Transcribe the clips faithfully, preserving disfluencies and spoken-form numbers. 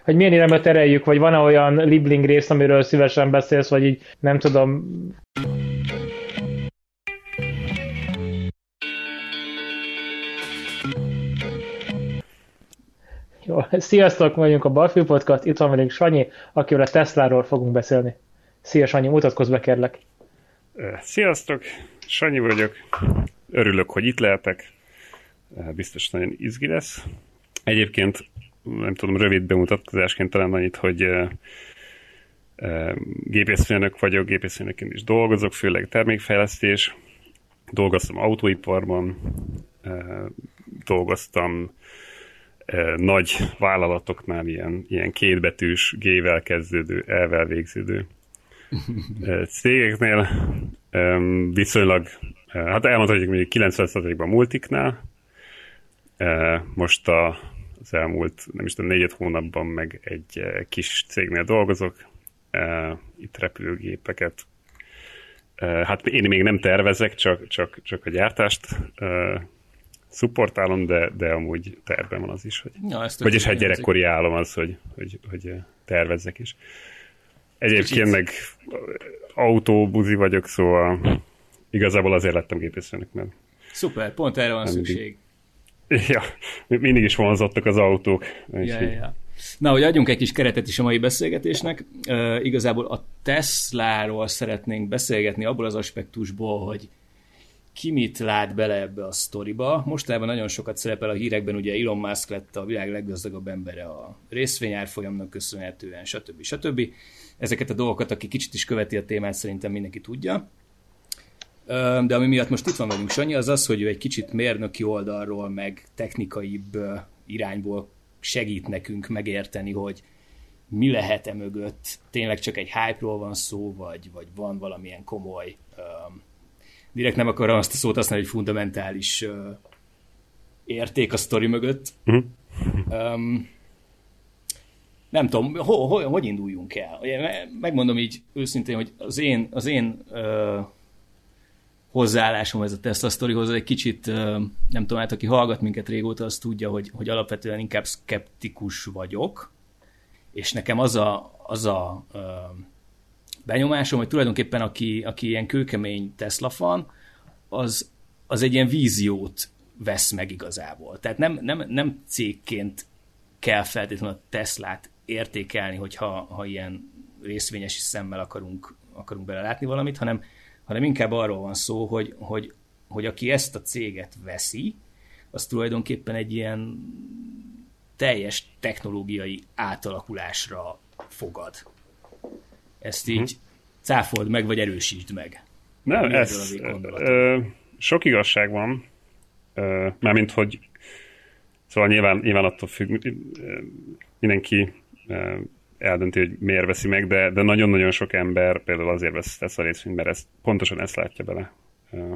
hogy milyen irányba tereljük, vagy van-e olyan libling rész, amiről szívesen beszélsz, vagy így nem tudom. Jó, sziasztok, vagyunk a Balfű Podcast, itt van velünk Sanyi, akivel a Tesláról fogunk beszélni. Szia Sanyi, mutatkozz be kérlek. Sziasztok, Sanyi vagyok, örülök, hogy itt lehetek, biztos nagyon izgi lesz. Egyébként, nem tudom, rövid bemutatkozásként talán annyit, hogy gépészmérnök vagyok, gépészmérnökként is dolgozok, főleg termékfejlesztés, dolgoztam autóiparban, dolgoztam nagy vállalatoknál, ilyen, ilyen kétbetűs, G-vel kezdődő, E-vel végződő cégeknél, viszonylag, hát elmondhatjuk, hogy kilencven százalékban multiknál, most a, az elmúlt, nem is tudom, négy-öt hónapban meg egy kis cégnél dolgozok, itt repülőgépeket. Hát én még nem tervezek, csak, csak, csak a gyártást szupportálom, de, de amúgy tervem van az is, hogy... Ja, vagyis hát gyerekkori álom az, hogy, hogy, hogy tervezzek is. Egyébként meg autóbuzi vagyok, szóval igazából azért lettem gépészmérnök, mert... Szuper, pont erre van szükség. Ja, mindig is vonzottak az autók. Ja, ja, ja. Na, hogy adjunk egy kis keretet is a mai beszélgetésnek. Uh, igazából a Tesláról szeretnénk beszélgetni abból az aspektusból, hogy ki mit lát bele ebbe a sztoriba. Mostanában nagyon sokat szerepel a hírekben, ugye Elon Musk lett a világ leggazdagabb embere a részvényárfolyamnak köszönhetően, stb. stb. Ezeket a dolgokat, aki kicsit is követi a témát, szerintem mindenki tudja. De ami miatt most itt van velünk Sanyi, az az, hogy ő egy kicsit mérnöki oldalról, meg technikaibb irányból segít nekünk megérteni, hogy mi lehet e mögött. Tényleg csak egy hype-ról van szó, vagy, vagy van valamilyen komoly... Um, direkt nem akarom azt a szót használni, hogy fundamentális uh, érték a sztori mögött. Uh-huh. Um, nem tudom, ho, ho, hogy induljunk el? Megmondom így őszintén, hogy az én, az én uh, hozzáállásom ez a Tesla sztorihoz egy kicsit, uh, nem tudom, hát aki hallgat minket régóta, az tudja, hogy, hogy alapvetően inkább szkeptikus vagyok, és nekem az a, az a uh, benyomásom, hogy tulajdonképpen aki, aki ilyen kőkemény Tesla fan, az, az egy ilyen víziót vesz meg igazából. Tehát nem, nem, nem cégként kell feltétlenül a Teslát értékelni, hogyha ha ilyen részvényes szemmel akarunk, akarunk belelátni valamit, hanem, hanem inkább arról van szó, hogy, hogy, hogy aki ezt a céget veszi, az tulajdonképpen egy ilyen teljes technológiai átalakulásra fogad. Ezt így uh-huh. cáfold meg, vagy erősítsd meg. Nem, ez ö, sok igazság van, ö, mármint, hogy szóval nyilván, nyilván attól függ, mindenki ö, eldönti, hogy miért veszi meg, de, de nagyon-nagyon sok ember például azért vesz Tesla részvényt, mert ezt, pontosan ezt látja bele. Ö,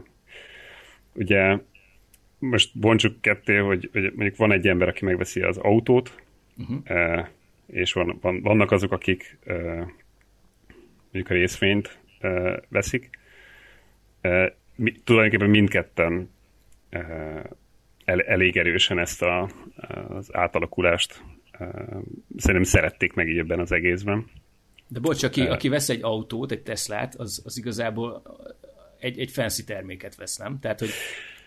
ugye most bontsuk ketté, hogy, hogy mondjuk van egy ember, aki megveszi az autót, uh-huh. ö, és van, van, vannak azok, akik ö, mondjuk a részvényt uh, veszik. Uh, mi, tulajdonképpen mindketten uh, el, elég erősen ezt a, az átalakulást uh, szerintem szerették meg így ebben az egészben. De bocs, aki, uh, aki vesz egy autót, egy Teslát, az, az igazából egy, egy fancy terméket vesz, nem? Tehát, hogy...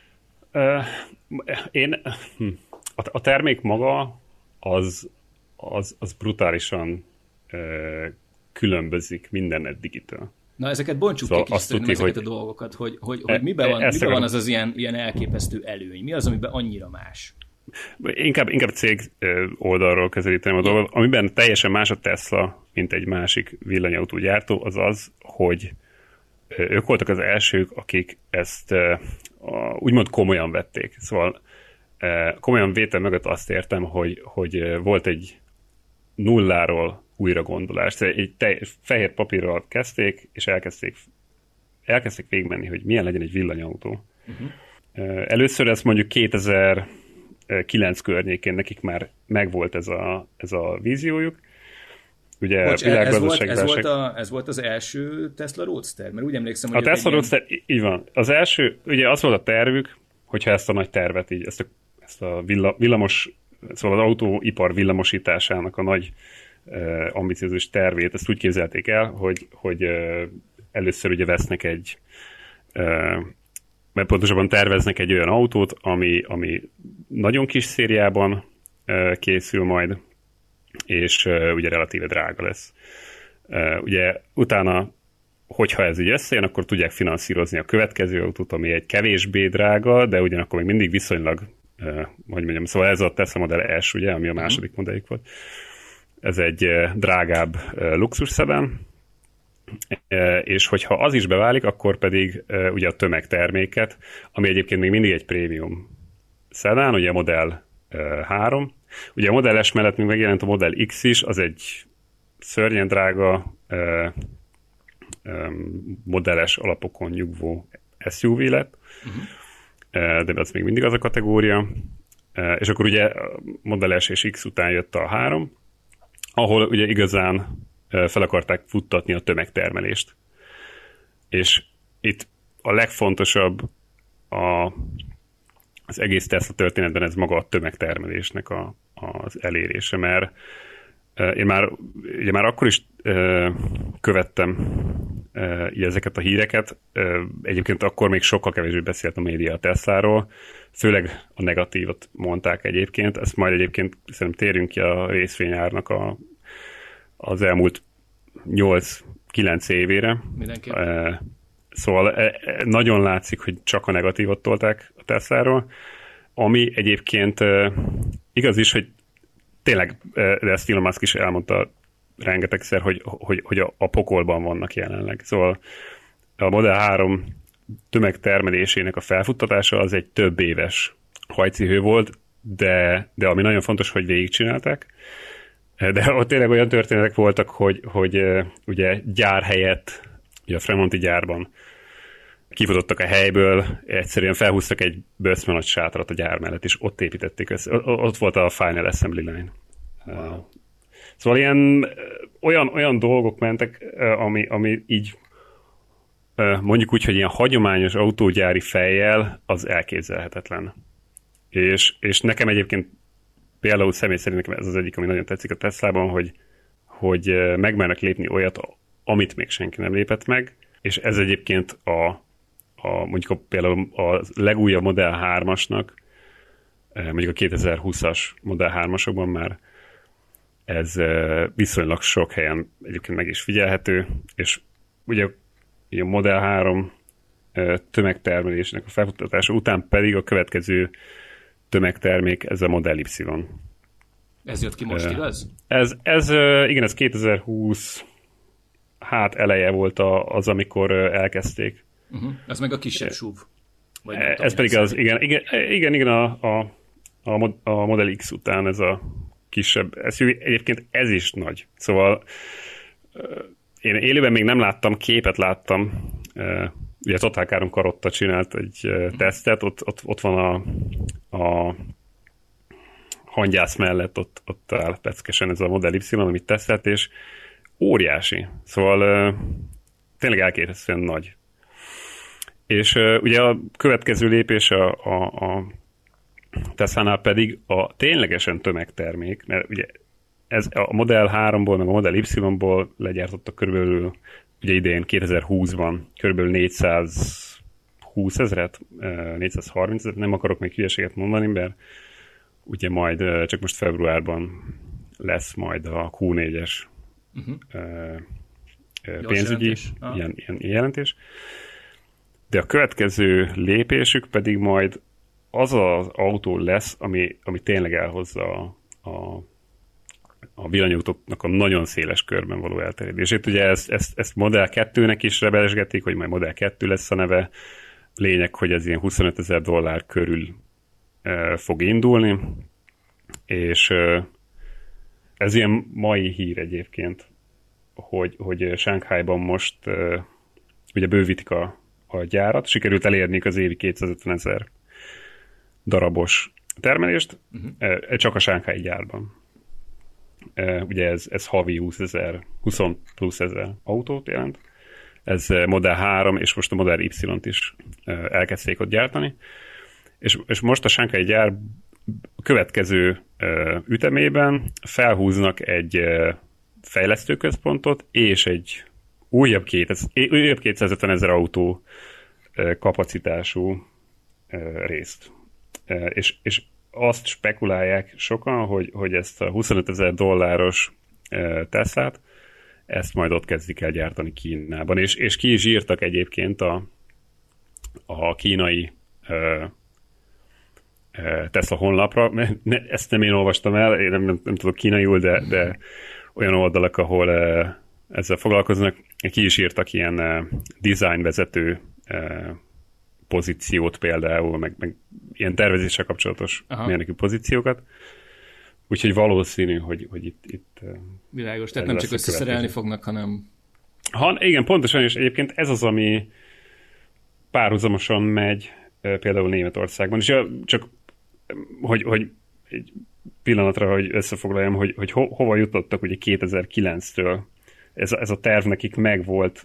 Uh, én... Hm, a, a termék maga az, az, az brutálisan uh, különbözik minden eddigitől. Na, ezeket bontsuk szóval ki kis tudni, ezeket hogy... a dolgokat, hogy, hogy, hogy miben van, miben van az az ilyen, ilyen elképesztő előny? Mi az, amiben annyira más? Inkább, inkább cég oldalról közelíteném a dolgot. Amiben teljesen más a Tesla, mint egy másik villanyautógyártó, az az, hogy ők voltak az elsők, akik ezt úgymond komolyan vették. Szóval komolyan vétel mögött azt értem, hogy, hogy volt egy nulláról újra gondolást. Egy tej, fehér papírral kezdték, és elkezdték, elkezdték végigmenni, hogy milyen legyen egy villanyautó. Uh-huh. Először ez mondjuk kétezer-kilenc környékén nekik már megvolt ez a, ez a víziójuk. Ugye Bocs, ez, volt, ez, volt a, ez volt az első Tesla Roadster? Mert úgy emlékszem, hogy... A Tesla Roadster, ilyen... így van. Az első, ugye az volt a tervük, hogyha ezt a nagy tervet, így, ezt a, ezt a villa, villamos szóval az autóipar villamosításának a nagy ambiciózus tervét, ezt úgy képzelték el, hogy, hogy először ugye vesznek egy, mert pontosabban terveznek egy olyan autót, ami, ami nagyon kis szériában készül majd, és ugye relatíve drága lesz. Ugye utána, hogyha ez így összejön, akkor tudják finanszírozni a következő autót, ami egy kevésbé drága, de ugyanakkor még mindig viszonylag, hogy mondjam, szóval ez a Tesla Model S, ugye, ami a második modelljük volt. Ez egy drágább luxusszedán, és hogyha az is beválik, akkor pedig ugye a tömegterméket, ami egyébként még mindig egy prémium szedán, ugye a Model három. Ugye a Model S mellett még megjelent a Model X is, az egy szörnyen drága modeles alapokon nyugvó es u vé lett, uh-huh. de az még mindig az a kategória. És akkor ugye Model S és X után jött a három, ahol ugye igazán fel akarták futtatni a tömegtermelést. És itt a legfontosabb a, az egész Tesla történetben ez maga a tömegtermelésnek a, az elérése, mert én már, ugye már akkor is követtem ezeket a híreket, egyébként akkor még sokkal kevésbé beszélt a média a Tesláról, főleg a negatívot mondták egyébként, ezt majd egyébként szerintem térjünk ki a részvényárnak a, az elmúlt nyolc-kilenc évére. Mindenképpen. Szóval nagyon látszik, hogy csak a negatívot tolták a Tesláról, ami egyébként igaz is, hogy tényleg, de ezt Elon Musk is elmondta rengetegszer, hogy, hogy, hogy a, a pokolban vannak jelenleg. Szóval a Model három tömegtermelésének a felfuttatása az egy több éves hajcihő volt, de, de ami nagyon fontos, hogy végigcsinálták. De ott tényleg olyan történetek voltak, hogy, hogy ugye gyár helyett, ugye a Fremonti gyárban kifutottak a helyből, egyszerűen felhúztak egy bőszme nagy sátrat a gyár mellett, és ott építették össze. Ott volt a Final Assembly Line. Wow. Szóval ilyen olyan, olyan dolgok mentek, ami, ami így mondjuk úgy, hogy ilyen hagyományos autógyári fejjel az elképzelhetetlen. És, és nekem egyébként például személy szerint nekem ez az egyik, ami nagyon tetszik a Teslában, hogy, hogy megmernek lépni olyat, amit még senki nem lépett meg, és ez egyébként a A, mondjuk a, például a legújabb Model hármasnak, mondjuk a kétezer-húszas Model hármasokban már ez viszonylag sok helyen egyébként meg is figyelhető, és ugye a Model három tömegtermelésnek a felfuttatása után pedig a következő tömegtermék, ez a Model Y. Ez jött ki most, igaz? Ez, ez igen, ez kétezer-húsz hát eleje volt az, amikor elkezdték. Uh-huh. Ez meg a kisebb es u vé. Vagy ez pedig az, igen, igen, igen, igen a, a, a Model X után ez a kisebb es u vé. Egyébként ez is nagy. Szóval én élőben még nem láttam, képet láttam. Ugye a Total Car-on Karotta csinált egy uh-huh. tesztet, ott, ott, ott van a, a hangyász mellett, ott, ott áll peckesen ez a Model Y, amit tesztelt, és óriási. Szóval tényleg elképesztően nagy. És uh, ugye a következő lépés a, a, a Tesla-nál pedig a ténylegesen tömegtermék, mert ugye ez a Model háromból, meg a Model Y-ból legyártottak körülbelül, ugye idén kétezer-húszban körülbelül négyszázhúsz ezret, négyszázharminc ezret, nem akarok még hülyeséget mondani, mert ugye majd csak most februárban lesz majd a kú négyes uh-huh. pénzügyi ilyen, ilyen jelentés. De a következő lépésük pedig majd az az autó lesz, ami, ami tényleg elhozza a, a, a villanyautóknak a nagyon széles körben való elterjedését. Ugye ezt, ezt, ezt Model kettőnek is rebelesgetik, hogy majd Model kettő lesz a neve. Lényeg, hogy ez ilyen huszonöt ezer dollár körül e, fog indulni, és e, ez ilyen mai hír egyébként, hogy, hogy Shanghaiban most e, ugye bővítik a a gyárat, sikerült elérni az évi kétszázötven ezer darabos termelést, uh-huh. csak a Shanghai gyárban. Ugye ez, ez havi húsz ezer, húsz plusz ezer autót jelent. Ez Model három, és most a Model Y-t is elkezdték ott gyártani. És, és most a Shanghai gyár a következő ütemében felhúznak egy fejlesztőközpontot és egy újabb, kétezer, újabb kétszázötven ezer autó kapacitású részt. És, és azt spekulálják sokan, hogy, hogy ezt a huszonöt ezer dolláros Teslát, ezt majd ott kezdik el gyártani Kínában. És, és ki is írtak egyébként a, a kínai Tesla honlapra, ne, ezt nem én olvastam el, én nem, nem, nem tudok kínaiul, de, de olyan oldalak, ahol ezzel foglalkoznak, ki is írtak ilyen design vezető pozíciót például, meg, meg ilyen tervezéssel kapcsolatos mérnöki pozíciókat. Úgyhogy valószínű, hogy, hogy itt, itt... Világos, tehát nem csak összeszerelni fognak, hanem... Ha, igen, pontosan, és egyébként ez az, ami párhuzamosan megy például Németországban. És csak, hogy, hogy egy pillanatra, hogy összefoglaljam, hogy, hogy ho, hova jutottak ugye kétezer-kilenctől. Ez, ez a terv nekik megvolt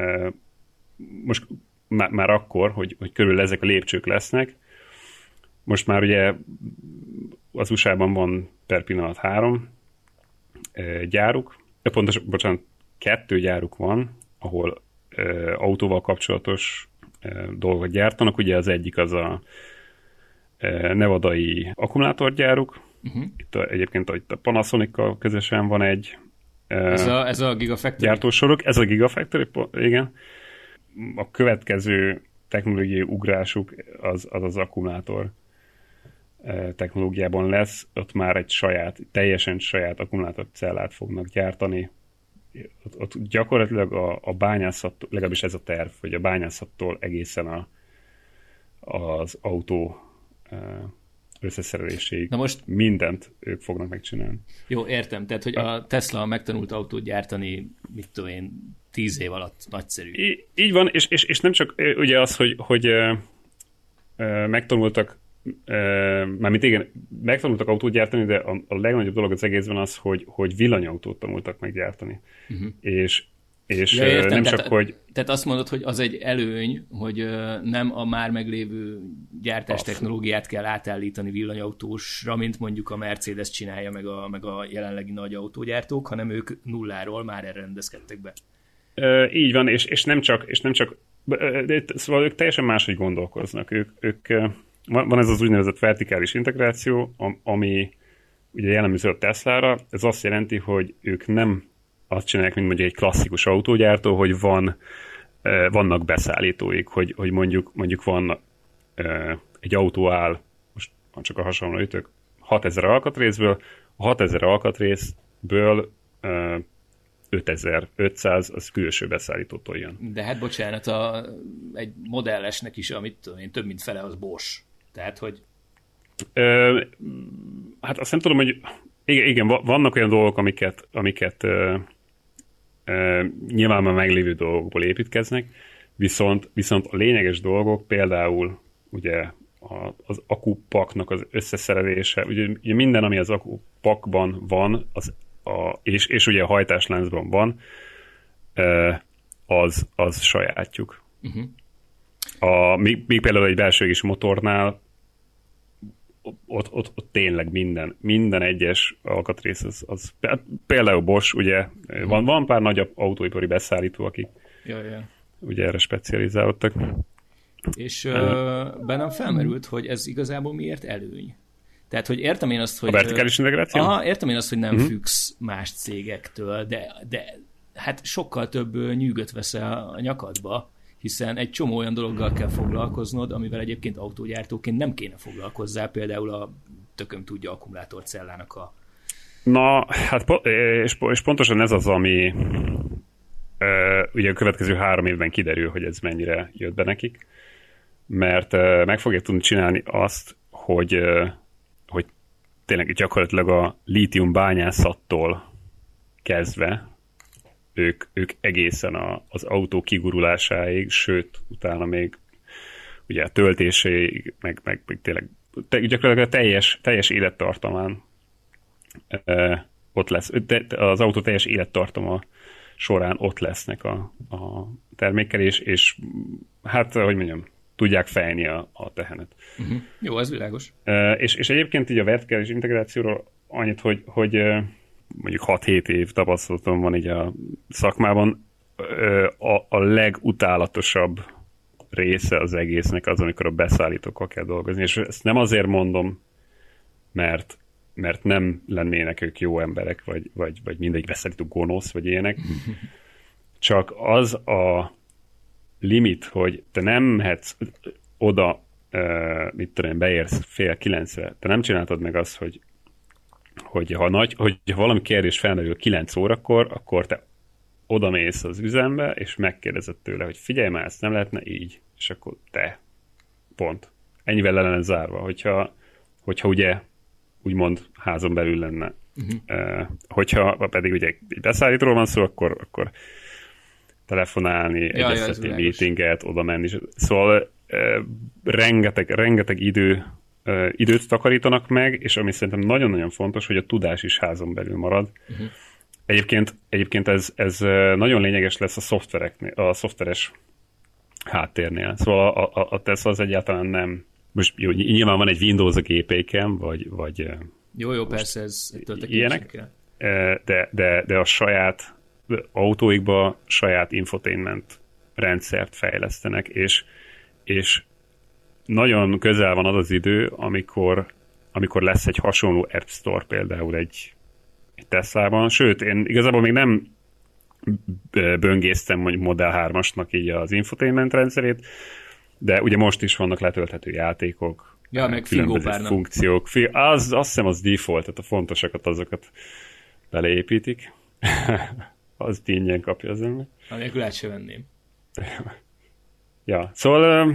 most már, már akkor, hogy, hogy körül ezek a lépcsők lesznek. Most már ugye az u es á-ban van per pillanat három gyáruk, pontosan, bocsánat, kettő gyáruk van, ahol autóval kapcsolatos dolgot gyártanak. Ugye az egyik az a nevadai akkumulátorgyáruk. Uh-huh. Itt a, egyébként itt a Panasonic-kal közösen van egy ez a, ez a Gigafactory? Gyártósoruk. Ez a Gigafactory, igen. A következő technológiai ugrásuk az az, az akkumulátor technológiában lesz. Ott már egy saját, teljesen saját akkumulátorcellát fognak gyártani. Ott, ott gyakorlatilag a, a bányászat, legalábbis ez a terv, hogy a bányászattól egészen a, az autó összeszereléséig Na most, mindent ők fognak megcsinálni. Jó, értem. Tehát, hogy a Tesla megtanult autót gyártani, mit tudom én, tíz év alatt nagyszerű. Í- így van, és, és, és nem csak ugye az, hogy, hogy ö, ö, megtanultak mármint igen, megtanultak autót gyártani, de a, a legnagyobb dolog az egészben az, hogy, hogy villanyautót tanultak meggyártani. Uh-huh. És, és ja, értem, nem tehát, csak, hogy... Tehát azt mondod, hogy az egy előny, hogy nem a már meglévő gyártás azt. technológiát kell átállítani villanyautósra, mint mondjuk a Mercedes csinálja, meg a, meg a jelenlegi nagy autógyártók, hanem ők nulláról már erre rendezkedtek be. Ö, így van, és, és nem csak, és nem csak de, szóval ők teljesen máshogy gondolkoznak. Ők, ők van ez az úgynevezett vertikális integráció, ami ugye jellemző a Teslára. Ez azt jelenti, hogy ők nem azt csinálják, mint mondjuk egy klasszikus autógyártó, hogy van, vannak beszállítóik, hogy, hogy mondjuk, mondjuk van egy autó áll, most csak a hasonló ütök, hatezer alkatrészből, a hatezer alkatrészből ötezer-ötszáz az külső beszállítótól jön. De hát bocsánat, a, egy modellesnek is, amit tudom én, több mint fele az Bosch. Tehát, hogy... Ö, hát azt nem tudom, hogy igen, igen vannak olyan dolgok, amiket, amiket ö, ö, nyilván már meglévő dolgokból építkeznek, viszont, viszont a lényeges dolgok, például ugye a, az akupaknak az összeszerelése, ugye, ugye minden, ami az akupakban van, az a, és, és ugye a hajtásláncban van, ö, az, az sajátjuk. Uh-huh. A, még, még például egy belső égésű motornál ott, ott, ott tényleg minden, minden egyes alkatrész, az, az például Bosch, ugye, mm. van, van pár nagy autóipari beszállító, akik ja, ja. ugye erre specializálódtak. És uh, bennem felmerült, hogy ez igazából miért előny? Tehát, hogy értem én azt, hogy... A vertikális integráció? Aha, értem én azt, hogy nem mm. függsz más cégektől, de, de hát sokkal több nyűgöt veszel a nyakadba, hiszen egy csomó olyan dologgal kell foglalkoznod, amivel egyébként autógyártóként nem kéne foglalkozzál, például a tököm tudja akkumulátorcellának a... Na, hát és, és pontosan ez az, ami ugye a következő három évben kiderül, hogy ez mennyire jött be nekik, mert meg fogják tudni csinálni azt, hogy, hogy tényleg gyakorlatilag a lítium bányászattól kezdve Ők, ők egészen a, az autó kigurulásáig, sőt, utána még ugye a töltéséig, meg, meg, meg tényleg te, gyakorlatilag a teljes, teljes élettartamán e, ott lesz, de, az autó teljes élettartama során ott lesznek a, a termékkel, és, és hát, hogy mondjam, tudják fejni a, a tehenet. Uh-huh. Jó, ez világos. Uh, és, és egyébként így a vertikális integrációról annyit, hogy, hogy uh, mondjuk hat-hét év tapasztalatom van így a szakmában, uh, a, a legutálatosabb része az egésznek az, amikor a beszállítókkal kell dolgozni. És ezt nem azért mondom, mert, mert nem lennének ők jó emberek, vagy, vagy, vagy mindegy beszállító gonosz, vagy ilyenek. Csak az a limit, hogy te nem mehetsz oda, uh, mit tudom, beérsz fél kilencre, te nem csináltad meg azt, hogy, hogy, ha, nagy, hogy ha valami kérdés felmerül kilenc órakor, akkor te odamész az üzembe, és megkérdezed tőle, hogy figyelj már, ezt nem lehetne így, és akkor te, pont. Ennyivel le lenne zárva, hogyha, hogyha ugye úgymond házon belül lenne. Uh-huh. Uh, hogyha pedig ugye egy beszállítóról van szó, akkor, akkor telefonálni, ja, egyeztetni ja, meetinget, oda menni. Szóval uh, rengeteg, rengeteg idő, uh, időt takarítanak meg, és ami szerintem nagyon-nagyon fontos, hogy a tudás is házon belül marad. Uh-huh. Egyébként, egyébként ez, ez nagyon lényeges lesz a szoftvereknél, a szoftveres háttérnél. Szóval a, a, a Tesla az egyáltalán nem... Most jó, nyilván van egy Windows a gépeiken, vagy... vagy jó, jó, persze, ez ilyenek, de, de, de a saját autóikba saját infotainment rendszert fejlesztenek, és, és nagyon közel van az az idő, amikor, amikor lesz egy hasonló App Store például egy, egy Teslában. Sőt, én igazából még nem böngésztem mondjuk Model hármasnak így az infotainment rendszerét, de ugye most is vannak letölthető játékok, ja, meg különböző funkciók. Az, azt hiszem az default, tehát a fontosakat azokat beleépítik. Az ingyen kapja az ember. Anélkül át se venném. Ja, szóval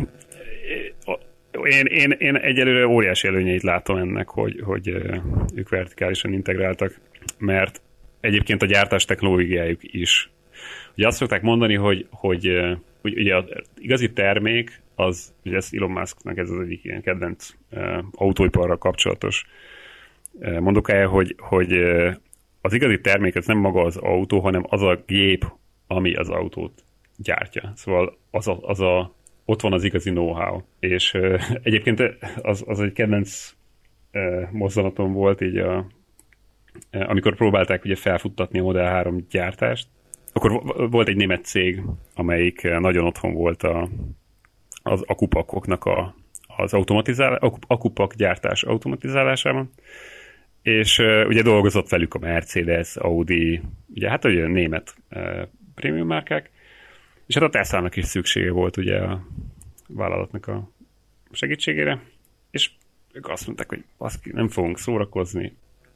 én, én, én egyelőre óriási előnyeit látom ennek, hogy, hogy ők vertikálisan integráltak, mert egyébként a gyártás technológiájuk is. Ugye azt szokták mondani, hogy, hogy, hogy ugye az igazi termék, az, ugye ez Elon Musknak ez az egyik ilyen kedvenc uh, autóiparral kapcsolatos uh, mondokája, hogy, hogy uh, az igazi termék az nem maga az autó, hanem az a gép, ami az autót gyártja. Szóval az a, az a, ott van az igazi know-how. És uh, egyébként az, az egy kedvenc uh, mozdulatom volt, így a, uh, amikor próbálták ugye felfuttatni a Model három gyártást, akkor volt egy német cég, amelyik nagyon otthon volt a, az akupakoknak a, az automatizál, akupak gyártás automatizálásában, és uh, ugye dolgozott velük a Mercedes, Audi, ugye hát ugye német uh, prémium márkák, és hát a Teslának is szüksége volt ugye a vállalatnak a segítségére, és ők azt mondták, hogy baszki, nem fogunk szórakozni,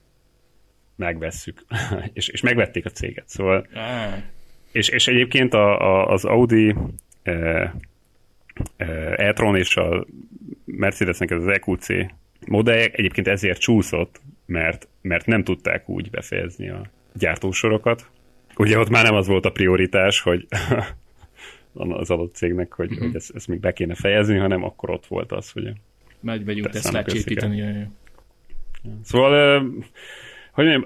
megvesszük, és, és megvették a céget, szóval ah. és, és egyébként a, a, az Audi e, e, e-tron és a Mercedesnek ez az é kú cé modelljek egyébként ezért csúszott, mert, mert nem tudták úgy befejezni a gyártósorokat. Ugye ott már nem az volt a prioritás, hogy az adott cégnek, hogy, uh-huh. hogy ezt, ezt még be kéne fejezni, hanem akkor ott volt az, hogy megy megyünk Teslát csépíteni. Szóval hogy mondjam,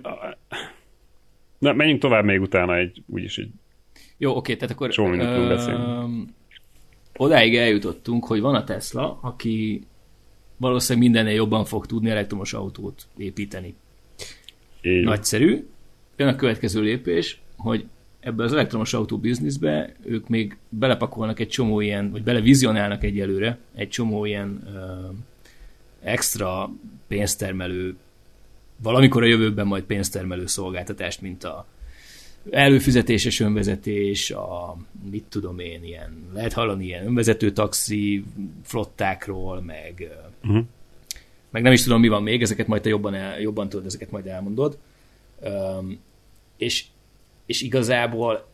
na, menjünk tovább még utána egy, úgyis egy jó, oké, tehát akkor csomó mindent beszélni. Odáig eljutottunk, hogy van a Tesla, aki valószínűleg mindennél jobban fog tudni elektromos autót építeni. Így. Nagyszerű. Jön a következő lépés, hogy ebbe az elektromos autó bizniszbe ők még belepakolnak egy csomó ilyen, vagy belevizionálnak egyelőre egy csomó ilyen uh, extra pénztermelő, valamikor a jövőben majd pénztermelő szolgáltatást, mint a előfizetéses önvezetés, a mit tudom én, ilyen, lehet hallani ilyen önvezető taxi flottákról, meg, uh-huh. meg nem is tudom, mi van még, ezeket majd te jobban, el, jobban tudod, ezeket majd elmondod. Um, és, és igazából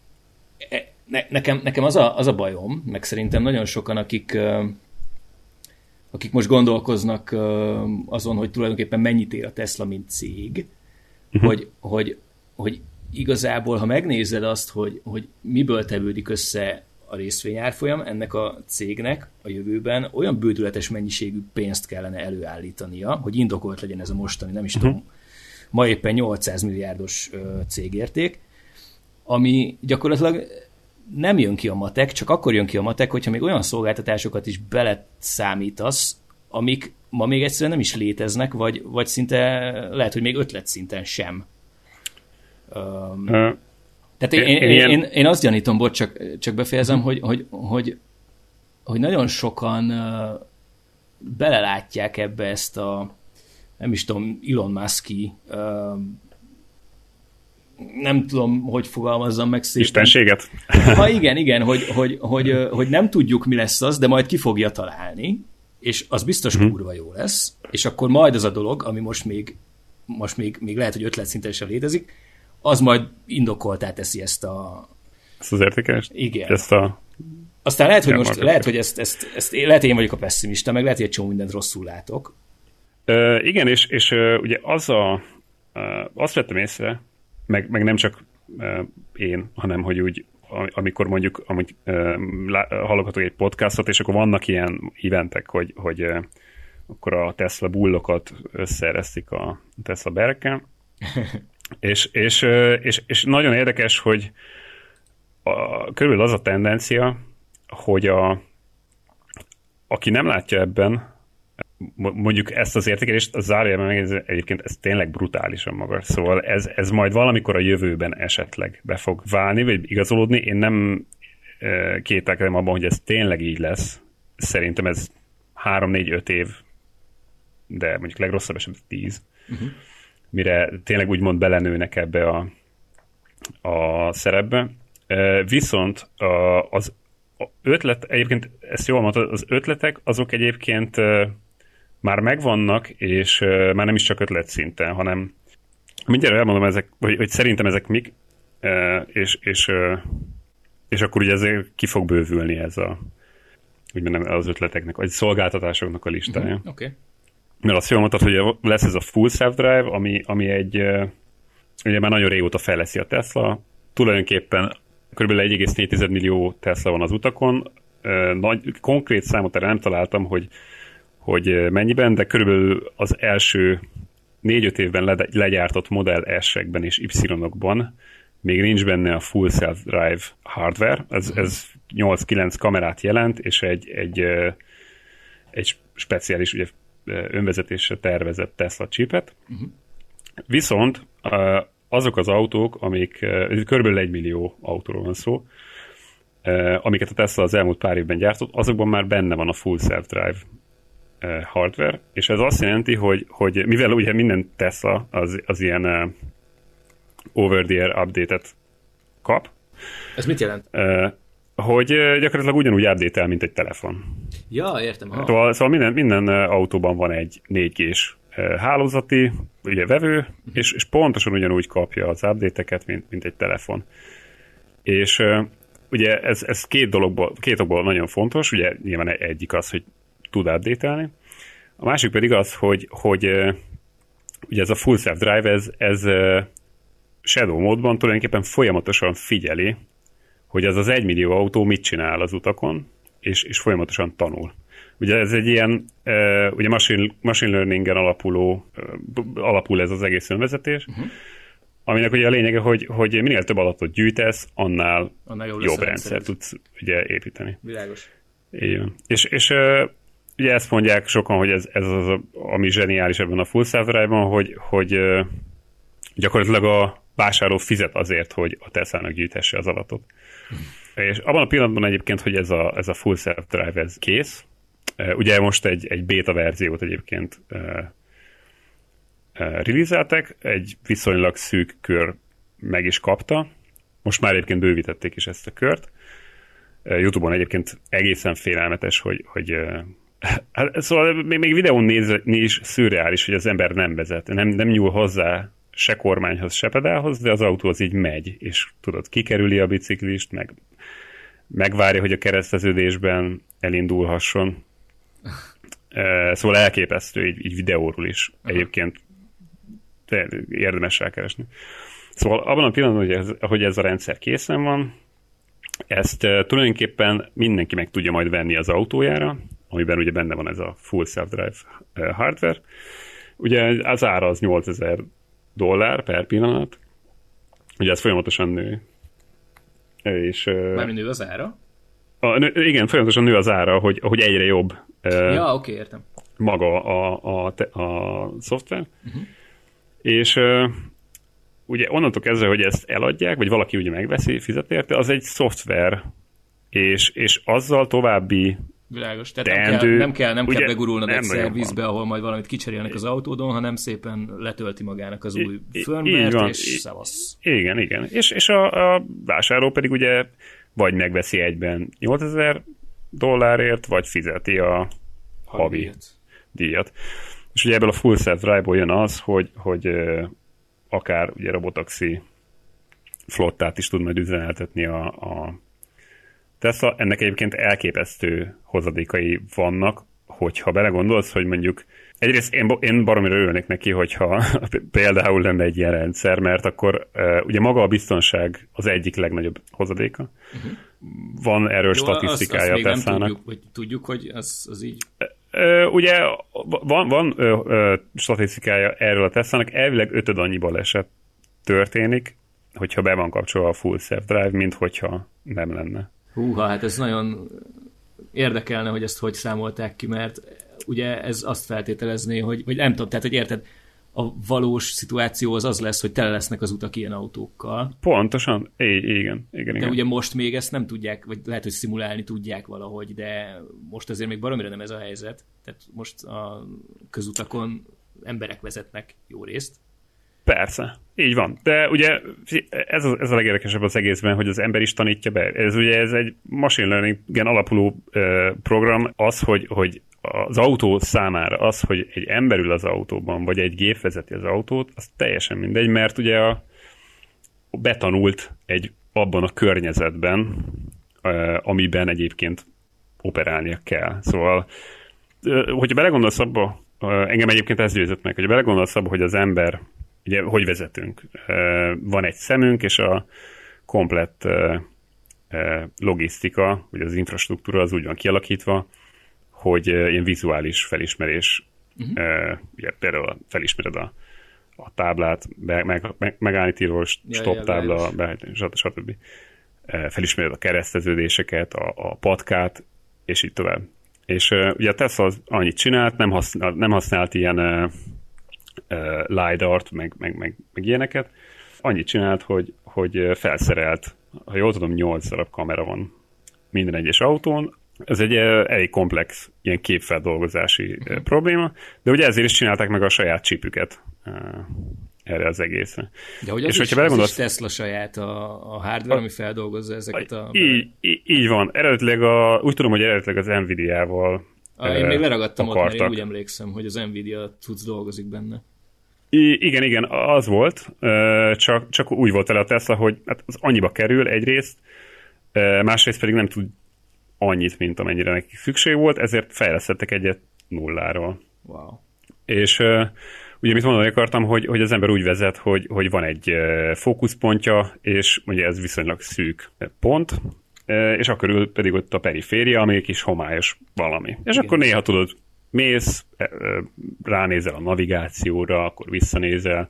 ne, nekem, nekem az, a, az a bajom, meg szerintem nagyon sokan, akik, akik most gondolkoznak azon, hogy tulajdonképpen mennyit ér a Tesla, mint cég, uh-huh. hogy, hogy, hogy igazából, ha megnézed azt, hogy, hogy miből tevődik össze a részvényárfolyam, ennek a cégnek a jövőben olyan bődületes mennyiségű pénzt kellene előállítania, hogy indokolt legyen ez a mostani, nem is uh-huh. tudom, ma éppen nyolcszáz milliárdos cégérték, ami gyakorlatilag nem jön ki a matek, csak akkor jön ki a matek, hogyha még olyan szolgáltatásokat is beleszámítasz, amik ma még egyszerűen nem is léteznek, vagy, vagy szinte lehet, hogy még ötletszinten sem. Um, uh, tehát én, én, én, én, én azt gyanítom, bocs, csak, csak befejezem, uh-huh. hogy, hogy, hogy, hogy nagyon sokan uh, belelátják ebbe ezt a, nem is tudom, Elon Musk-i, uh, nem tudom, hogy fogalmazzam meg szépen. Istenséget? Ha igen, igen, hogy, hogy, hogy, hogy, hogy nem tudjuk, mi lesz az, de majd ki fogja találni, és az biztos uh-huh. kurva jó lesz, és akkor majd az a dolog, ami most még, most még, még lehet, hogy ötletszinten sem létezik, az majd indokoltá teszi ezt a... Ezt az értékelést? Igen. Ezt a... Aztán lehet, hogy most, lehet, hogy ezt, ezt, ezt, lehet, én vagyok a pessimista, meg lehet, hogy egy csomó mindent rosszul látok. Uh, igen, és, és uh, ugye az a, uh, azt vettem észre, meg, meg nem csak uh, én, hanem hogy úgy, amikor mondjuk amúgy, uh, hallgatok egy podcastot, és akkor vannak ilyen eventek, hogy, hogy uh, akkor a Tesla bullokat összeeresztik a Tesla berekkel, és, és, uh, és, és nagyon érdekes, hogy a, körülbelül az a tendencia, hogy a, aki nem látja ebben, mondjuk ezt az értékelést, az zárójelben meg egyébként ez tényleg brutálisan magas. Szóval ez, ez majd valamikor a jövőben esetleg be fog válni, vagy igazolódni. Én nem kételkedem abban, hogy ez tényleg így lesz. Szerintem ez három, négy, öt év, de mondjuk legrosszabb esetben tíz, uh-huh. mire tényleg úgymond belenőnek ebbe a, a szerepbe. Viszont az ötlet, egyébként ezt jól mondtad, az ötletek azok egyébként már megvannak, és már nem is csak ötlet szinten, hanem mindjárt elmondom ezek, hogy, hogy szerintem ezek mik, és, és, és akkor ugye ezért ki fog bővülni ez a, úgy mondom, az ötleteknek, vagy szolgáltatásoknak a listája. Uh-huh. Okay. Mert azt jól mondtad, hogy lesz ez a full self-drive, ami, ami egy, ugye már nagyon régóta fejleszi a Tesla, tulajdonképpen kb. egy egész négy millió Tesla van az utakon, nagy, konkrét számot erre nem találtam, hogy hogy mennyiben, de körülbelül az első négy-öt évben legyártott Model S-ekben és Y-okban még nincs benne a full self-drive hardware, ez, ez nyolc-kilenc kamerát jelent, és egy, egy, egy speciális ugye, önvezetésre tervezett Tesla chipet. Uh-huh. Viszont azok az autók, amik körülbelül egy millió autóról van szó, amiket a Tesla az elmúlt pár évben gyártott, azokban már benne van a full self-drive hardware, és ez azt jelenti, hogy, hogy mivel ugye minden Tesla az, az ilyen uh, over-the-air update-et kap. Ez mit jelent? Uh, hogy gyakorlatilag ugyanúgy update-el, mint egy telefon. Ja, értem. Ha. Szóval, szóval minden, minden autóban van egy négy gés uh, hálózati ugye vevő, uh-huh. és, és pontosan ugyanúgy kapja az update-eket, mint, mint egy telefon. És uh, ugye ez, ez két dologból, két dologból nagyon fontos, ugye nyilván egyik az, hogy tud update-elni. A másik pedig az, hogy, hogy uh, ugye ez a full self-drive, ez, ez uh, shadow módban tulajdonképpen folyamatosan figyeli, hogy ez az egymillió autó mit csinál az utakon, és, és folyamatosan tanul. Ugye ez egy ilyen, uh, ugye machine, machine learningen alapuló, uh, alapul ez az egész önvezetés, uh-huh. aminek ugye a lényege, hogy, hogy minél több adatot gyűjtesz, annál, annál jobb, jobb rendszer tudsz ugye építeni. Világos. Igen. És, és uh, ugye ezt mondják sokan, hogy ez, ez az, ami zseniális ebben a full self-drive-ban, hogy, hogy uh, gyakorlatilag a vásárló fizet azért, hogy a Tesla-nak gyűjtesse az adatot. Mm. És abban a pillanatban egyébként, hogy ez a, ez a full self-drive ez kész, uh, ugye most egy, egy beta verziót egyébként uh, uh, release-eltek, egy viszonylag szűk kör meg is kapta, most már egyébként bővítették is ezt a kört. Uh, YouTube-on egyébként egészen félelmetes, hogy, hogy uh, hát, szóval még, még videón nézni is szürreális, hogy az ember nem vezet, nem, nem nyúl hozzá se kormányhoz, se pedálhoz, de az autó az így megy, és tudod, kikerüli a biciklist, meg megvárja, hogy a kereszteződésben elindulhasson. Szóval elképesztő, így, így videóról is. Egyébként érdemes rákeresni. Szóval abban a pillanatban, hogy ez, hogy ez a rendszer készen van, ezt tulajdonképpen mindenki meg tudja majd venni az autójára, amiben ugye benne van ez a full self-drive hardware. Ugye az ára az nyolcezer dollár per pillanat. Ugye ez folyamatosan nő. És, Mármint nő az ára? A, nő, igen, folyamatosan nő az ára, hogy, hogy egyre jobb ja, oké, értem. maga a, a, a szoftver. Uh-huh. És uh, ugye onnantól kezdve, hogy ezt eladják, vagy valaki ugye megveszi, fizet érte, az egy szoftver, és, és azzal további világos. Tehát teendő, nem kell, nem kell, nem kell begurulnod egy szervizbe, ahol majd valamit kicserélnek az autódon, hanem szépen letölti magának az új firmware-t, és szavasz. Igen, igen. És, és a, a vásárló pedig ugye vagy megveszi egyben nyolcezer dollárért, vagy fizeti a havi díjat. díjat. És ugye ebből a full self-drive-ból jön az, hogy, hogy uh, akár ugye robotaxi flottát is tud majd üzemeltetni a, a Tesla. Ennek egyébként elképesztő hozadékai vannak, hogyha belegondolsz, hogy mondjuk egyrészt én, én baromira örülnék neki, hogyha például lenne egy ilyen rendszer, mert akkor uh, ugye maga a biztonság az egyik legnagyobb hozadéka. Uh-huh. Van erről Jó, statisztikája azt, azt a Teslának. Tudjuk, hogy tudjuk, hogy az, az így... Uh, ugye van, van uh, uh, statisztikája erről a Teslának, elvileg ötöd annyi baleset történik, hogyha be van kapcsolva a full self-drive, mint hogyha nem lenne. Húha, hát ez nagyon érdekelne, hogy ezt hogy számolták ki, mert ugye ez azt feltételezné, hogy, vagy nem tudom, tehát, hogy érted, a valós szituáció az az lesz, hogy tele lesznek az utak ilyen autókkal. Pontosan, I- igen, igen. De igen. ugye most még ezt nem tudják, vagy lehet, hogy szimulálni tudják valahogy, de most azért még baromira nem ez a helyzet. Tehát most a közutakon emberek vezetnek jó részt. Persze, így van. De ugye ez a, ez a legérdekesebb az egészben, hogy az ember is tanítja be. Ez ugye ez egy machine learning-en alapuló uh, program, az, hogy, hogy az autó számára az, hogy egy ember ül az autóban, vagy egy gép vezeti az autót, az teljesen mindegy, mert ugye a betanult egy abban a környezetben, uh, amiben egyébként operálnia kell. Szóval, uh, hogyha belegondolsz abba, uh, engem egyébként ez győzött meg, hogyha belegondolsz abba, hogy az ember ugye, hogy vezetünk. Van egy szemünk, és a komplett logisztika, vagy az infrastruktúra az úgy van kialakítva, hogy ilyen vizuális felismerés, uh-huh. ugye, például felismered a, a táblát, meg, meg, megállni tilos, stop ja, tábla, be, stb. Felismered a kereszteződéseket, a, a patkát, és így tovább. És ugye a Tesla az annyit csinált, nem, használ, nem használt ilyen Uh, lidart, meg, meg, meg, meg ilyeneket. Annyit csinált, hogy, hogy felszerelt, ha jól tudom, nyolc darab kamera van minden egyes autón. Ez egy uh, elég komplex ilyen képfeldolgozási uh, probléma, de ugye ezért is csinálták meg a saját csipüket uh, erre az egészre. De hogy az, és is, az is Tesla saját a, a hardware, a, ami feldolgozza ezeket a... Így, így van. Eredetileg a, úgy tudom, hogy eredetileg az Nvidia-val Ah, én még leragadtam akartak. Ott, mert én úgy emlékszem, hogy az Nvidia tudsz dolgozik benne. I- igen, igen, az volt, csak, csak úgy volt el a Tesla, hogy hát az annyiba kerül egyrészt, másrészt pedig nem tud annyit, mint amennyire nekik szükség volt, ezért fejlesztettek egyet nulláról. Wow. És ugye mit mondani akartam, hogy, hogy az ember úgy vezet, hogy, hogy van egy fókuszpontja, és ugye ez viszonylag szűk pont, és akkor pedig ott a periféria, ami egy kis homályos valami. És igen. Akkor néha tudod, mész, ránézel a navigációra, akkor visszanézel,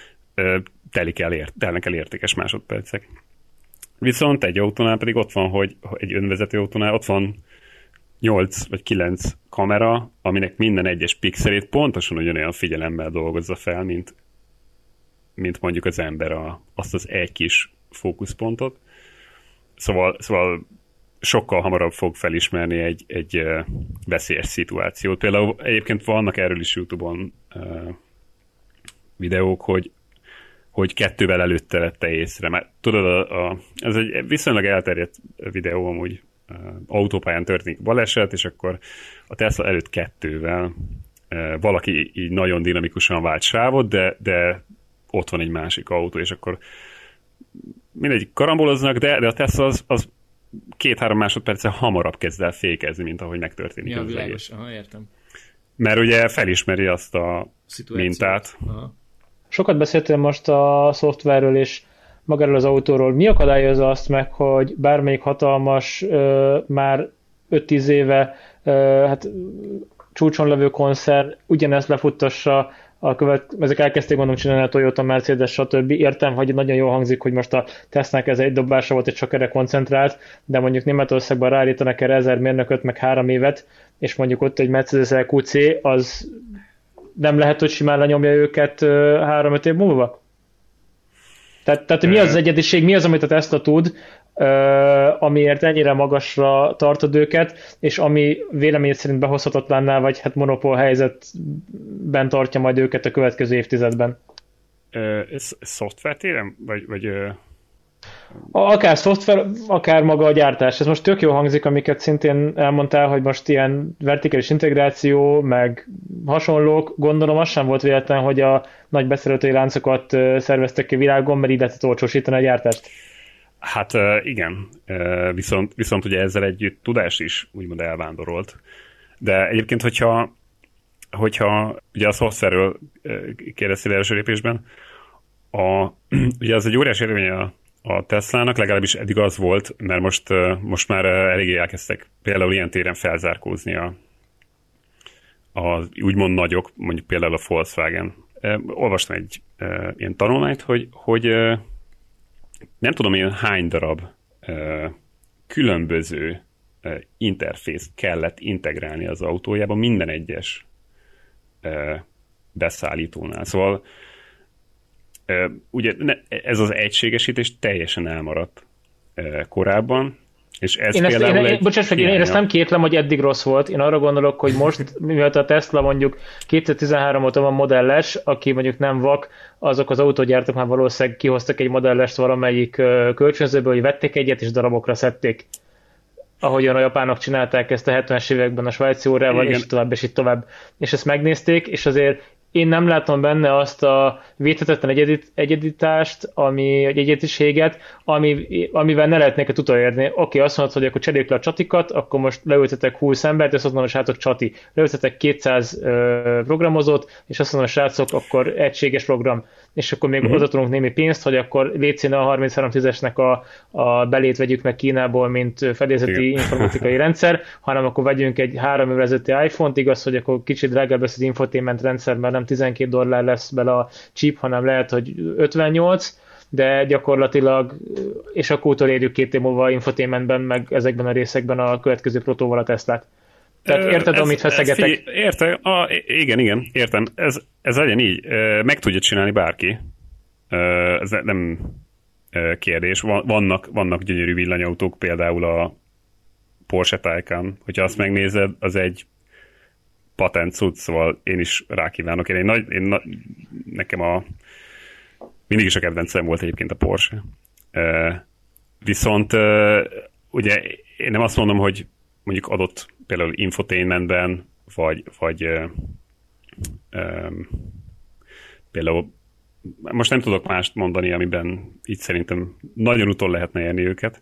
telik el, ért, telnek el értékes másodpercek. Viszont egy autónál pedig ott van, hogy egy önvezető autónál ott van nyolc vagy kilenc kamera, aminek minden egyes pixelét pontosan ugyanolyan figyelemmel dolgozza fel, mint, mint mondjuk az ember a, azt az egy kis fókuszpontot. Szóval, szóval sokkal hamarabb fog felismerni egy, egy uh, veszélyes szituációt. Például egyébként vannak erről is YouTube-on uh, videók, hogy, hogy kettővel előtte vette észre. Mert tudod, a, a, ez egy viszonylag elterjedt videó, amúgy uh, autópályán történik baleset, és akkor a Tesla előtt kettővel uh, valaki így nagyon dinamikusan vált sávot, de, de ott van egy másik autó, és akkor mindegy karamboloznak, de, de a Tesla az, az két-három másodperccel hamarabb kezd el fékezni, mint ahogy megtörténik. Ja, világos, aha, értem. Mert ugye felismeri azt a szituációt. Mintát. Aha. Sokat beszéltél most a szoftverről és magáról az autóról. Mi akadályozza azt meg, hogy bármelyik hatalmas, már öt-tíz éve hát, csúcson levő koncern ugyanezt lefuttassa a követ, ezek elkezdték mondom csinálni a Toyota, Mercedes, stb. Értem, hogy nagyon jól hangzik, hogy most a Tesla-nek ez egy dobása volt, és csak erre koncentrált, de mondjuk Németországban ráállítanak erre ezer mérnököt, meg három évet, és mondjuk ott egy Mercedes el kú cé, az nem lehet, hogy simán lenyomja őket három-öt év múlva? Tehát, tehát mi az az egyediség, mi az, amit a Tesla tud, amiért ennyire magasra tartod őket, és ami vélemény szerint behozhatatlanná, vagy hát monopól helyzetben tartja majd őket a következő évtizedben. Ez szoftvert érem? Vagy, vagy akár szoftver, akár maga a gyártás. Ez most tök jó hangzik, amiket szintén elmondtál, hogy most ilyen vertikális integráció, meg hasonlók. Gondolom az sem volt véletlen, hogy a nagy beszerelői láncokat szerveztek ki világon, mert így lehetett olcsósítani a gyártást. Hát igen, viszont, viszont ugye ezzel együtt tudás is úgymond elvándorolt. De egyébként, hogyha, hogyha ugye a szoftverről kérdeztél első lépésben, a, ugye az egy óriási érvény a a Teslának, legalábbis eddig az volt, mert most, most már eléggé elkezdtek például ilyen téren felzárkózni a, a úgymond nagyok, mondjuk például a Volkswagen. Olvastam egy ilyen tanulmányt, hogy, hogy nem tudom én hány darab különböző interfészt kellett integrálni az autójába minden egyes beszállítónál. Szóval ugye ez az egységesítés teljesen elmaradt korábban, és ez én például ezt, én, egy... Bocsáss meg, én, én ezt nem kétlem, hogy eddig rossz volt. Én arra gondolok, hogy most, mivel a Tesla mondjuk kétezer-tizenhárom óta van modelles, aki mondjuk nem vak, azok az autógyártók már valószínűleg kihoztak egy modellest valamelyik kölcsönzőből, hogy vették egyet, és darabokra szedték. Ahogyan a japánok csinálták ezt a hetvenes években a svájci órával, és tovább, és itt tovább. És ezt megnézték, és azért én nem látom benne azt a védhetetlen egyedit, egyeditást, ami, egy egyediséget, ami, amivel ne lehetnék utolérni. Oké, okay, azt mondod, hogy akkor cseréljük le a csatikat, akkor most leültetek húsz embert, és azt mondom, hogy srácok csati. Leültetek kétszáz uh, programozót, és azt mondom, hogy srácok, akkor egységes program. És akkor még uh-huh. oda tudunk némi pénzt, hogy akkor létszíne a harminchárom tízesnek a, a belét vegyük meg Kínából, mint fedélzeti Igen. informatikai rendszer, hanem akkor vegyünk egy három évvel ezelőtti iPhone-t, igaz, hogy akkor kicsit drágább lesz az infotainment rendszer, mert nem tizenkét dollár lesz bele a chip, hanem lehet, hogy ötvennyolc, de gyakorlatilag, és akkor utolérjük két év múlva infotainmentben, meg ezekben a részekben a következő protóval a Teslát. Tehát érted, ez, amit feszegetek? Értem, ah, igen, igen, értem. Ez, ez legyen így. Meg tudja csinálni bárki. Ez nem kérdés. Vannak, vannak gyönyörű villanyautók, például a Porsche Taycan. Hogyha azt megnézed, az egy patent cucc, szóval én is rákívánok. Én, én, nagy, én nekem a mindig is a kedvencem volt egyébként a Porsche. Viszont ugye én nem azt mondom, hogy mondjuk adott például infotainmentben, vagy, vagy ö, ö, például most nem tudok mást mondani, amiben itt szerintem nagyon utol lehetne érni őket.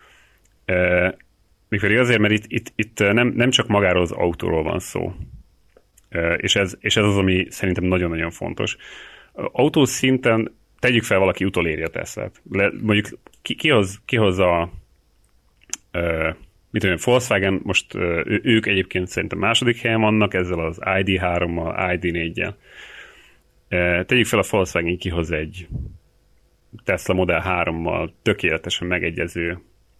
Mikor azért, mert itt, itt, itt nem, nem csak magáról az autóról van szó. És ez, és ez az, ami szerintem nagyon-nagyon fontos. Autó szinten tegyük fel, valaki utoléri a Teslát. Mondjuk ki, ki, hoz, ki hozza a mit tudom, Volkswagen, most ő, ők egyébként szerintem második helyen vannak, ezzel az i dé hárommal, i dé négyel. Tegyük fel, a Volkswagen kihoz egy Tesla Model hárommal tökéletesen megegyező,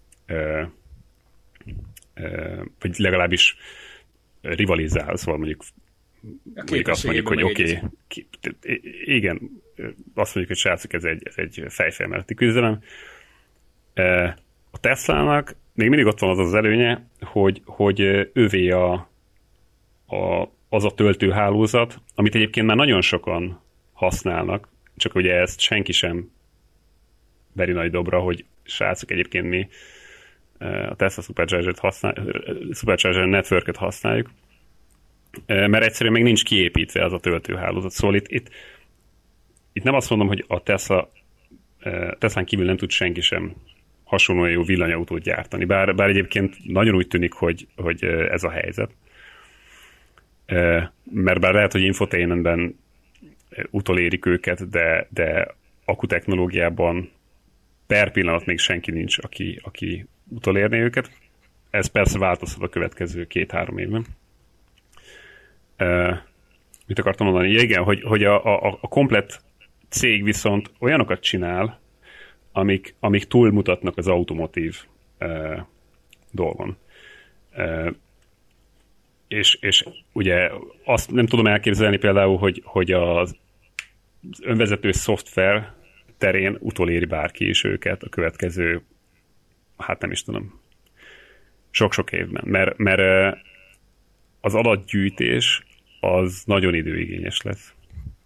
vagy legalábbis rivalizál, szóval mondjuk, mondjuk azt mondjuk, hogy oké, okay, igen, azt mondjuk, hogy srácok, ez egy, ez egy fejfej melletti küzdelem. A Teslának még mindig ott van az az előnye, hogy, hogy ővé a, a, az a töltőhálózat, amit egyébként már nagyon sokan használnak, csak ugye ezt senki sem veri nagy dobra, hogy srácok, egyébként mi a Tesla Supercharger-t használ, Supercharger Network-et használjuk, mert egyszerűen még nincs kiépítve az a töltőhálózat. Szóval itt, itt, itt nem azt mondom, hogy a Tesla Teslán kívül nem tud senki sem hasonlóan jó villanyautót gyártani. Bár, bár egyébként nagyon úgy tűnik, hogy, hogy ez a helyzet. Mert bár lehet, hogy infotainmentben utolérik őket, de, de akkutechnológiában per pillanat még senki nincs, aki, aki utolérné őket. Ez persze változhat a következő két-három évben. mit akartam mondani? Ja, igen, hogy, hogy a, a, a komplett cég viszont olyanokat csinál, amik, amik túlmutatnak az automotív uh, dolgon. Uh, és, és ugye azt nem tudom elképzelni például, hogy, hogy az önvezető szoftver terén utoléri bárki is őket a következő, hát nem is tudom, sok-sok évben. Mert, mert az adatgyűjtés az nagyon időigényes lesz.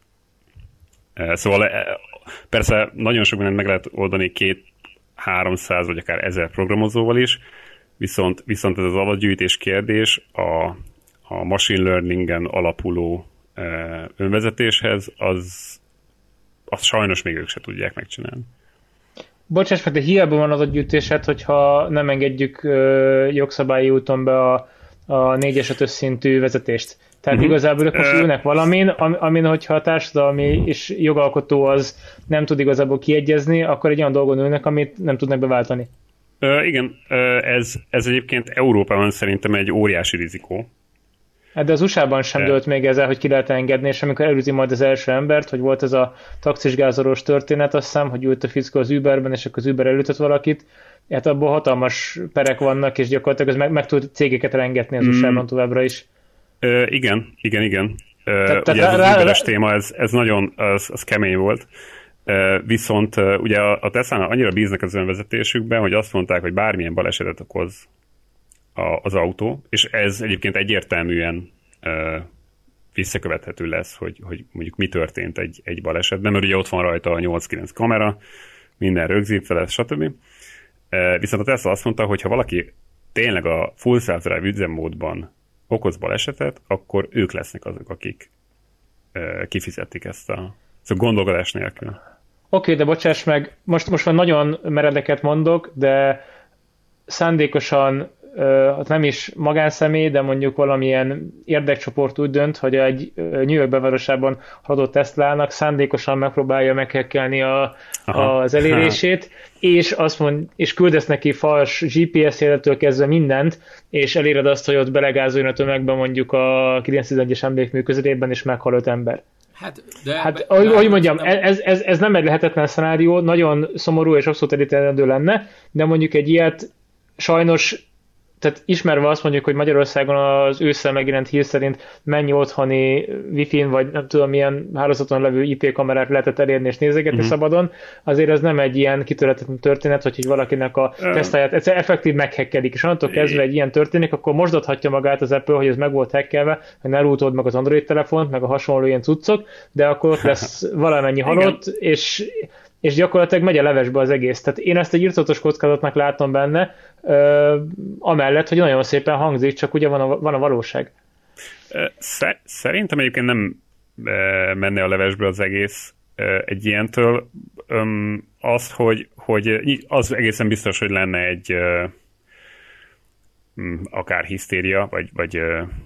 Szóval persze nagyon sok mindent meg lehet oldani két-háromszáz vagy akár ezer programozóval is, viszont, viszont ez az adatgyűjtés kérdés a, a machine learningen alapuló önvezetéshez, az, az sajnos még ők se tudják megcsinálni. Bocsáss meg, de hiába van adatgyűjtésed, hogyha nem engedjük jogszabályi úton be a, a négyes ötös szintű vezetést. Tehát uh-huh. igazából ők most ülnek valamin, amin, hogyha a társadalmi és jogalkotó az nem tud igazából kiegyezni, akkor egy olyan dolgon ülnek, amit nem tudnak beváltani. Uh, igen, uh, ez, ez egyébként Európában szerintem egy óriási rizikó. Hát de az u es á-ban sem dőlt még ezzel, hogy ki lehet engedni, és amikor elüti majd az első embert, hogy volt ez a taxisgázolós történet, azt hiszem, hogy ült a fickó az Uberben, és akkor az Uber elütött valakit, hát abból hatalmas perek vannak, és gyakorlatilag ez meg, meg tud cégeket rengetni az mm. u es á-ban továbbra is. Ö, igen, igen, igen. Ö, Te, ugye ez rá, az Uberes téma, ez, ez nagyon az, az kemény volt. Ö, viszont ugye a, a Tesla annyira bíznak az önvezetésükben, hogy azt mondták, hogy bármilyen balesetet okoz a, az autó, és ez egyébként egyértelműen ö, visszakövethető lesz, hogy, hogy mondjuk mi történt egy, egy balesetben, mert ugye ott van rajta a nyolc-kilenc kamera, minden rögzítve lesz, stb. Ö, viszont a Tesla azt mondta, hogy ha valaki tényleg a full self-drive üzemmódban okoz balesetet, akkor ők lesznek azok, akik ö, kifizetik ezt a, ezt a gondolkodás nélkül. Oké, okay, de bocsáss meg, most, most már nagyon meredeket mondok, de szándékosan hát nem is magánszemély, de mondjuk valamilyen érdekcsoport úgy dönt, hogy egy New York belvárosában haladó Teslának szándékosan megpróbálja meghekkelni a, az elérését, és azt mond, és küldesz neki fals gé pé es jelettől kezdve mindent, és eléred azt, hogy ott belegázoljon a tömegben mondjuk a kilencszáztizenegyes emlékmű közelében, és meghal öt ember. Hát, de hát be, ahogy, ahogy mondjam, nem... ez, ez, ez nem egy lehetetlen szenárió, nagyon szomorú és abszolút elítélendő lenne, de mondjuk egy ilyet sajnos, tehát ismerve azt mondjuk, hogy Magyarországon az ősszel megjelent hír szerint mennyi otthoni Wi-Fi-n, vagy nem tudom milyen hálózaton levő i pé kamerát lehetett elérni és nézegetni uh-huh. szabadon, azért ez nem egy ilyen kitöretetlen történet, hogy valakinek a uh. Tesláját egyszer effektív meghekkelik, és onnantól kezdve egy ilyen történik, akkor mosdathatja magát az Apple, hogy ez meg volt hekkelve, hogy ne lútold meg az Android telefont, meg a hasonló ilyen cuccok, de akkor ott lesz valamennyi halott, és és gyakorlatilag megy a levesbe az egész. Tehát én ezt egy irtózatos kockázatnak látom benne, ö, amellett, hogy nagyon szépen hangzik, csak ugye van a, van a valóság. Szerintem egyébként nem menne a levesbe az egész egy ilyentől. Az, hogy, hogy az egészen biztos, hogy lenne egy akár hisztéria, vagy, vagy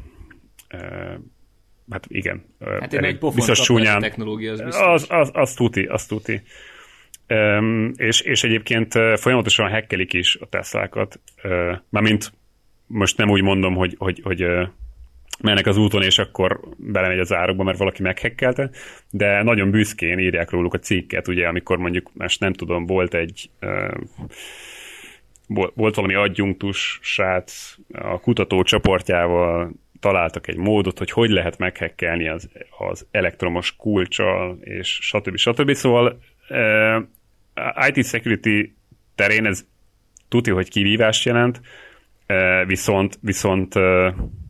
hát igen. Hát én egy pofont csúnyán, technológia, az biztos. Az, az, az tuti, az tuti. Um, és, és egyébként uh, folyamatosan hackelik is a Teslákat. Uh, mármint most nem úgy mondom, hogy, hogy, hogy uh, mennek az úton, és akkor belemegy az árokba, mert valaki meghekkelte, de nagyon büszkén írják róluk a cikket, ugye, amikor mondjuk, most nem tudom, volt egy uh, volt valami adjunktus srác a kutatócsoportjával, találtak egy módot, hogy hogy lehet meghekkelni az, az elektromos kulccsal, és stb. stb. Szóval uh, i té security terén ez tuti, hogy kihívást jelent, uh, viszont, viszont uh,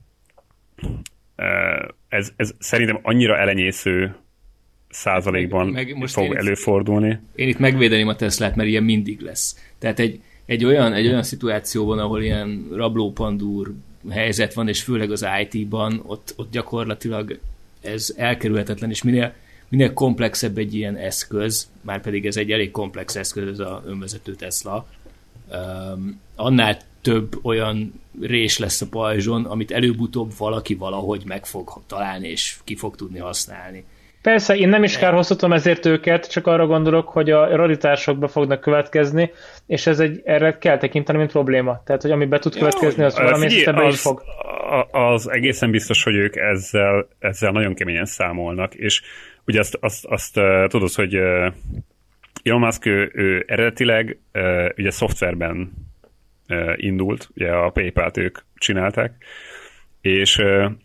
uh, ez, ez szerintem annyira elenyésző százalékban meg, meg fog előfordulni. Itt, én itt megvédeném a Teslát, mert ilyen mindig lesz. Tehát egy, egy, olyan, egy olyan szituációban, ahol ilyen rablópandúr helyzet van, és főleg az i té-ban, ott, ott gyakorlatilag ez elkerülhetetlen, és minél, minél komplexebb egy ilyen eszköz, már pedig ez egy elég komplex eszköz, ez az önvezető Tesla, um, annál több olyan rés lesz a pajzson, amit előbb-utóbb valaki valahogy meg fog találni, és ki fog tudni használni. Persze, én nem is kárhoztatom ezért őket, csak arra gondolok, hogy a raritásokba fognak következni, és ez egy, erre kell tekinteni, mint probléma. Tehát, hogy ami be tud következni, az valami szinten be is fog. Az egészen biztos, hogy ők ezzel, ezzel nagyon keményen számolnak, és ugye azt, azt, azt tudod, hogy Elon Musk ő, ő eredetileg ugye szoftverben indult, ugye a PayPal-t ők csinálták, és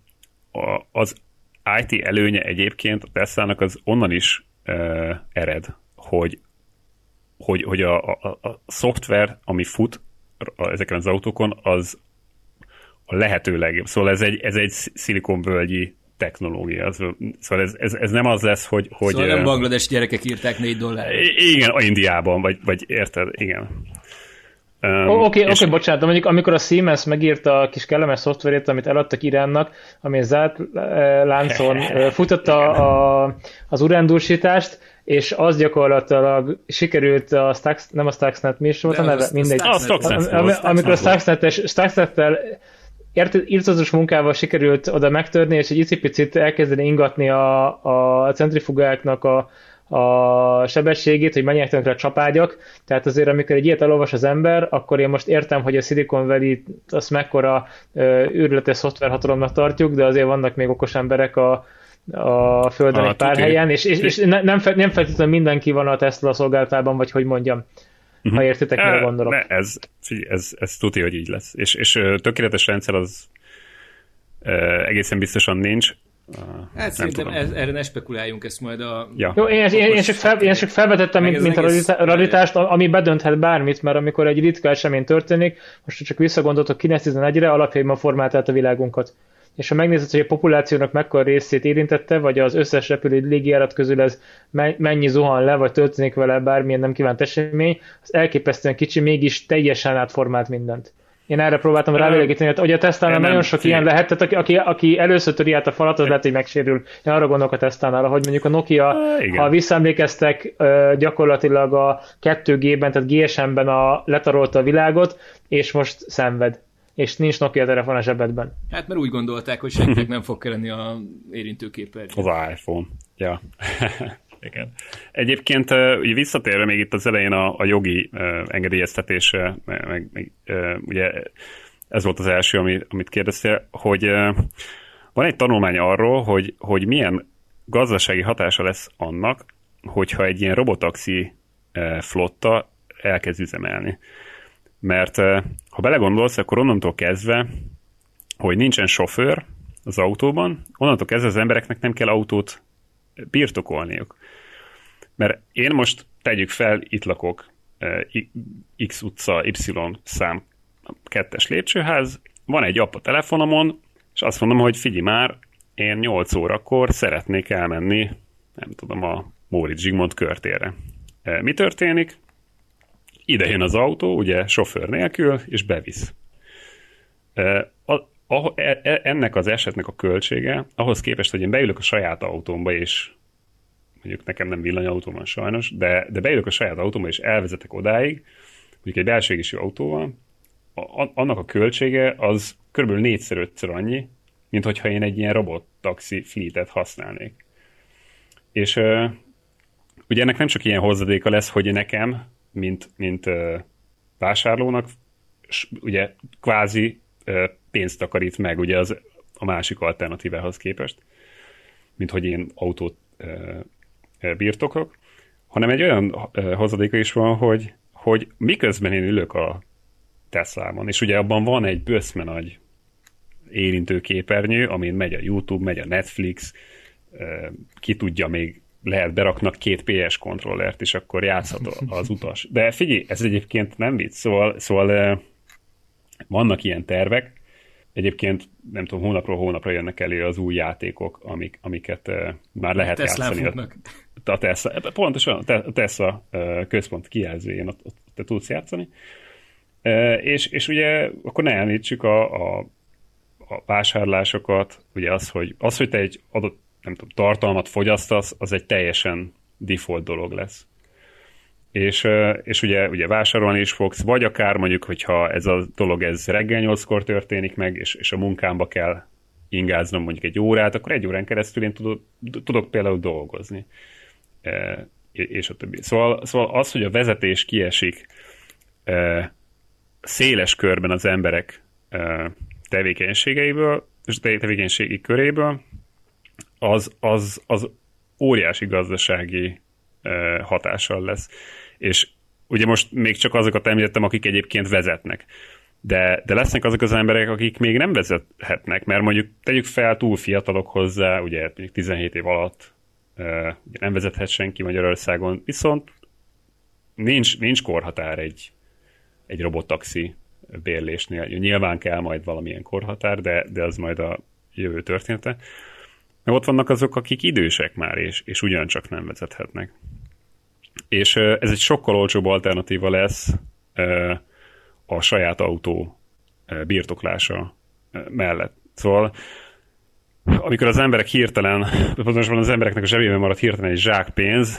az i té előnye egyébként a Teslának az onnan is ered, hogy, hogy, hogy a, a, a szoftver, ami fut ezeken az autókon, az a lehető legjobb. Szóval ez egy, ez egy szilikonvölgyi technológia. Szóval ez, ez, ez nem az lesz, hogy... hogy szóval nem Banglades gyerekek írták négy dollárra. Igen, Indiában, vagy, vagy érted, igen. Um, Oké, okay, és... okay, bocsánat, de mondjuk amikor a Siemens megírta a kis kellemes szoftverét, amit eladtak Iránnak, ami zárt láncon futotta a, az urándúsítást, és az gyakorlatilag sikerült a Stux, nem a Stuxnet, mi is volt a neve? Mindegy. A Stuxnet. Amikor a Stuxnet-tel irtózatos munkával sikerült oda megtörni, és egy icipicit elkezdeni ingatni a, a centrifugáknak a a sebességét, hogy menjenek tönkre a csapágyak. Tehát azért, amikor egy ilyet elolvas az ember, akkor én most értem, hogy a Silicon Valley azt mekkora őrületes szoftverhatalomnak tartjuk, de azért vannak még okos emberek a, a földön ah, egy pár tuti. helyen, és, és, és nem, nem feltétlenül mindenki van a Tesla szolgálatában, vagy hogy mondjam, uh-huh. ha értitek, mire gondolok. Ne, ez, ez, ez tuti, hogy így lesz. És, és tökéletes rendszer az egészen biztosan nincs. Hát szerintem ez, erre ne spekuláljunk, ezt majd a... Ja. Jó, én, én, én, csak fel, én csak felvetettem, mint, mint a raritást, ami bedönthet bármit, mert amikor egy ritka esemény történik, most csak visszagondoltok kilencszáztizenegyre, alapjaiban formált a világunkat. És ha megnézed, hogy a populációnak mekkora részét érintette, vagy az összes repülő légijárat közül ez mennyi zuhan le, vagy történik vele bármilyen nem kívánt esemény, az elképesztően kicsi, mégis teljesen átformált mindent. Én erre próbáltam rávilágítani, hogy a Tesla-nál nagyon sok ilyen lehet, tehát aki, aki, aki először töri át a falat, az lehet, hogy megsérül. Én arra gondolok a Tesla-nál, hogy mondjuk a Nokia, igen. ha visszaemlékeztek, gyakorlatilag a kettő G-ben, tehát gé es em-ben a, letarolta a világot, és most szenved. És nincs Nokia telefon a zsebedben. Hát mert úgy gondolták, hogy senkinek nem fog kelleni a érintőképernyő. Az iPhone. Ja. Igen. Egyébként ugye visszatérve még itt az elején a, a jogi uh, engedélyeztetésre, meg, meg, meg uh, ugye ez volt az első, ami, amit kérdeztél, hogy uh, van egy tanulmány arról, hogy, hogy milyen gazdasági hatása lesz annak, hogyha egy ilyen robotaxi uh, flotta elkezd üzemelni. Mert uh, ha belegondolsz, akkor onnantól kezdve, hogy nincsen sofőr az autóban, onnantól kezdve az embereknek nem kell autót birtokolniuk. Mert én most tegyük fel, itt lakok X utca, Y szám kettes lépcsőház, van egy app a telefonomon, és azt mondom, hogy figyelj már, én nyolc órakor szeretnék elmenni, nem tudom, a Móricz Zsigmond körtérre. Mi történik? Ide jön az autó, ugye sofőr nélkül, és bevisz. Ennek az esetnek a költsége, ahhoz képest, hogy én beülök a saját autómba, és mondjuk nekem nem villanyautó van sajnos, de, de beülök a saját autómba, és elvezetek odáig, mondjuk egy belső égésű autóval, a, annak a költsége az kb. négyszer-ötször annyi, mint hogyha én egy ilyen robottaxi fleetet használnék. És uh, ugye ennek nem csak ilyen hozadéka lesz, hogy nekem, mint, mint uh, vásárlónak, ugye kvázi uh, pénzt takarít meg ugye az, a másik alternatívához képest, mint hogy én autót uh, birtokok, hanem egy olyan hozadéka is van, hogy, hogy miközben én ülök a Teslában, és ugye abban van egy böszme nagy érintőképernyő, amin megy a YouTube, megy a Netflix, ki tudja, még lehet beraknak két pé es kontrollert, és akkor játszhat az utas. De figyelj, ez egyébként nem vicc, szóval, szóval vannak ilyen tervek, egyébként nem tudom, hónapról hónapra jönnek elő az új játékok, amik, amiket már lehet Teslán játszani. Futnak. A Tesla, pontosan a Tesla központ kijelzőjén ott, ott te tudsz játszani. És, és ugye akkor ne említsük a, a, a vásárlásokat, ugye az, hogy, az, hogy te egy adott nem tudom, tartalmat fogyasztasz, az egy teljesen default dolog lesz. És, és ugye, ugye vásárolni is fogsz, vagy akár mondjuk, hogyha ez a dolog ez reggel nyolckor történik meg, és, és a munkámba kell ingáznom mondjuk egy órát, akkor egy órán keresztül én tudok, tudok például dolgozni. És a többi. Szóval, szóval az, hogy a vezetés kiesik széles körben az emberek tevékenységeiből, és tevékenységi köréből, az, az, az óriási gazdasági hatással lesz. És ugye most még csak azokat említettem, akik egyébként vezetnek. De, de lesznek azok az emberek, akik még nem vezethetnek, mert mondjuk tegyük fel, túl fiatalok hozzá, ugye mondjuk tizenhét év alatt ugye nem vezethet senki Magyarországon, viszont nincs, nincs korhatár egy, egy robottaxi bérlésnél. Nyilván kell majd valamilyen korhatár, de, de az majd a jövő története. Meg ott vannak azok, akik idősek már, és, és ugyancsak nem vezethetnek. És ez egy sokkal olcsóbb alternatíva lesz a saját autó birtoklása mellett. Szóval amikor az emberek hirtelen, pontosan az embereknek a zsebében marad hirtelen egy zsák pénz,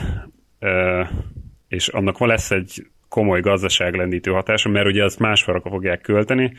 és annak van lesz egy komoly gazdaságlendítő hatása, mert ugye azt másfajra fogják költeni.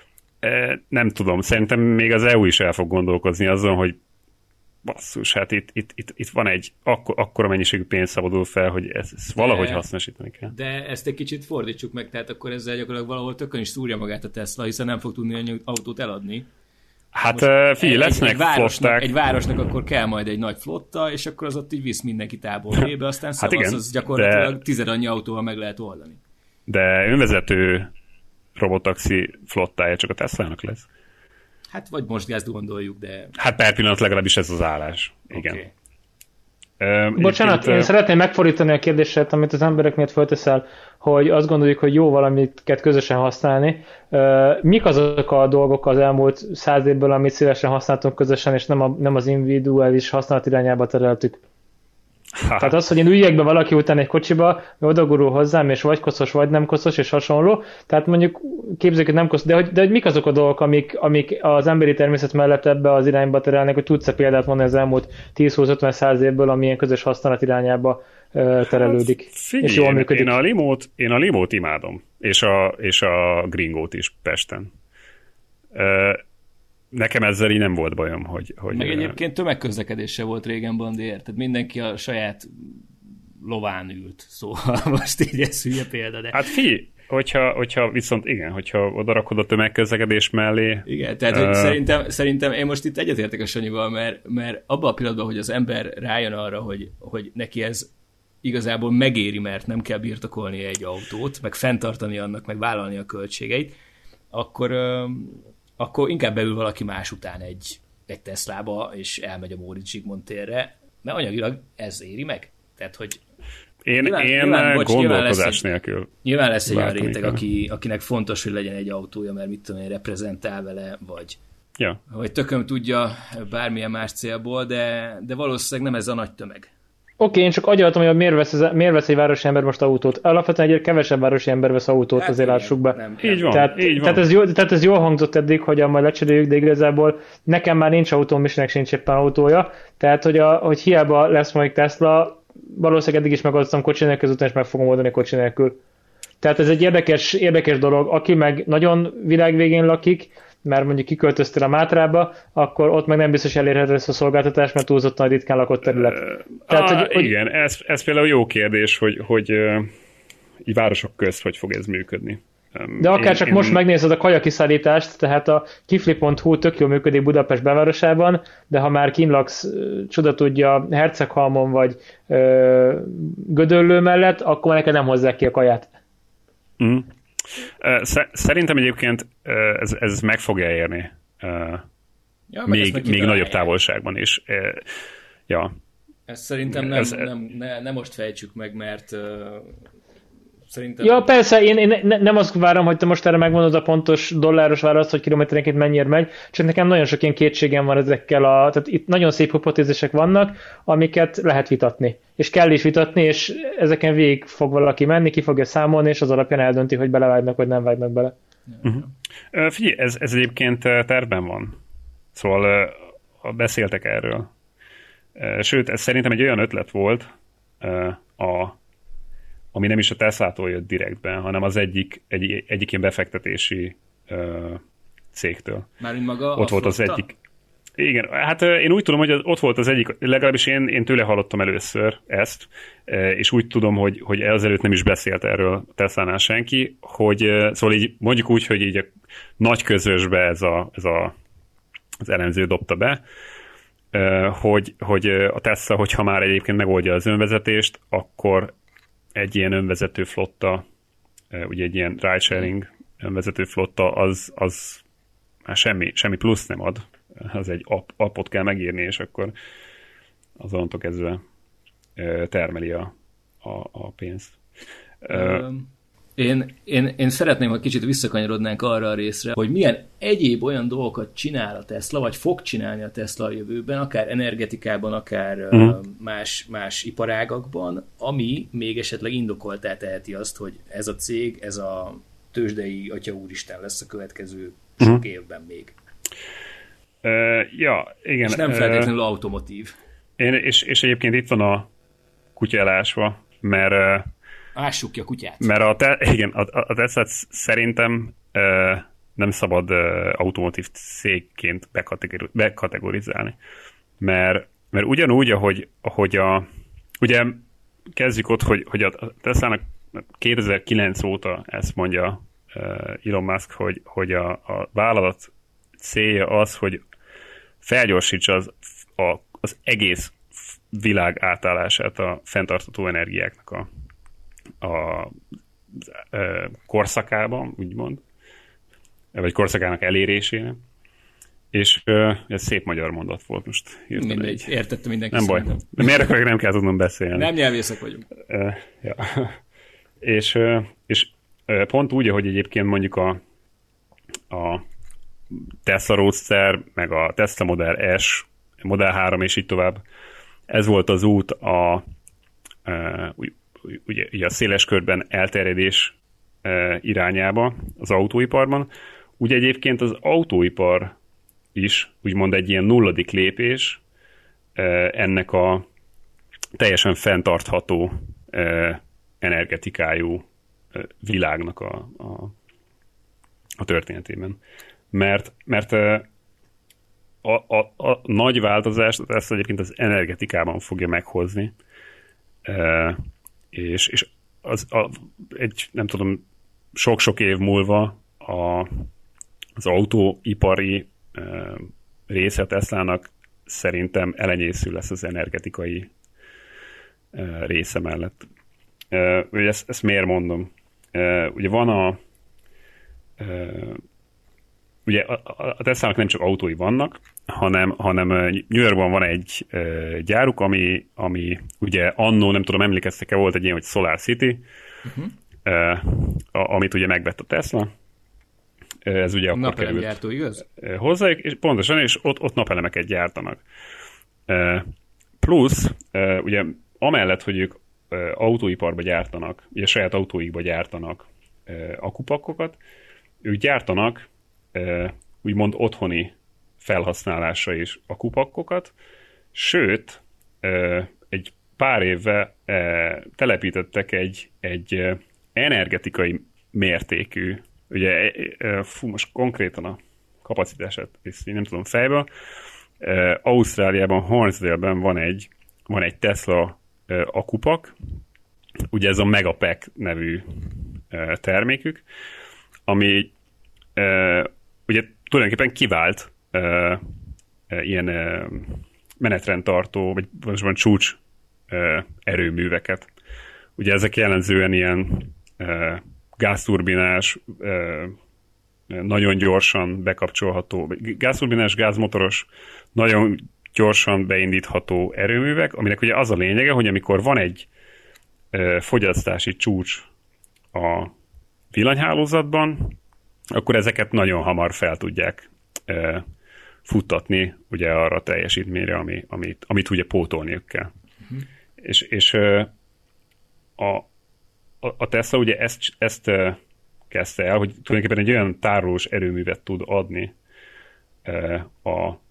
Nem tudom, szerintem még az é u is el fog gondolkozni azon, hogy basszus, hát itt, itt, itt, itt van egy akkor, akkora mennyiségű pénz szabadul fel, hogy ezt, ezt valahogy hasznosítani kell. De ezt egy kicsit fordítsuk meg, tehát akkor ezzel gyakorlatilag valahol tökön is szúrja magát a Tesla, hiszen nem fog tudni annyi autót eladni. Hát figyelj, lesznek egy, egy városnak, flották. Egy városnak akkor kell majd egy nagy flotta, és akkor az ott így visz mindenki tából B-be, aztán hát szavasz, az gyakorlatilag de, tized annyi autóval meg lehet oldani. De önvezető robottaxi flottája csak a Teslának lesz. Hát vagy most gázt gondoljuk, de... Hát per pillanat legalábbis ez az állás. Igen. Okay. Uh, Bocsánat, én uh... szeretném megfordítani a kérdéset, amit az emberek miatt fölteszel, hogy azt gondoljuk, hogy jó valamiket közösen használni. Uh, mik azok a dolgok az elmúlt száz évből, amit szívesen használtunk közösen, és nem, a, nem az individuális használat irányába tereltük? Ha. Tehát az, hogy én üljek be valaki után egy kocsiba, odagurul hozzám, és vagy koszos, vagy nem koszos, és hasonló. Tehát mondjuk képzeljük, hogy nem koszos, de hogy, de hogy mik azok a dolgok, amik, amik az emberi természet mellett ebbe az irányba terelnek, hogy tudsz-e példát mondani az elmúlt tíz-húsz-ötven-száz évből, ami ilyen közös használat irányába uh, terelődik, hát, figyelj, és jól működik. Én a limót, én a limót imádom, és a, és a gringót is Pesten. Uh, Nekem ezzel így nem volt bajom, hogy... hogy Meg egyébként tömegközlekedése volt régen, Bandi, érted? Mindenki a saját lován ült, szóval most így ez hülye példa, de... Hát figyelj, hogyha, hogyha viszont igen, hogyha odarakod a tömegközlekedés mellé... Igen, tehát uh... hogy szerintem, szerintem én most itt egyetértek a Sanyival, mert, mert abban a pillanatban, hogy az ember rájön arra, hogy, hogy neki ez igazából megéri, mert nem kell birtokolni egy autót, meg fenntartani annak, meg vállalni a költségeit, akkor... akkor inkább beül valaki más után egy, egy Teslába, és elmegy a Móricz Zsigmond térre, mert anyagilag ez éri meg. Tehát, hogy én, nyilván, én nyilván, bocs, gondolkozás nyilván nélkül. Egy, nyilván lesz egy olyan réteg, aki, akinek fontos, hogy legyen egy autója, mert mit tudom én, reprezentál vele, vagy, ja. vagy tököm tudja bármilyen más célból, de, de valószínűleg nem ez a nagy tömeg. Oké, okay, én csak agyaltam, hogy miért vesz, ez, miért vesz egy városi ember most autót. Alapvetően egyre kevesebb városi ember vesz autót, hát azért lássuk be. Nem, így van, tehát, így van. Tehát ez, jó, tehát ez jól hangzott eddig, hogy majd lecseréljük, de igazából nekem már nincs autóm, Misnek sincs éppen autója. Tehát, hogy, a, hogy hiába lesz majd Tesla, valószínűleg eddig is megoldottam kocsi nélkül, ezután is meg fogom oldani kocsi nélkül. Tehát ez egy érdekes, érdekes dolog. Aki meg nagyon világvégén lakik, mert mondjuk kiköltöztél a Mátrába, akkor ott meg nem biztos elérhető lesz a szolgáltatás, mert túlzottan ritkán lakott terület. Tehát, ah, hogy, igen, ez, ez például jó kérdés, hogy, hogy uh, így városok közt hogy fog ez működni. Um, de akár én, csak én... most megnézed a kajakiszállítást, tehát a kifli pont hu tök jól működik Budapest belvárosában, de ha már kinlaksz, csoda tudja, Herceghalmon vagy uh, Gödöllő mellett, akkor neked nem hozzák ki a kaját. Mm. Szerintem egyébként ez, ez meg fogja érni ja, még, még nagyobb távolságban is. Ja. Ezt szerintem nem, ez, nem, ne, nem most fejtsük meg, mert uh, szerintem... Ja, persze, én, én ne, nem azt várom, hogy te most erre megmondod a pontos dolláros választ, hogy kilométerenként mennyire megy, csak nekem nagyon sok ilyen kétségem van ezekkel a... Tehát itt nagyon szép hipotézisek vannak, amiket lehet vitatni. És kell is vitatni, és ezeken végig fog valaki menni, ki fogja számolni, és az alapján eldönti, hogy belevágnak, vagy nem vágnak bele. Uh-huh. Uh, figyelj, ez, ez egyébként tervben van. Szóval uh, beszéltek erről. Uh, sőt, ez szerintem egy olyan ötlet volt, uh, a, ami nem is a Teslától jött direktben, hanem az egyik, egy, egyik ilyen befektetési uh, cégtől. Mármint maga Ott volt flotta? Az egyik... Igen, hát én úgy tudom, hogy az, ott volt az egyik, legalábbis én, én tőle hallottam először ezt, és úgy tudom, hogy, hogy ezelőtt nem is beszélt erről Teslánál senki, hogy szóval így mondjuk úgy, hogy így a nagy közösbe ez, a, ez a, az elemző dobta be, hogy, hogy a Tesla, hogyha már egyébként megoldja az önvezetést, akkor egy ilyen önvezető flotta, ugye egy ilyen ride-sharing önvezető flotta, az, az hát semmi, semmi plusz nem ad. Az egy app, appot kell megírni, és akkor azonnantól kezdve termeli a, a, a pénzt. Én, én, én szeretném, ha kicsit visszakanyarodnánk arra a részre, hogy milyen egyéb olyan dolgokat csinál a Tesla, vagy fog csinálni a Tesla a jövőben, akár energetikában, akár uh-huh. más, más iparágakban, ami még esetleg indokoltá teheti azt, hogy ez a cég, ez a tőzsdei atya úristen lesz a következő sok uh-huh. évben még. Uh, ja, igen. És nem feltétlenül uh, automotív. Én, és, és egyébként itt van a kutya elásva, mert uh, ássuk ki a kutyát. Mert a, te, igen, a, a Tesla szerintem uh, nem szabad uh, automotív cégként bekategori, bekategorizálni. Mert, mert ugyanúgy, ahogy, ahogy a, ugye kezdjük ott, hogy, hogy a Teslának kétezer-kilenc óta ezt mondja uh, Elon Musk, hogy, hogy a, a vállalat célja az, hogy felgyorsítsa az, a, az egész világ átállását a fenntartható energiáknak a, a, a korszakában, úgymond, vagy korszakának elérésére. És ez szép magyar mondat volt most. Mindegy, értette mindenki. Nem baj. De miért akkor nem kell tudnom beszélni? Nem nyelvészek vagyunk. Uh, ja. és, és pont úgy, ahogy egyébként mondjuk a, a Tesla Roadster, meg a Tesla Model S, Model három és így tovább. Ez volt az út a, ugye, ugye a széles körben elterjedés irányába az autóiparban. Ugye egyébként az autóipar is úgymond egy ilyen nulladik lépés ennek a teljesen fenntartható energetikájú világnak a, a, a történetében. Mert, mert a, a, a nagy változást ezt egyébként az energetikában fogja meghozni, és, és az, a, egy, nem tudom, sok-sok év múlva a, az autóipari része a Teslának szerintem elenyésző lesz az energetikai része mellett. Ugye ezt, ezt miért mondom? Ugye van a ugye a, a Teslának nem csak autói vannak, hanem, hanem New Yorkban van egy gyáruk, ami, ami ugye annó, nem tudom, emlékeztek-e, volt egy ilyen, hogy Solar City, uh-huh. amit ugye megvett a Tesla. Ez ugye akkor került gyártó, igaz? Hozzájuk, és pontosan, és ott, ott napelemeket gyártanak. Plusz, ugye amellett, hogy ők autóiparba gyártanak, ugye saját autóikba gyártanak akupakkokat, ők gyártanak úgymond otthoni felhasználásra is akupakkokat, sőt, egy pár évvel telepítettek egy, egy energetikai mértékű, ugye, fú, most konkrétan a kapacitását, ezt nem tudom fejből, Ausztráliában, Hornsdale-ben van egy, van egy Tesla akupak, ugye ez a Megapack nevű termékük, ami ugye tulajdonképpen kivált ilyen menetrendtartó, vagy valójában csúcs erőműveket. Ugye ezek jellemzően ilyen gázturbinás, nagyon gyorsan bekapcsolható, gázturbinás, gázmotoros, nagyon gyorsan beindítható erőművek, aminek ugye az a lényege, hogy amikor van egy fogyasztási csúcs a villanyhálózatban, akkor ezeket nagyon hamar fel tudják futtatni ugye arra a teljesítményre, ami, amit, amit ugye pótolniuk kell. Uh-huh. És, és a, a Tesla ugye ezt, ezt kezdte el, hogy tulajdonképpen egy olyan tárolós erőművet tud adni a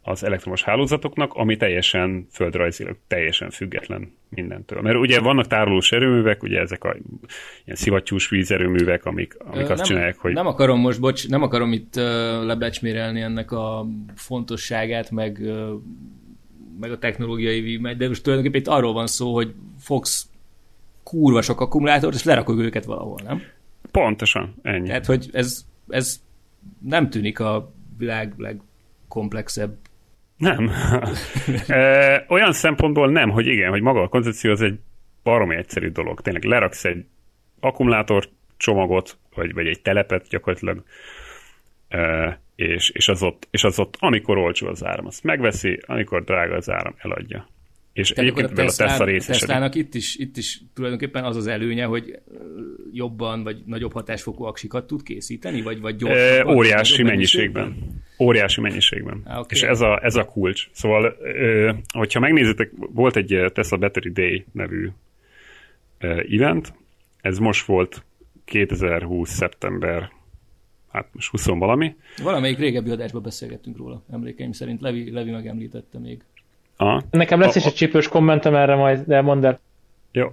az elektromos hálózatoknak, ami teljesen földrajzilag, teljesen független mindentől. Mert ugye vannak tárolós erőművek, ugye ezek a ilyen szivattyús vízerőművek, amik, amik Ö, azt nem, csinálják, hogy... Nem akarom most, bocs, nem akarom itt uh, lebecsmérelni ennek a fontosságát, meg, uh, meg a technológiai vívmányt, de most tulajdonképpen itt arról van szó, hogy fogsz kurva sok akkumulátort, és lerakod őket valahol, nem? Pontosan, ennyi. Tehát, hogy ez, ez nem tűnik a világ legkomplexebb. Nem. e, olyan szempontból nem, hogy igen, hogy maga a koncepció az egy baromi egyszerű dolog. Tényleg leraksz egy akkumulátor csomagot, vagy, vagy egy telepet gyakorlatilag, e, és, és, az ott, és az ott, amikor olcsó az áram, azt megveszi, amikor drága az áram, eladja. És tehát egyébként a, a Tesla részesedik. Teslának itt is, itt is tulajdonképpen az az előnye, hogy jobban vagy nagyobb hatásfokú aksikat tud készíteni, vagy, vagy gyorsabban? E, óriási mennyiségben. mennyiségben. Óriási mennyiségben. Ah, okay. És ez a, ez a kulcs. Szóval, ö, hogyha megnézitek, volt egy Tesla Battery Day nevű ö, event, ez most volt kétezer-húsz szeptember, hát most húsz valami. Valamelyik régebbi adásban beszélgettünk róla, emlékeim szerint. Levi, Levi megemlítette még. Aha. Nekem lesz a, is egy csípős kommentem erre majd, de mondd el. Jó.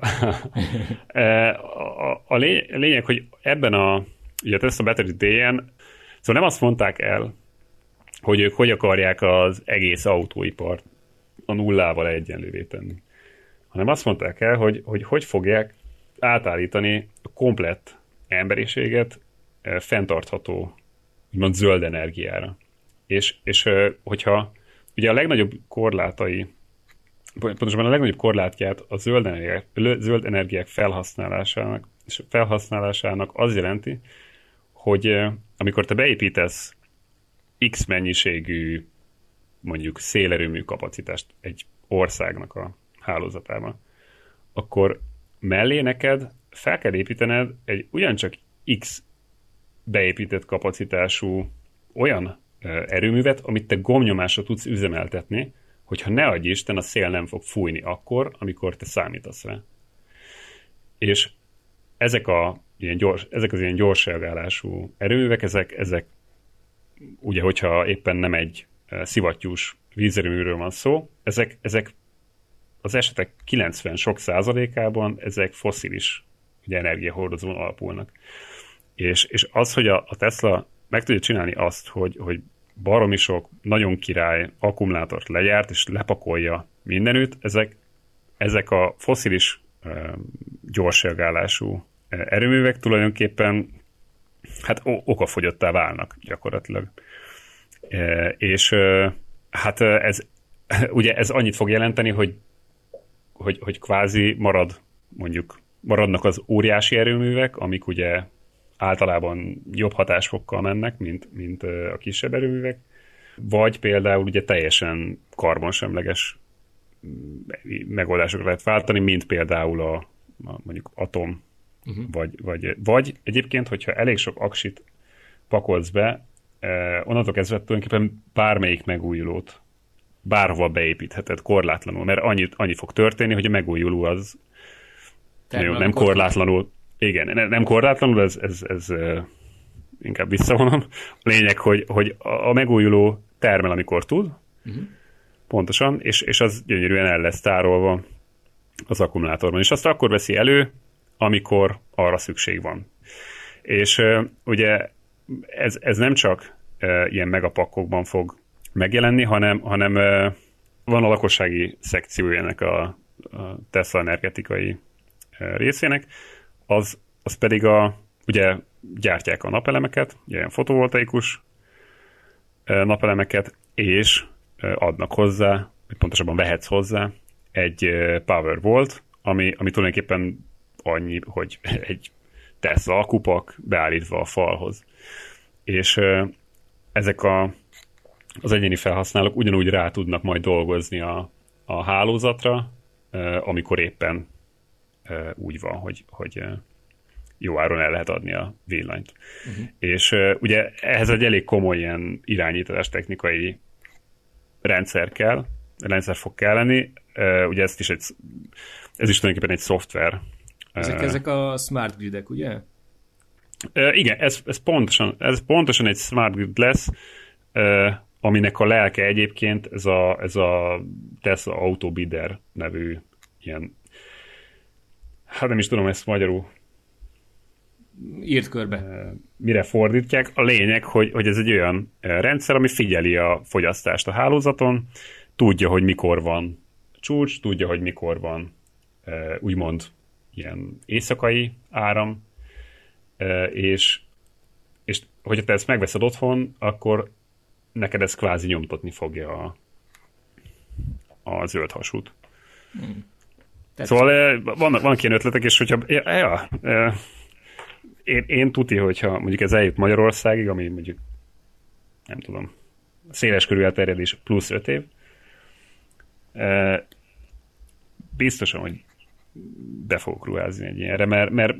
a, a lényeg, hogy ebben a, ugye a Tesla Battery Day-en, szóval nem azt mondták el, hogy ők hogy akarják az egész autóipart a nullával egyenlővé tenni, hanem azt mondták el, hogy hogy, hogy fogják átállítani a komplett emberiséget fenntartható, úgymond zöld energiára. És, és hogyha ugye a legnagyobb korlátai, pontosabban a legnagyobb korlátját a zöld energiák, zöld energiák felhasználásának, és felhasználásának az jelenti, hogy amikor te beépítesz X mennyiségű mondjuk szélerőmű kapacitást egy országnak a hálózatába, akkor mellé neked fel kell építened egy ugyancsak X beépített kapacitású olyan erőművet, amit te gombnyomásra tudsz üzemeltetni, hogyha ne adj Isten, a szél nem fog fújni akkor, amikor te számítasz rá. És ezek, a, ilyen gyors, ezek az ilyen gyors reagálású erőművek, ezek, ezek ugye, hogyha éppen nem egy szivattyús vízerőműről van szó, ezek, ezek az esetek kilencven sok százalékában ezek fosszilis ugye, energiahordozón alapulnak. És, és az, hogy a, a Tesla meg tudja csinálni azt, hogy, hogy baromi sok, nagyon király akkumulátort legyárt, és lepakolja mindenütt, ezek, ezek a fosszilis e, gyors reagálású erőművek tulajdonképpen hát okafogyottá válnak gyakorlatilag. E, és e, hát ez ugye ez annyit fog jelenteni, hogy, hogy, hogy kvázi marad, mondjuk maradnak az óriási erőművek, amik ugye általában jobb hatásfokkal mennek, mint, mint a kisebb erőművek, vagy például ugye teljesen karbonsemleges megoldásokra lehet váltani, mint például a, a mondjuk atom, uh-huh. vagy, vagy, vagy egyébként, hogyha elég sok aksit pakolsz be, eh, onnantól kezdve tulajdonképpen bármelyik megújulót bárhova beépítheted korlátlanul, mert annyi, annyi fog történni, hogy a megújuló az jó, nem korlátlanul, igen, nem korlátlanul, ez, ez, ez uh, inkább visszavonom. A lényeg, hogy, hogy a megújuló termel, amikor tud, uh-huh. pontosan, és, és az gyönyörűen el lesz tárolva az akkumulátorban. És azt akkor veszi elő, amikor arra szükség van. És uh, ugye ez, ez nem csak uh, ilyen megapakkokban fog megjelenni, hanem, hanem uh, van a lakossági szekciója ennek a, a Tesla energetikai uh, részének, az, az pedig a, ugye gyártják a napelemeket, ilyen fotovoltaikus napelemeket, és adnak hozzá, vagy pontosabban vehetsz hozzá egy Powerwall-t, ami, ami tulajdonképpen annyi, hogy egy Tesla akupak beállítva a falhoz. És ezek a, az egyéni felhasználók ugyanúgy rá tudnak majd dolgozni a, a hálózatra, amikor éppen úgy van, hogy, hogy jó áron el lehet adni a villanyt. Uh-huh. És ugye ehhez egy elég komoly ilyen irányítás technikai rendszer kell, rendszer fog kelleni. Ugye ezt is egy, ez is tulajdonképpen egy szoftver. Ezek, ezek a smart gridek, ugye? Igen, ez, ez, pontosan, ez pontosan egy smart grid lesz, aminek a lelke egyébként ez a, ez a Tesla Autobidder nevű ilyen, hát nem is tudom ezt magyarul írt körbe. Mire fordítják. A lényeg, hogy, hogy ez egy olyan rendszer, ami figyeli a fogyasztást a hálózaton, tudja, hogy mikor van csúcs, tudja, hogy mikor van úgymond ilyen éjszakai áram, és, és hogyha te ezt megveszed otthon, akkor neked ez kvázi nyomtatni fogja a, a zöld hasút. Hmm. Szóval vannak, vannak ilyen ötletek, és hogyha ja, ja, én, én tuti, hogyha mondjuk ez eljut Magyarországig, ami mondjuk nem tudom, széles körű elterjedés plusz öt év, biztosan, hogy be fogok ruházni egy ilyenre, mert, mert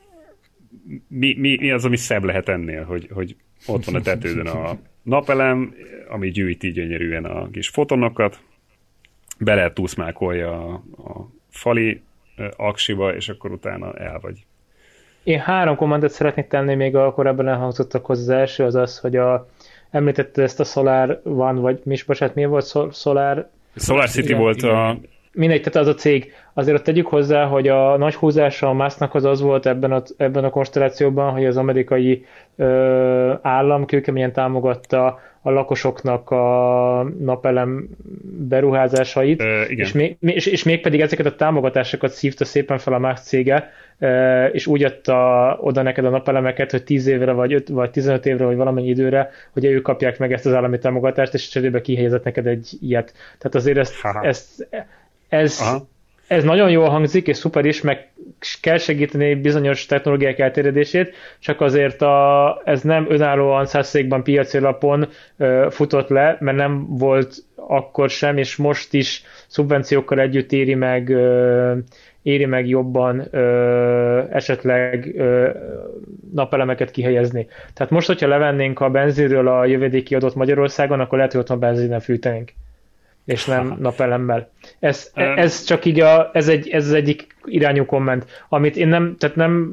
mi, mi, mi az, ami szebb lehet ennél, hogy, hogy ott van a tetődön a napelem, ami gyűjti gyönyörűen a kis fotonokat, be lehet túszmákolja a, a fali aksiba, és akkor utána el vagy. Én három kommentet szeretnék tenni még a korábban elhangzottakhoz. Az első az az, hogy a, említette ezt a Solar One, vagy mi is, bocsánat, mi volt? Solar... Solar City igen, volt igen. a... Mindegy, tehát az a cég. Azért ott tegyük hozzá, hogy a nagy húzása a Musknak az az volt ebben a, ebben a konstellációban, hogy az amerikai ö, állam kőkeményen támogatta a lakosoknak a napelem beruházásait, Ö, és, még, és, és mégpedig ezeket a támogatásokat szívta szépen fel a Musk cége, és úgy adta oda neked a napelemeket, hogy tíz évre, vagy, öt, vagy tizenöt évre, vagy valamennyi időre, hogy ők kapják meg ezt az állami támogatást, és cserébe kihelyezett neked egy ilyet. Tehát azért ezt, ezt ez, ez nagyon jól hangzik, és szuper is, meg kell segíteni bizonyos technológiák elterjedését, csak azért a, ez nem önállóan száz százalékban piaci alapon uh, futott le, mert nem volt akkor sem, és most is szubvenciókkal együtt éri meg, uh, éri meg jobban uh, esetleg uh, napelemeket kihelyezni. Tehát most, hogyha levennénk a benzinről a jövedéki adót Magyarországon, akkor lehet, hogy otthon benzinen fűtenénk, és nem Aha. napelemmel. Ez, ez csak így a, ez, egy, ez az egyik irányú komment, amit én nem, tehát nem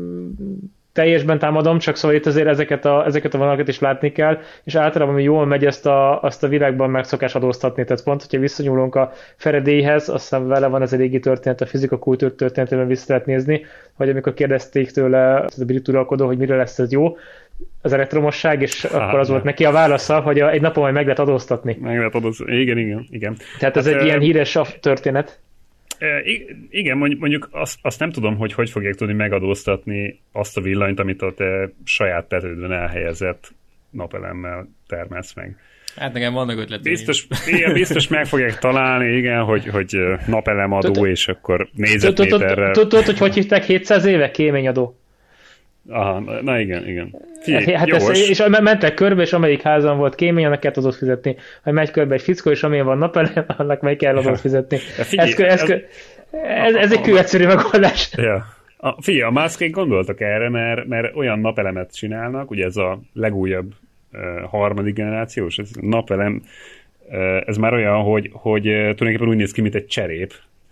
teljesben támadom, csak szóval itt azért ezeket a, ezeket a vonalakat is látni kell, és általában ami jól megy ezt a, azt a világban megszokás adóztatni. Tehát pont, hogyha visszanyúlunk a Faradayhez, azt hiszem vele van ez a régi történet, a fizika kultúr történetében vissza lehet nézni, hogy amikor kérdezték tőle az a brit uralkodó, hogy mire lesz ez jó, az elektromosság, és Há, akkor az volt neki a válasza, hogy a, egy napon majd meg lehet adóztatni. Meg lehet adóztatni, igen, igen, igen. Tehát ez hát, egy e... ilyen híres történet. E, igen, mondjuk azt, azt nem tudom, hogy hogy fogják tudni megadóztatni azt a villanyt, amit a te saját tetődön elhelyezett napelemmel termelsz meg. Hát nekem vannak ötletek. Biztos, igen, biztos meg fogják találni, igen, hogy, hogy napelemadó, és akkor négyzetméterrel. Tudod, hogy hogy hívták hétszáz éve? Kéményadó. Aha, na igen, igen. Figyelj, hát ez, és mentek körbe, és amelyik házan volt kémény, annak kell adót fizetni. Ha megy körbe egy fickó, és amilyen van napelem, annak meg kell adót fizetni. Figyelj, ez, ez, ez, ez, ez egy kő egyszerű megoldás. Ja. A, figyelj, a Muskék gondoltak erre, mert, mert olyan napelemet csinálnak, ugye ez a legújabb uh, harmadik generációs ez napelem, uh, ez már olyan, hogy, hogy uh, tulajdonképpen úgy néz ki, mint egy cserép,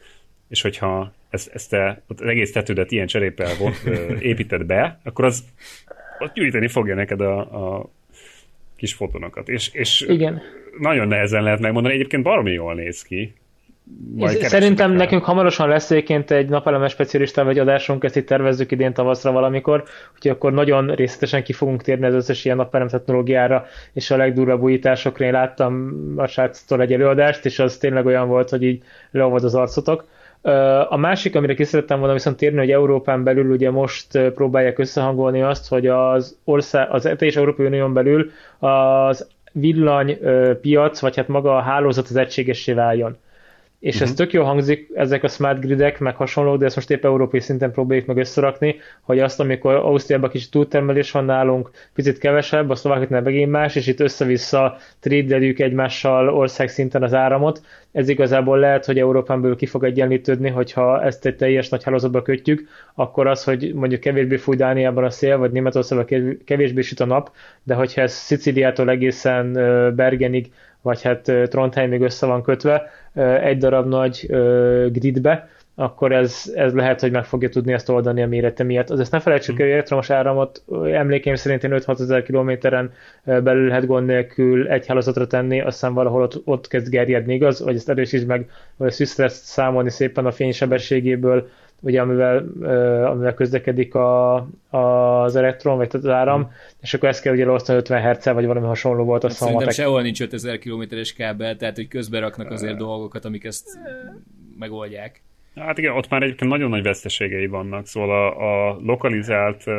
és hogyha ezt, ezt te, az egész tetődet ilyen cseréppel építed be, akkor az ott gyűjteni fogja neked a, a kis fotonokat. És, és igen. Nagyon nehezen lehet megmondani. Egyébként baromi jól néz ki. Szerintem el. Nekünk hamarosan lesz egyébként egy napelemes specialista vagy adásunk, ezt itt tervezzük idén tavaszra valamikor, úgyhogy akkor nagyon részletesen ki fogunk térni az összes ilyen napelem technológiára, és a legdurvább újításokra. Én láttam a sráctól egy előadást, és az tényleg olyan volt, hogy így leolvad az arcotok. A másik, amire ki szerettem volna viszont térni, hogy Európán belül ugye most próbálják összehangolni azt, hogy az ország, az teljes Európai Unión belül az villanypiac, vagy hát maga a hálózat az egységessé váljon. És uh-huh. ez tök jó hangzik, ezek a smart gridek, meg hasonlók, de ezt most épp európai szinten próbáljuk meg összerakni, hogy azt, amikor Ausztriában kicsit túltermelés van nálunk, picit kevesebb, a szlovákoknál megint más, és itt össze-vissza trédeljük egymással országszinten az áramot. Ez igazából lehet, hogy Európán belül ki fog egyenlítődni, hogyha ezt egy teljes nagy hálózatba kötjük, akkor az, hogy mondjuk kevésbé fúj Dániában a szél, vagy Németországban kevésbé süt a nap, de hogyha ez Szicíliától egészen Bergenig, vagy hát Trondheimig össze van kötve egy darab nagy gridbe, akkor ez, ez lehet, hogy meg fogja tudni ezt oldani a mérete miatt. Azért ne felejtsük el, hogy elektromos áramot emlékeim szerint öt-hat ezer kilométeren belül lehet gond nélkül egy hálózatra tenni, aztán valahol ott, ott kezd gerjedni, igaz? Vagy ezt erősítsd meg, vagy szűzre ezt számolni szépen a sebességéből, ugye amivel, uh, amivel közlekedik a, a, az elektron, vagy az áram, mm. és akkor ezt kell ugye elosztani ötven hertzel, vagy valami hasonló volt. Hát szerintem sehol nincs ötezer kilométeres kábel, tehát hogy közben raknak azért dolgokat, amik ezt megoldják. Hát igen, ott már egyébként nagyon nagy veszteségei vannak, szóval a, a lokalizált uh,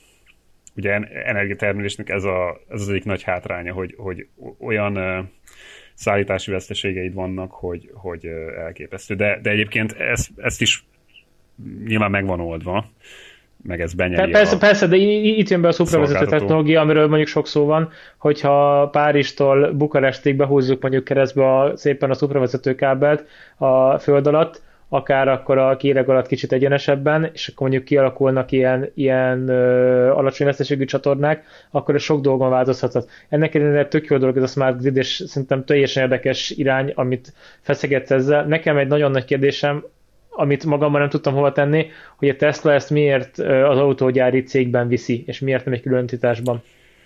ugye energiatermelésnek ez, a, ez az egyik nagy hátránya, hogy, hogy olyan uh, szállítási veszteségeid vannak, hogy, hogy uh, elképesztő. De, de egyébként ezt, ezt is nyilván meg van oldva, meg ez benyeli persze, a persze, de itt jön be a szupravezető technológia, amiről mondjuk sok szó van, hogyha Párizstól Bukarestig behúzzuk mondjuk keresztbe a, szépen a szupravezető kábelt a föld alatt, akár akkor a kéreg alatt kicsit egyenesebben, és akkor mondjuk kialakulnak ilyen, ilyen ö, alacsony veszteségű csatornák, akkor ez sok dolgon változhat. Ennek ellenére tök jó dolog ez a Smart Grid, és szerintem teljesen érdekes irány, amit feszegetsz ezzel. Nekem egy nagyon nagy kérdésem, amit magamban nem tudtam hova tenni, hogy a Tesla ezt miért az autógyári cégben viszi, és miért nem egy külön entitásban?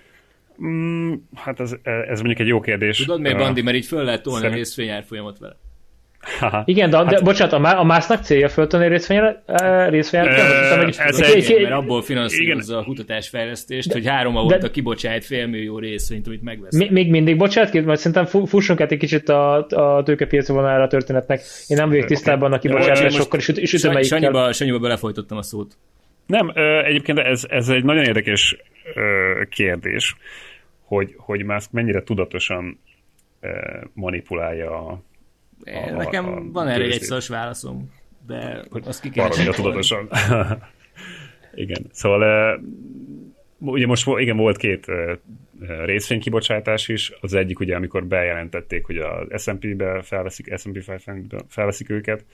Mm, hát ez, ez mondjuk egy jó kérdés. Tudod miért, Bandi? Mert így föl lehet tolni Szerint... a részvényárfolyamot vele. Haha. Igen, de, hát, de bocsánat, a, a másnak célja föltönni részvényárfolyamat? Mert abból finanszírozza a kutatásfejlesztést, hogy három avonta kibocsájt félmillió részvényt, amit megvesz. Még, még mindig, bocsánat, mert szerintem fussunk át egy kicsit a, a tőkepiaci vonalára a történetnek. Én nem vagyok tisztában a kibocsátásokkal, és, és ütemeikkel. Sanyiba, Sanyiba belefolytottam a szót. Nem, egyébként ez, ez egy nagyon érdekes kérdés, hogy, hogy Musk mennyire tudatosan manipulálja a A, Nekem a, van erre egy szoros válaszom, de azt ki kell csinálni. Tudatosan. Igen, szóval ugye most igen, volt két részvénykibocsátás is, az egyik ugye, amikor bejelentették, hogy az es and pé-be felveszik, es and pé ötszázbe felveszik őket,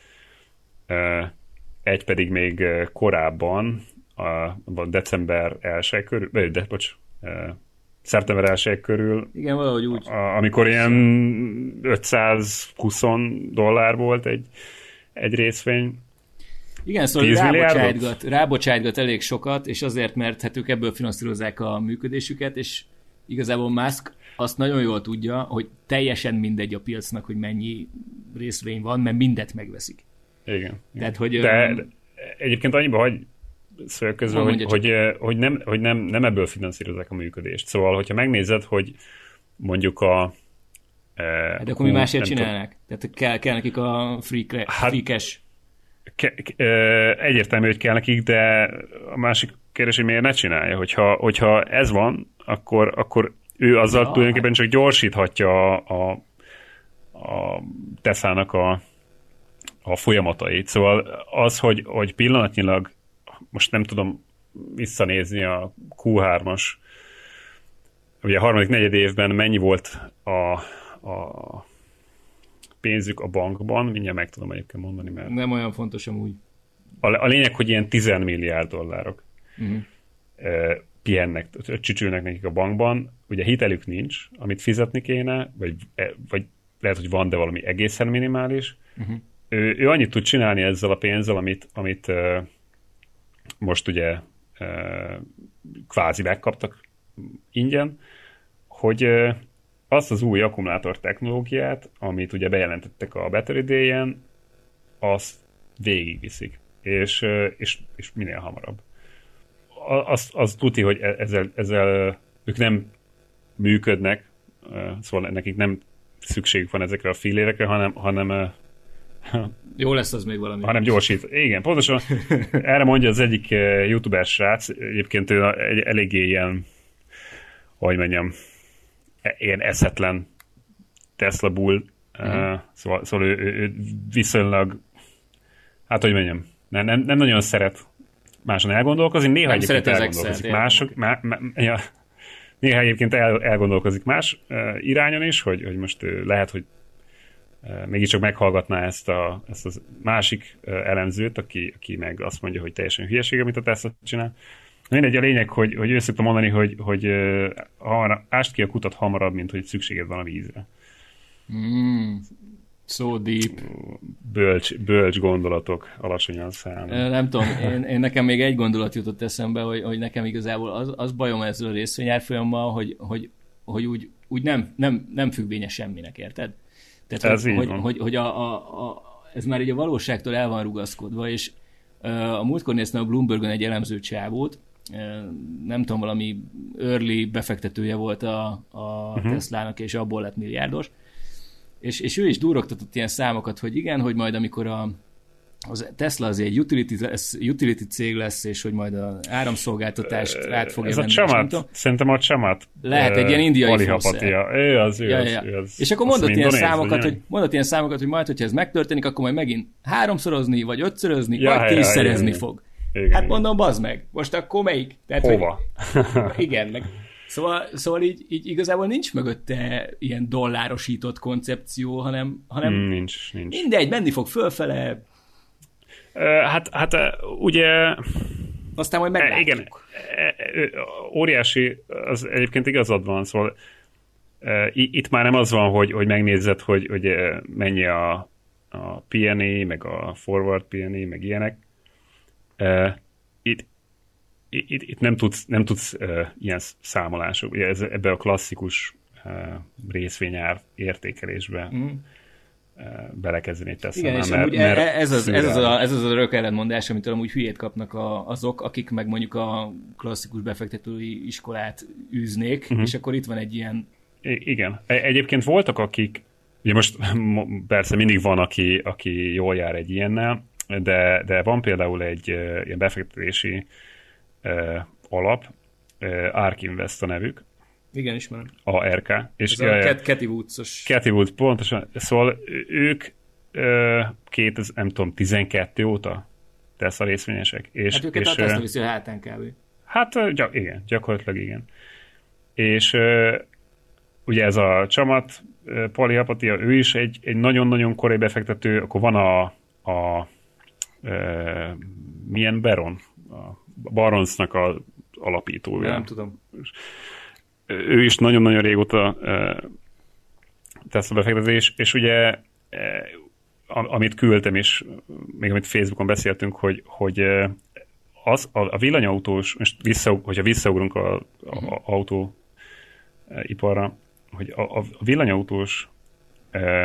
egy pedig még korábban, a december első körül, vagy de, bocs, szeptember első körül. Igen, valahogy úgy. A, amikor ilyen ötszázhúsz dollár volt egy, egy részvény. Igen, szóval rábocsájtgat, rábocsájtgat elég sokat, és azért, mert hát ők ebből finanszírozzák a működésüket, és igazából Musk azt nagyon jól tudja, hogy teljesen mindegy a piacnak, hogy mennyi részvény van, mert mindet megveszik. Igen. Tehát, hogy, de um, egyébként annyiba hagy szóval közben, hogy, hogy, hogy, nem, hogy nem, nem ebből finanszírozzák a működést. Szóval, hogyha megnézed, hogy mondjuk a... E, de akkor mi másért csinálnak? Tehát kell, kell nekik a free, cre- hát, free cash? Ke, e, egyértelmű, hogy kell nekik, de a másik kérdés, hogy miért ne csinálja. Hogyha, hogyha ez van, akkor, akkor ő azzal ja, tulajdonképpen csak gyorsíthatja a, a, a Teslának a, a folyamatait. Szóval az, hogy, hogy pillanatnyilag most nem tudom visszanézni a kú hármas, ugye a harmadik negyed évben mennyi volt a, a pénzük a bankban, mindjárt meg tudom egyébként mondani, mert... Nem olyan fontos amúgy. A, a lényeg, hogy ilyen tíz milliárd dollárok uh-huh. pihennek, csücsülnek nekik a bankban, ugye hitelük nincs, amit fizetni kéne, vagy, vagy lehet, hogy van, de valami egészen minimális. Uh-huh. Ő, ő annyit tud csinálni ezzel a pénzzel, amit, amit most ugye kvázi megkaptak ingyen, hogy azt az új akkumulátor technológiát, amit ugye bejelentettek a Battery Day-en, azt végigviszik, és, és, és minél hamarabb. Az, az tuti, hogy ezzel, ezzel ők nem működnek, szóval nekik nem szükségük van ezekre a fillérekre, hanem, hanem jó lesz az még valami. Hanem gyorsít. Igen, pontosan erre mondja az egyik youtuber srác, egyébként ő eléggé ilyen, hogy mondjam, ilyen eszetlen Tesla bull, uh-huh. szóval, szóval ő, ő, ő viszonylag, hát hogy mondjam, nem, nem, nem nagyon szeret máson elgondolkozni, néha nem egyébként elgondolkozik mások, má, má, ja, néha egyébként el, elgondolkozik más uh, irányon is, hogy, hogy most uh, lehet, hogy uh, mégiscsak meghallgatná ezt a, ezt a másik uh, elemzőt, aki, aki meg azt mondja, hogy teljesen hülyeség, amit a Tesla csinál. Mindegy, a lényeg, hogy, hogy ő szokta mondani, hogy, hogy uh, hamar, ást ki a kutat hamarabb, mint hogy szükséged van a vízre. Mm. So deep. Bölcs, bölcs gondolatok alacsonyan szállnak. Nem tudom, én, én nekem még egy gondolat jutott eszembe, hogy, hogy nekem igazából az, az bajom ezzel a részvényárfolyammal, hogy, hogy, hogy úgy, úgy nem, nem, nem függvényes semminek, érted? Tehát, ez hogy, így hogy, van. hogy, hogy a, a, a, ez már így a valóságtól el van rugaszkodva, és uh, a múltkor néztem a Bloombergon egy elemző csávót, uh, nem tudom, valami early befektetője volt a, a uh-huh. Teslának, és abból lett milliárdos, és, és ő is durrogtatott ilyen számokat, hogy igen, hogy majd amikor a az Tesla az egy utility, lesz, utility cég lesz, és hogy majd az áramszolgáltatást át fogja ez venni. Ez a Csamat, szerintem a Csamat. Lehet egy ilyen indiai polihapatia. Ő az, ő ja, az, ja. ő az. És akkor mondott ilyen, számokat, hogy, mondott ilyen számokat, hogy majd, hogyha ez megtörténik, akkor majd megint háromszorozni, vagy ötszörözni, ja, vagy tízszerezni ja, fog. Igen, hát mondom, bazd meg. Most akkor melyik? Tehát, hova? Hogy, igen, meg. Szóval, szóval így, így igazából nincs mögötte ilyen dollárosított koncepció, hanem, hanem nincs, nincs. Mindegy, menni fog fölfele. Hát, hát ugye... Aztán majd meglátjuk. Igen, óriási, az egyébként igazad van, szóval itt már nem az van, hogy, hogy megnézzed, hogy, hogy mennyi a, a pé en á, meg a forward pé en á, meg ilyenek. Itt, itt, itt nem tudsz, nem tudsz ilyen számolások, ugye ez, ebbe a klasszikus részvényár értékelésbe mm. belekezdeni teszem. Igen, és mert, amúgy mert ez, az, ez, az a, ez az a rök ellenmondás, amitől amúgy hülyét kapnak a, azok, akik meg mondjuk a klasszikus befektetői iskolát űznék, uh-huh. és akkor itt van egy ilyen... I- igen. Egyébként voltak, akik, ugye most persze mindig van, aki, aki jól jár egy ilyennel, de, de van például egy uh, ilyen befektetési uh, alap, uh, Ark Invest a nevük, igen, ismerem. á er ká. És ez a Cat, Cathy Woods-os. Cathy Woods, pontosan. Szóval ők két, nem tudom, tizenkettő óta Tesla részvényesek. És, hát őket és, a Tesla viszi a hátán kb. Hát gy- igen, gyakorlatilag igen. És ugye ez a Csamat, polihapatia, ő is egy, egy nagyon-nagyon korai befektető, akkor van a, a, a milyen Baron? A Baronsnak az alapítója. Nem tudom. Ő is nagyon-nagyon régóta uh, tesz a befektetés, és ugye uh, amit küldtem is, még amit Facebookon beszéltünk, hogy, hogy uh, az, a, a villanyautós, most vissza, hogyha visszaugrunk az autóiparra, hogy a, a villanyautós uh,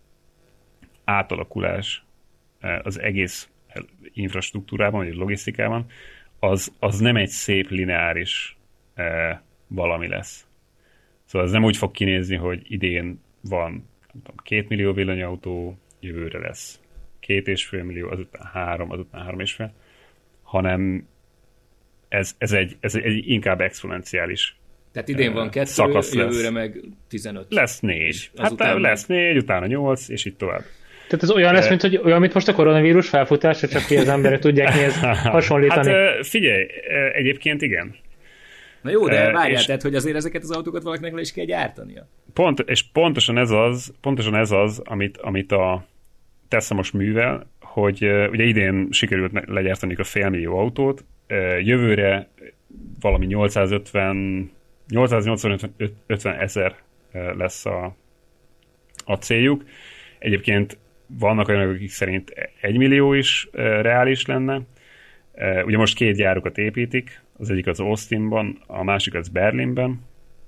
átalakulás uh, az egész infrastruktúrában, vagy logisztikában, az, az nem egy szép lineáris uh, valami lesz. Szóval ez nem úgy fog kinézni, hogy idén van nem tudom, két millió villanyautó, jövőre lesz két és fél millió, azután három, azután három és fél, hanem ez, ez, egy, ez egy inkább exponenciális. Tehát idén van kettő, jövőre lesz. Meg tizenöt. Lesz négy. Hát lesz meg... négy, utána nyolc, és így tovább. Tehát ez olyan lesz, mint hogy olyan, mint most a koronavírus felfutása, csak ki az emberek tudják nézni, hasonlítani. Hát figyelj, egyébként igen. Na jó, de várjál, tehát, hogy azért ezeket az autókat valakinek le is kell gyártania. Pont, és pontosan ez az, pontosan ez az, amit, amit a Tesla most művel, hogy ugye idén sikerült legyártani a félmillió autót, jövőre valami nyolcszázötven nyolcszáznyolcvan ezer lesz a, a céljuk. Egyébként vannak olyanok, akik szerint egy millió is reális lenne. Ugye most két gyárukat építik, az egyik az Austinban, a másik az Berlinben.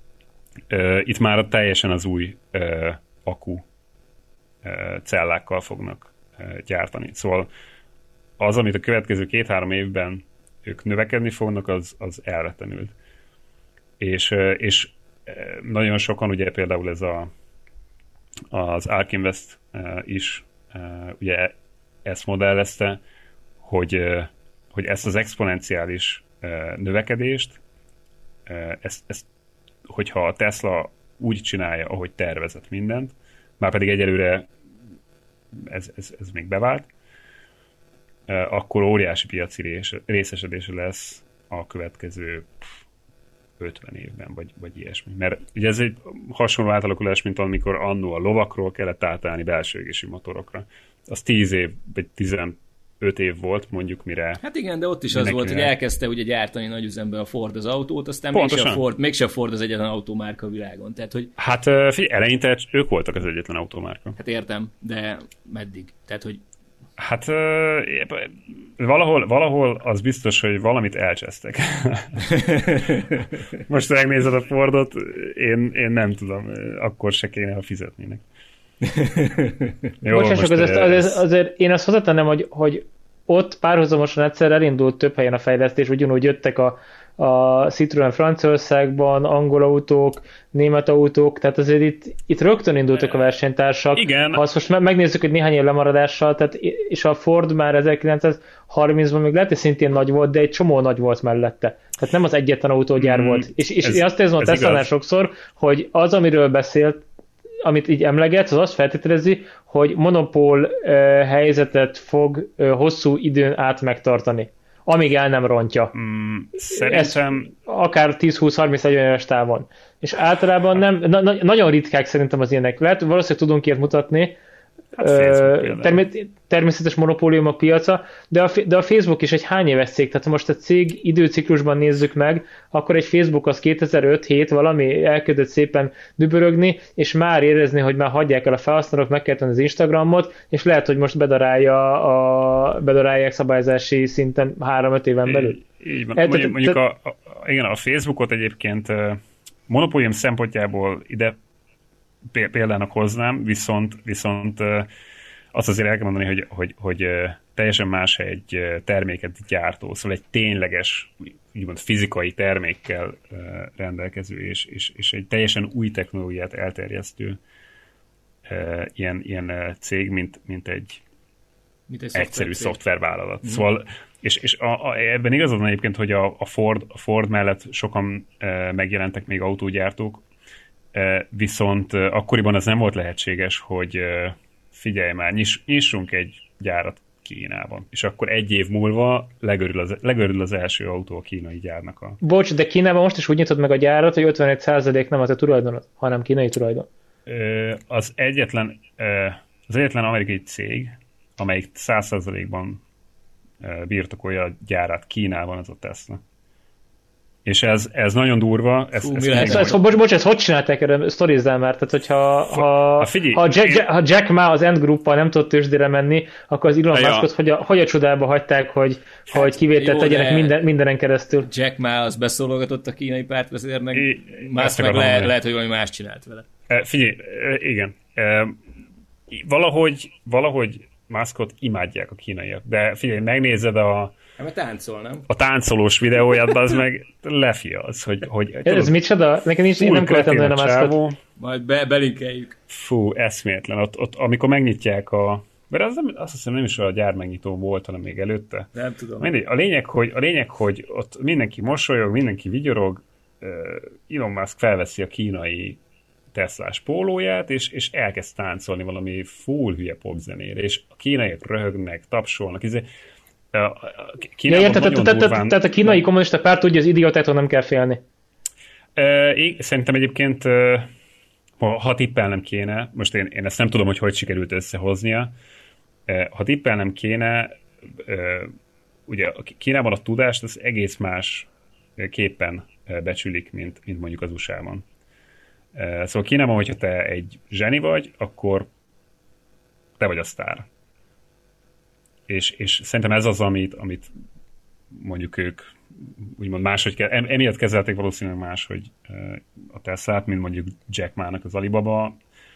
Itt már teljesen az új akku cellákkal fognak gyártani. Szóval az, amit a következő két-három évben ők növekedni fognak, az, az elrettenült. És, és nagyon sokan, ugye például ez a, az Ark Invest is ugye ezt modellezte, hogy, hogy ezt az exponenciális növekedést, ezt, ezt, hogyha a Tesla úgy csinálja, ahogy tervezett mindent, már pedig egyelőre ez, ez, ez még bevált, akkor óriási piaci részesedése lesz a következő ötven évben, vagy, vagy ilyesmi. Mert ugye ez egy hasonló átalakulás, mint amikor annó a lovakról kellett átállni belső égésű motorokra. Az tíz év, vagy tizenöt öt év volt, mondjuk mire... Hát igen, de ott is az volt, hogy elkezdte ugye gyártani nagy üzemben a Ford az autót, aztán mégse a Ford, mégse a Ford az egyetlen autómárka a világon. Tehát, hogy... Hát figyelj, eleinte ők voltak az egyetlen autómárka. Hát értem, de meddig? Tehát, hogy... Hát valahol, valahol az biztos, hogy valamit elcsesztek. Most megnézed a Fordot, én, én nem tudom, akkor se kéne, ha fizetnének. Bocsássak, azért, azért, azért én azt hozzátennem, hogy, hogy ott párhuzamosan egyszer elindult több helyen a fejlesztés, ugyanúgy jöttek a, a Citroën Franciaországban, angol autók, német autók, tehát azért itt, itt rögtön indultak a versenytársak. Igen. Ha azt most megnézzük, hogy néhány év lemaradással, tehát, és a Ford már ezerkilencszázharmincban még lehet, hogy szintén nagy volt, de egy csomó nagy volt mellette. Tehát nem az egyetlen autógyár mm, volt. És, és ez, én azt érzem a Tesla-nál sokszor, hogy az, amiről beszélt, amit így emlegetsz, az azt feltételezi, hogy monopól uh, helyzetet fog uh, hosszú időn át megtartani, amíg el nem rontja. Mm, szerintem... Ez akár tíz-húsz-harminc éves távon. És általában nem, na, na, nagyon ritkák szerintem az ilyenek. Lehet, valószínűleg tudunk ilyet mutatni, hát uh, term- természetes monopólium a piaca, de a, de a Facebook is egy hány éves cég, tehát ha most a cég időciklusban nézzük meg, akkor egy Facebook az kétezer-öt-hét valami elkezdett szépen dübörögni, és már érezni, hogy már hagyják el a felhasználók, meg kell tenni az Instagramot, és lehet, hogy most bedarálja a, bedarálják szabályzási szinten három-öt éven belül. Így, így van. El, mondjuk, mondjuk a, a, igen, a Facebookot egyébként monopólium szempontjából ide példának hoznám, viszont, viszont azt azért el kell mondani, hogy, hogy, hogy teljesen más egy terméket gyártó, szóval egy tényleges, úgymond fizikai termékkel rendelkező, és, és, és egy teljesen új technológiát elterjesztő ilyen, ilyen cég, mint, mint egy, mint egy egyszerű szoftvervállalat. Mm. Szóval, és, és a, a, ebben igazad van egyébként, hogy a, a, Ford, a Ford mellett sokan megjelentek még autógyártók, viszont akkoriban az nem volt lehetséges, hogy figyelj már, nyiss, nyissunk egy gyárat Kínában. És akkor egy év múlva legörül az, legörül az első autó a kínai gyárnak. A... Bocs, de Kínában most is úgy nyitod meg a gyárat, hogy ötvenegy százalék nem a te tulajdonod, hanem kínai tulajdon. Az egyetlen, az egyetlen amerikai cég, amelyik száz százalékban birtokolja a gyárát Kínában, az a Tesla. És ez, ez nagyon durva. Ez, Fú, ez ez, ez, bocs, bocs, ezt hogy csinálták erre? Sztorizzál már. Tehát, hogyha ha, figyelj, ha, Jack, én... ha Jack Ma az Ant Group-pal nem tudott tőzsdére menni, akkor az Elon ja. Muskot hogy a, hogy a csodába hagyták, hogy, hát, hogy kivételt tegyenek minden, mindenen keresztül. Jack Ma az beszólogatott a kínai pártvezérnek, Musk meg le, lehet, hogy valami más csinált vele. E, figyelj, e, igen. E, valahogy, valahogy Muskot imádják a kínaiak, de figyelj, megnézed a Hát táncol, nem? A táncolós videóját, az meg lefiaz, hogy... hogy ez tudod, micsoda? Nekem nincs, én nem követem nagyon a Muskot. Majd be, belinkeljük. Fú, eszméletlen. Ott, ott, amikor megnyitják a... Mert az nem, azt hiszem nem is a gyár megnyitó volt, hanem még előtte. Nem tudom. Mindegy, a lényeg, hogy, a lényeg, hogy ott mindenki mosolyog, mindenki vigyorog, uh, Elon Musk felveszi a kínai Teslás pólóját, és, és elkezd táncolni valami full hülye popzenére, és a kínaiak röhögnek, tapsolnak, izé. Ja, ja, tehát, tehát, durván... tehát a kínai kommunista párt tudja, az idiotától nem kell félni. Én szerintem egyébként, ha tippelnem kéne, most én, én ezt nem tudom, hogy hogy sikerült összehoznia, ha tippelnem kéne, ugye Kínában a tudást az egész más képpen becsülik, mint, mint mondjuk az u es á-ban. Szóval Kínában, hogyha te egy zseni vagy, akkor te vagy a sztár. És, és szerintem ez az, amit, amit mondjuk ők úgymond máshogy kell, emiatt kezelték valószínűleg máshogy a Teslát, mint mondjuk Jack Ma-nak az Alibaba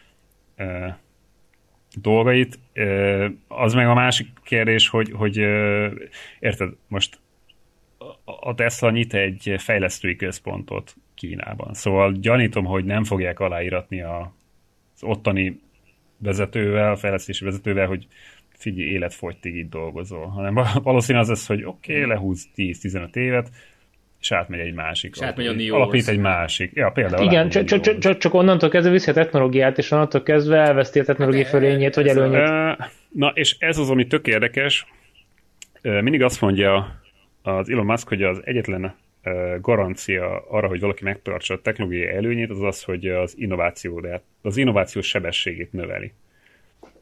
dolgait. Az meg a másik kérdés, hogy, hogy érted, most a Tesla nyit egy fejlesztői központot Kínában. Szóval gyanítom, hogy nem fogják aláíratni az ottani vezetővel, fejlesztési vezetővel, hogy figyelj, életfogytig itt dolgozol, hanem valószínűleg az lesz, hogy oké, okay, lehúz tíz-tizenöt évet, és átmegy egy másik. És átmegy a Nio. Alapít egy másik. Ja, például igen, csak, csak, csak, csak onnantól kezdve viszi a technológiát, és onnantól kezdve elveszti a technológiai fölényét, vagy előnyét. Na, és ez az, ami tök érdekes. Mindig azt mondja az Elon Musk, hogy az egyetlen garancia arra, hogy valaki megtartsa a technológiai előnyét, az az, hogy az innováció, de az innovációs sebességét növeli.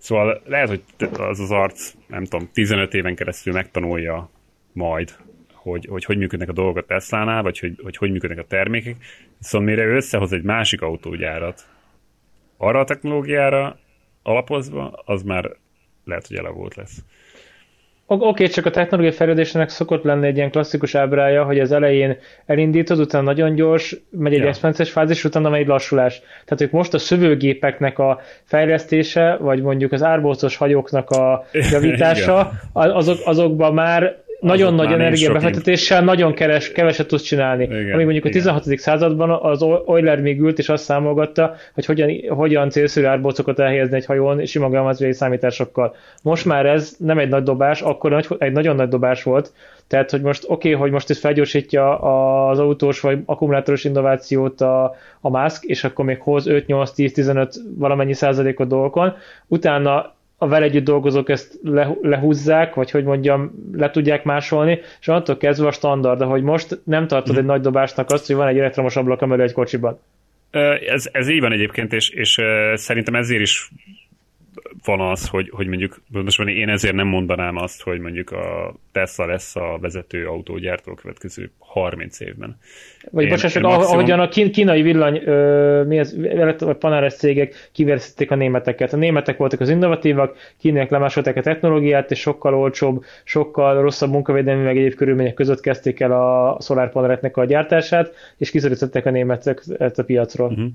Szóval lehet, hogy az az arc, nem tudom, tizenöt éven keresztül megtanulja majd, hogy hogy, hogy működnek a dolgok a Teslánál, vagy hogy, hogy hogy működnek a termékek. Viszont mire összehoz egy másik autógyárat, arra a technológiára alapozva, az már lehet, hogy elavult lesz. Oké, okay, csak a technológiai fejlődésnek szokott lenni egy ilyen klasszikus ábrája, hogy az elején elindítod, utána nagyon gyors, megy egy ja. exponenciális fázis, utána megy egy lassulás. Tehát ők most a szövőgépeknek a fejlesztése, vagy mondjuk az árbócos hajóknak a javítása, azok, azokban már nagyon nagy energiabefektetéssel nagyon keres, keveset tudsz csinálni. Igen, ami mondjuk igen. a tizenhatodik században az Euler még ült és azt számolgatta, hogy hogyan, hogyan célszerű árbócokat elhelyezni egy hajón sima geometriai számításokkal. Most már ez nem egy nagy dobás, akkor egy nagyon nagy dobás volt. Tehát, hogy most oké, okay, hogy most ez felgyorsítja az autós vagy akkumulátoros innovációt a, a Musk, és akkor még hoz öt nyolc tíz tizenöt valamennyi százalékot dolgokon. Utána a vele együtt dolgozók ezt le, lehúzzák, vagy hogy mondjam, le tudják másolni, és attól kezdve a standard, hogy most nem tartod egy nagy dobásnak azt, hogy van egy elektromos ablak mögött egy kocsiban. Ez, ez így van egyébként, és, és szerintem ezért is van az, hogy, hogy mondjuk, pontosan én ezért nem mondanám azt, hogy mondjuk a Tesla lesz a vezető autógyártó a következő harminc évben. Vagy bocsánat, maximum... ahogyan a kínai villany, ö, mi az, vagy paneles cégek kiverszették a németeket. A németek voltak az innovatívak, kínaiak lemásolták a technológiát, és sokkal olcsóbb, sokkal rosszabb munkavédelmi meg egyéb körülmények között kezdték el a szolárpaneleknek a gyártását, és kiszorítettek a németek ezt a piacról. Uh-huh.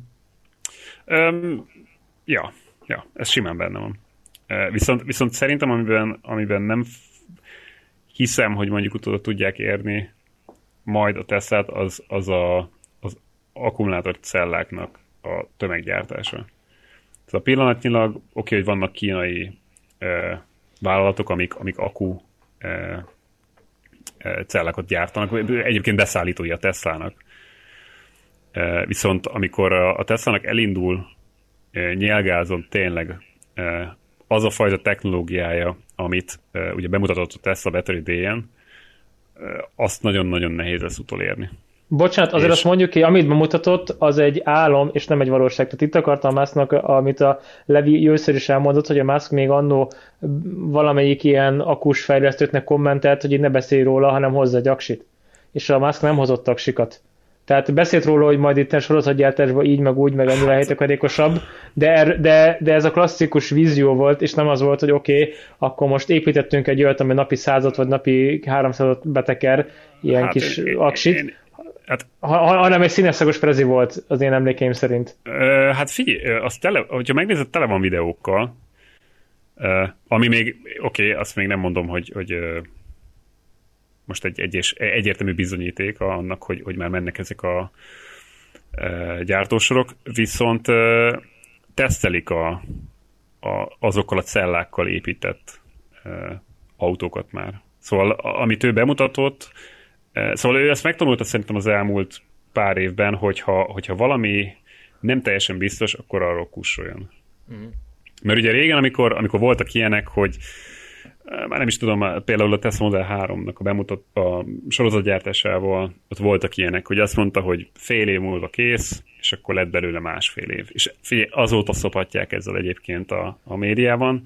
Um, ja. Ja, ez simán benne van. Viszont, viszont szerintem, amiben, amiben nem hiszem, hogy mondjuk utóda tudják érni majd a Teslát, az, az a, az akkumulátor celláknak a tömeggyártása. Tehát pillanatnyilag oké, okay, hogy vannak kínai e, vállalatok, amik, amik akku e, e, cellákat gyártanak, egyébként beszállítói a Teslának. E, viszont amikor a, a Teslának elindul nyelgázon tényleg az a fajta technológiája, amit ugye bemutatott a Tesla Battery Day-en, azt nagyon-nagyon nehéz lesz utolérni. Bocsánat, azért és... azt mondjuk ki, amit bemutatott, az egy álom, és nem egy valóság. Tehát itt akartam a Musknak, amit a Levi Jösszer is elmondott, hogy a Musk még annó valamelyik ilyen akus fejlesztőknek kommentelt, hogy így ne beszélj róla, hanem hozza egy aksit. És a Musk nem hozott aksikat. Tehát beszélt róla, hogy majd itt a sorozatgyártásban így, meg úgy, meg ennyire helytakarékosabb, de, de, de ez a klasszikus vízió volt, és nem az volt, hogy oké, okay, akkor most építettünk egy olyat, ami napi százat, vagy napi háromszázat beteker, ilyen hát kis én, aksit, én, hát, ha, hanem egy színeszagos prezi volt az én emlékeim szerint. Ö, hát figyelj, az tele, hogyha megnézed, tele van videókkal, ö, ami még, oké, okay, azt még nem mondom, hogy, hogy most egy egyes, egyértelmű bizonyíték annak, hogy, hogy már mennek ezek a e, gyártósorok, viszont e, tesztelik a, a, azokkal a cellákkal épített e, autókat már. Szóval amit ő bemutatott, e, szóval ő ezt megtanulta szerintem az elmúlt pár évben, hogyha, hogyha valami nem teljesen biztos, akkor arról kussoljon. Mm. Mert ugye régen, amikor, amikor voltak ilyenek, hogy már nem is tudom, például a Tesla Model háromnak a bemutat a sorozatgyártásával, ott voltak ilyenek, hogy azt mondta, hogy fél év múlva kész, és akkor lett belőle másfél év. És figyelj, azóta szopatják ezzel egyébként a, a médiában.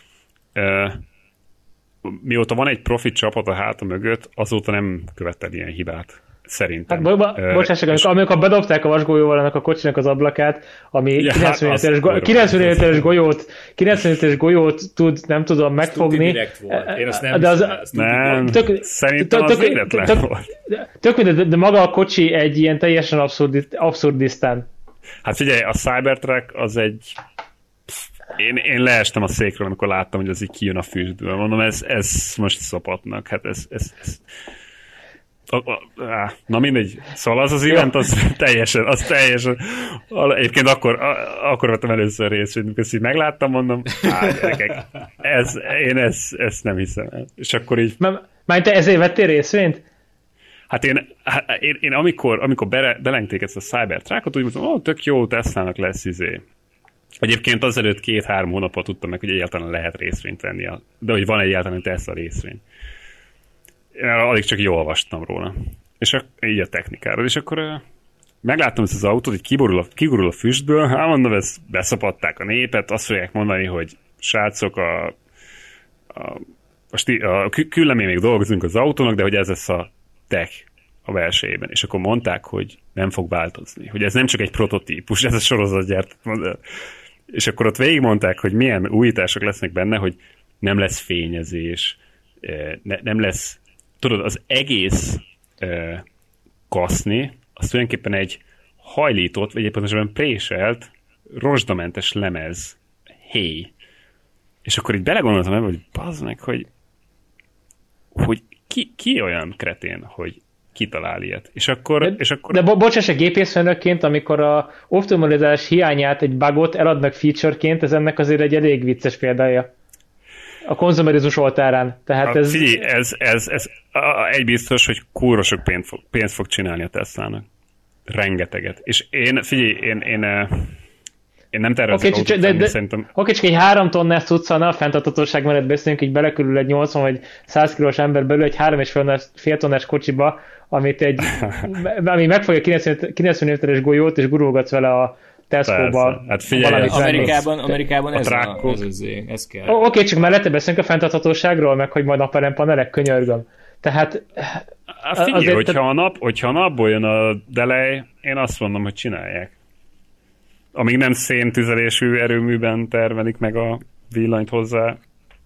Mióta van egy profi csapat a háta mögött, azóta nem követel ilyen hibát. Szerintem. Hát bo- bo- bocsássak, amikor, amikor bedobták a vasgolyóval annak a kocsinak az ablakát, ami ja, kilencven literes golyót, kilencven literes golyót tud, nem tudom, megfogni. Direkt volt. Én azt nem de az, az nem, tök, szerintem tök, az véletlen tök, volt. Tök mindegy, de, de maga a kocsi egy ilyen teljesen abszurd, abszurdisztán. Hát figyelj, a Cybertruck az egy Én, én leestem a székről, amikor láttam, hogy az így kijön a füstből. Mondom, ez, ez most szopatnak. Hát ez... ez, ez Na mindegy, szóval az az event, az teljesen, az teljesen, egyébként akkor, akkor vettem először részt, hogy mikor így megláttam, mondom, á, gyerekek, ez, én ezt, ezt nem hiszem el. És akkor így... Már te ezért vettél részvényt? Hát én, hát én, én amikor, amikor bele, belengték ezt a Cybertruckot, úgy mondtam, ó, tök jó, Teslának lesz izé. Egyébként azelőtt két-három hónapot tudtam meg, hogy egyáltalán lehet részvényt venni, de hogy van egyáltalán Tesla részvény. Én alig csak jól olvastam róla. És a, így a technikáról. És akkor uh, megláttam ezt az autót, hogy kiborul a, kiborul a füstből, hát mondom, ezt beszopatták a népet, azt fogják mondani, hogy srácok, a, a, a, sti, a küllemén még dolgozunk az autónak, de hogy ez lesz a tech a belsejében. És akkor mondták, hogy nem fog változni. Hogy ez nem csak egy prototípus, ez a sorozatgyártott modell. És akkor ott végigmondták, hogy milyen újítások lesznek benne, hogy nem lesz fényezés, ne, nem lesz, tudod, az egész eh, kaszni, az tulajdonképpen egy hajlított, vagy egy pontosan préselt, rozsdamentes lemez héj. És akkor így belegondoltam ebbe, hogy bazd meg, hogy, hogy ki, ki olyan kretén, hogy kitalál ilyet. És akkor... De, és akkor... de bo- bocsáss, gépészmérnökként, amikor a optimalizálás hiányát egy bugot eladnak featureként, ez ennek azért egy elég vicces példája. A konzumerizmus oltárán. Tehát a, ez... Figyelj, ez, ez, ez a, egy biztos, hogy kurva sok pénzt fog, pénzt fog csinálni a Teslának. Rengeteget. És én, figyelj, én, én, én nem tervezek okay, autót de, venni, de, szerintem... Oké, csak egy három tonnás cuccana, a fenntarthatóság mellett beszélünk, így belekülül egy nyolcvan vagy száz kilós ember belül egy három és fél tonnás kocsiba, amit egy, ami megfogja kilencven éves golyót, és gurulgatsz vele a Tesco-ba. Hát figyelj, Amerikában, Amerikában ez, a, a, ez, az, ez kell. Oké, okay, csak mellette beszélünk a fenntarthatóságról, meg hogy majd napelem panelek, könyörgöm. Tehát... Hát figyelj, azért, hogyha, te... a nap, hogyha a napból jön a delej, én azt mondom, hogy csinálják. Amíg nem széntüzelésű erőműben termelik meg a villanyt hozzá.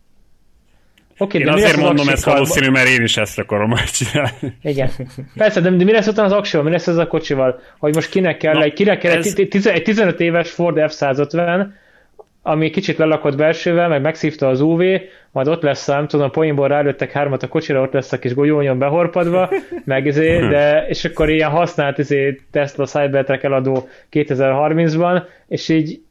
Okay, én azért mondom ezt valószínű, mert én is ezt akarom majd csinálni. Igen. Persze, de, de mi lesz utána az aksival? Mi lesz ez a kocsival? Hogy most kinek kell, Na, egy, kinek kell ez... egy, egy tizenöt éves Ford F száz ötven, ami kicsit lelakott belsővel, meg megszívta az ú vé, majd ott lesz, nem tudom, a poénból rálőttek hármat a kocsira, ott lesz a kis golyónyon behorpadva, meg izé, de, és akkor ilyen használt izé, Tesla Cybertruck eladó kétezer-harmincban, és így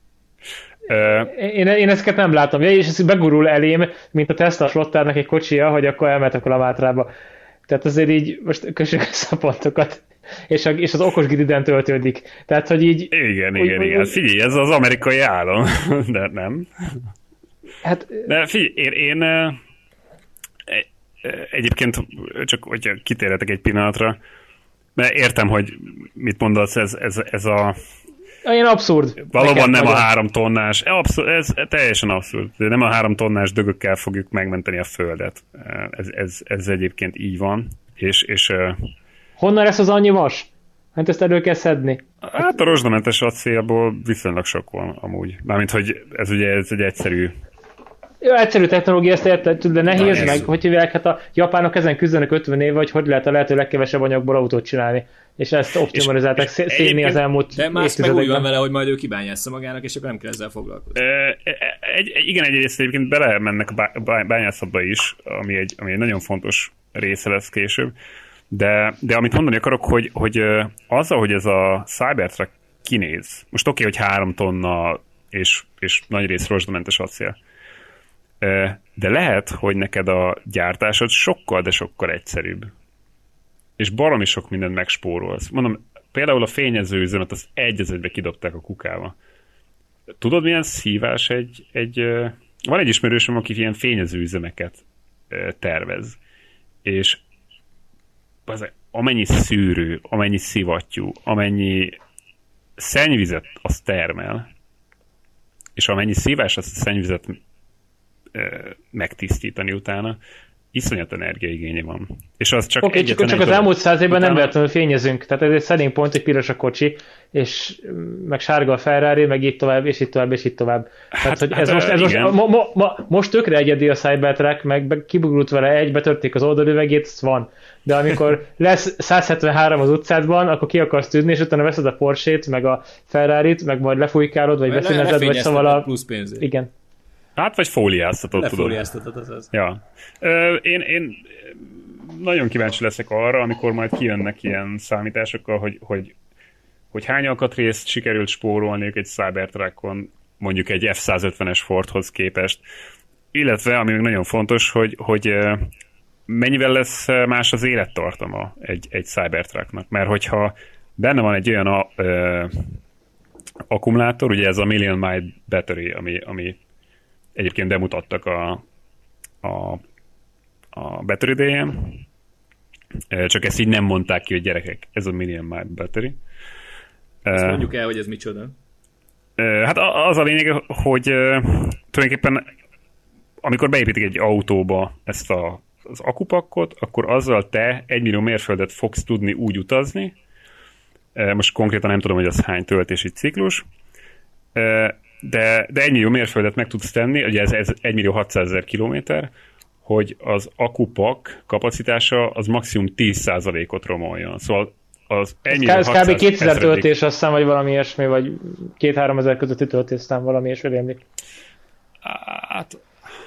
uh, én, én ezeket nem látom. Ja, és ez begurul elém, mint a Tesla slottárnak egy kocsija, hogy akkor elmehetek a Mátrába. Tehát azért így most kössük össze a pontokat. És, a, és az okos griden töltődik. Tehát, hogy így... Igen, igen, igen. Hogy, figyelj, ez az amerikai állam. De nem. Hát... De figyelj, én, én egyébként csak, hogyha kitérhetek egy pillanatra, mert értem, hogy mit mondasz, ez, ez, ez a... Ilyen abszurd. Valóban nem nagyon. A három tonnás, abszurd, ez teljesen abszurd. De nem a három tonnás dögökkel fogjuk megmenteni a Földet. Ez, ez, ez egyébként így van. És... és honnan lesz az annyi vas? Hát ezt elő kell szedni. Hát a rozsdamentes acélból viszonylag sok van amúgy. Mármint, hogy ez ugye ez egy egyszerű... Jó, egyszerű technológia, ezt érted, de nehéz, meg hogy hívják, hát a japánok ezen küzdenek ötven éve, hogy hogy lehet a lehető legkevesebb anyagból autót csinálni. És ezt optimalizálták szénni az elmúlt de más meg úgy van vele, hogy majd ő kibányásza magának, és akkor nem kell ezzel foglalkozni. Egy, igen, egyrészt egyébként bele mennek a bányászatba is, ami egy, ami egy nagyon fontos része lesz később. De, de amit mondani akarok, hogy, hogy azzal, hogy ez a Cybertruck kinéz, most oké, okay, hogy három tonna és, és nagy rész rozsdamentes acél, de lehet, hogy neked a gyártásod sokkal, de sokkal egyszerűbb. És baromi sok mindent megspórolsz. Mondom, például a fényező üzemet az egy az egybe kidobták a kukába. Tudod, milyen szívás egy... egy van egy ismerősöm, aki ilyen fényező üzemeket tervez. És az, amennyi szűrő, amennyi szivattyú, amennyi szennyvizet az termel, és amennyi szívás azt a szennyvizet e, megtisztítani utána, iszonyat energiaigénye van. És az csak okay, csak, csak az elmúlt száz évben utána... nem véletlenül fényezünk. Tehát ez egy selling point, hogy piros a kocsi, és meg sárga a Ferrari, meg így tovább, és így tovább, és így tovább. Hát, Tehát, hogy ez hát, most, ez most, mo, mo, mo, most tökre egyedi a Cybertruck, meg kibugrult vele egy, betörték az oldalüvegét, ez van. De amikor lesz száz hetvenhárom az utcádban, akkor ki akarsz tűzni, és utána veszed a Porsche-t, meg a Ferrarit, meg majd lefújkálod, vagy beszínezed, vagy szóval a... plusz pénzért. Igen. Hát, vagy fóliáztatod, tudod. Lefóliáztatod, az az. Ja. Ö, én, én nagyon kíváncsi leszek arra, amikor majd kijönnek ilyen számításokkal, hogy, hogy, hogy hány alkatrészt sikerült spórolniuk egy Cybertruckon, mondjuk egy F száz ötvenes Fordhoz képest. Illetve, ami még nagyon fontos, hogy, hogy mennyivel lesz más az élettartama egy, egy Cybertrucknak. Mert hogyha benne van egy olyan a, ö, akkumulátor, ugye ez a Million Mile Battery, ami, ami egyébként bemutattak a, a, a Battery Day-en, csak ezt így nem mondták ki, hogy gyerekek, ez a Million Mile Battery. Ezt mondjuk el, hogy ez micsoda. Hát az a lényeg, hogy tulajdonképpen amikor beépítik egy autóba ezt a, az akupakkot, akkor azzal te egy millió mérföldet fogsz tudni úgy utazni, most konkrétan nem tudom, hogy az hány töltési ciklus, de, de egy millió mérföldet meg tudsz tenni, ugye ez, ez egy millió hatszázezer kilométer, hogy az akupak kapacitása az maximum tíz százalékot romoljon. Szóval az egy millió hatszázezer Ez kb. kétezer töltés, azt hiszem, vagy valami ilyesmi, vagy két-három ezer közötti töltés, aztán valami ilyesmi rémlik. Hát...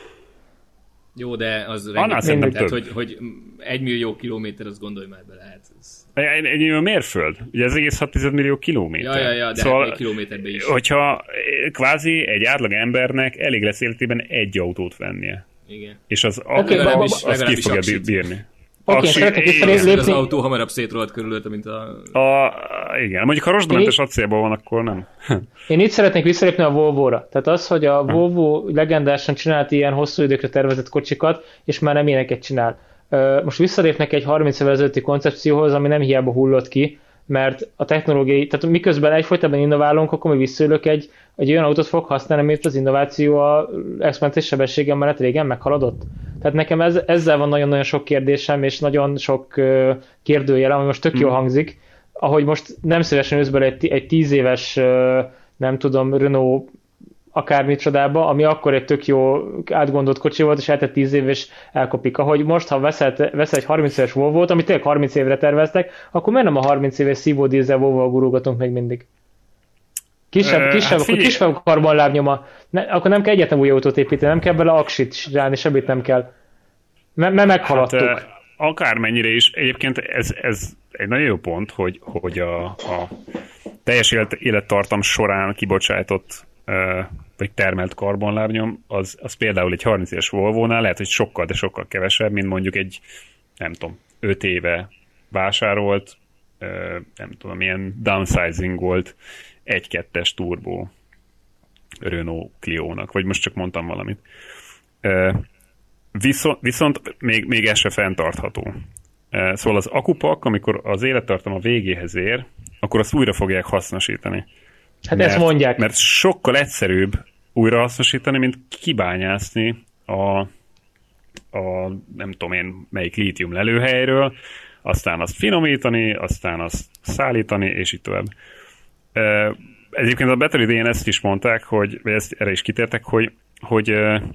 Jó, de az rengeteg, tehát hogy, hogy egy millió kilométer, azt gondolj már bele. Hát ez... Egy, egy millió mérföld? Ugye ez egész hat millió kilométer. Ja, ja, ja, de szóval, hát egy kilométerben is. Hogyha kvázi egy átlag embernek elég lesz életében egy autót vennie. Igen. És az, okay, legalábbis, az, az ki fogja aksit. bírni. Oké, szeretnék visszalépni. Az autó hamarabb szétrolt körülötte, mint a... a... Igen, mondjuk ha rostmentes acélban van, akkor nem. Én itt szeretnék visszalépni a Volvo-ra. Tehát az, hogy a Volvo legendásan csinált ilyen hosszú időkre tervezett kocsikat, és már nem ilyeneket csinál. Most visszalépnek egy harminc évvel ezelőtti koncepcióhoz, ami nem hiába hullott ki, mert a technológiai, tehát miközben egyfolytában innoválunk, akkor mi visszaülök egy, egy olyan autót fog használni, amit az innováció a exponenciális sebességgel mellett régen meghaladott. Tehát nekem ez, ezzel van nagyon-nagyon sok kérdésem, és nagyon sok uh, kérdőjel, ami most tök hmm. jól hangzik, ahogy most nem szívesen ősz bele egy, egy tíz éves, uh, nem tudom, Renault akármicsodába, ami akkor egy tök jó átgondolt kocsi volt, és eltett tíz év, és elkopik. Ahogy most, ha veszel, veszel egy harminc éves Volvo-t, amit tényleg harminc évre terveztek, akkor miért nem a harminc éves szívódízel Volvo-val gurulgatunk még mindig? Kisebb, uh, kisebb, hát akkor kisebb karbonlábnyoma. Ne, akkor nem kell egyetlen új autót építeni, nem kell bele aksit csinálni, semmit nem kell. Mert me- meghaladtuk. Hát, uh, akármennyire is, egyébként ez, ez egy nagyon jó pont, hogy, hogy a, a teljes élet, élettartam során kibocsátott vagy termelt karbonlábnyom, az, az például egy harminc éves Volvo-nál lehet, hogy sokkal, de sokkal kevesebb, mint mondjuk egy, nem tudom, öt éve vásárolt, nem tudom, milyen downsizing volt egy-kettes turbo Renault Clio-nak, vagy most csak mondtam valamit. Viszont, viszont még, még ez se fenntartható. Szóval az akupak, amikor az élettartam a végéhez ér, akkor azt újra fogják hasznosítani. Hát mert, ezt mondják. Mert sokkal egyszerűbb újrahasznosítani, mint kibányászni a, a nem tudom én melyik lítium lelőhelyről, aztán azt finomítani, aztán azt szállítani, és így tovább. Egyébként a Battery Day-en ezt is mondták, hogy, vagy ezt erre is kitértek, hogy, hogy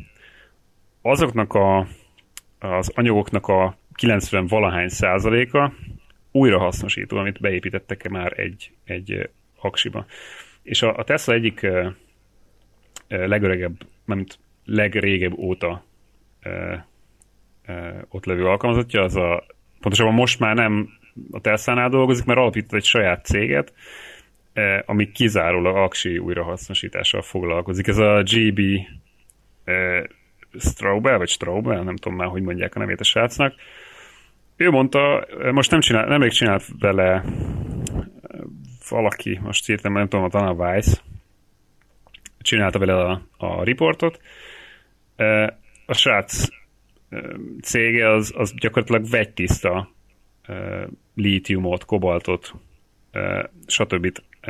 azoknak a, az anyagoknak a kilencven valahány százaléka újrahasznosító, amit beépítettek már egy, egy aksiba. És a, a Tesla egyik uh, legöregebb, mint legrégebb óta uh, uh, ott levő alkalmazottja, az a, pontosabban most már nem a Tesla-nál dolgozik, mert alapított egy saját céget, uh, ami kizárólag aksi újrahasznosítással foglalkozik. Ez a gé bé uh, Straubel, vagy Straubel, nem tudom már, hogy mondják a nevét a srácnak. Ő mondta, most nem csinál, nemrég csinált vele valaki, most írtam, nem tudom, talán a Vice csinálta vele a, a riportot. A srác cége az, az gyakorlatilag vegytiszta lítiumot, kobaltot, stb.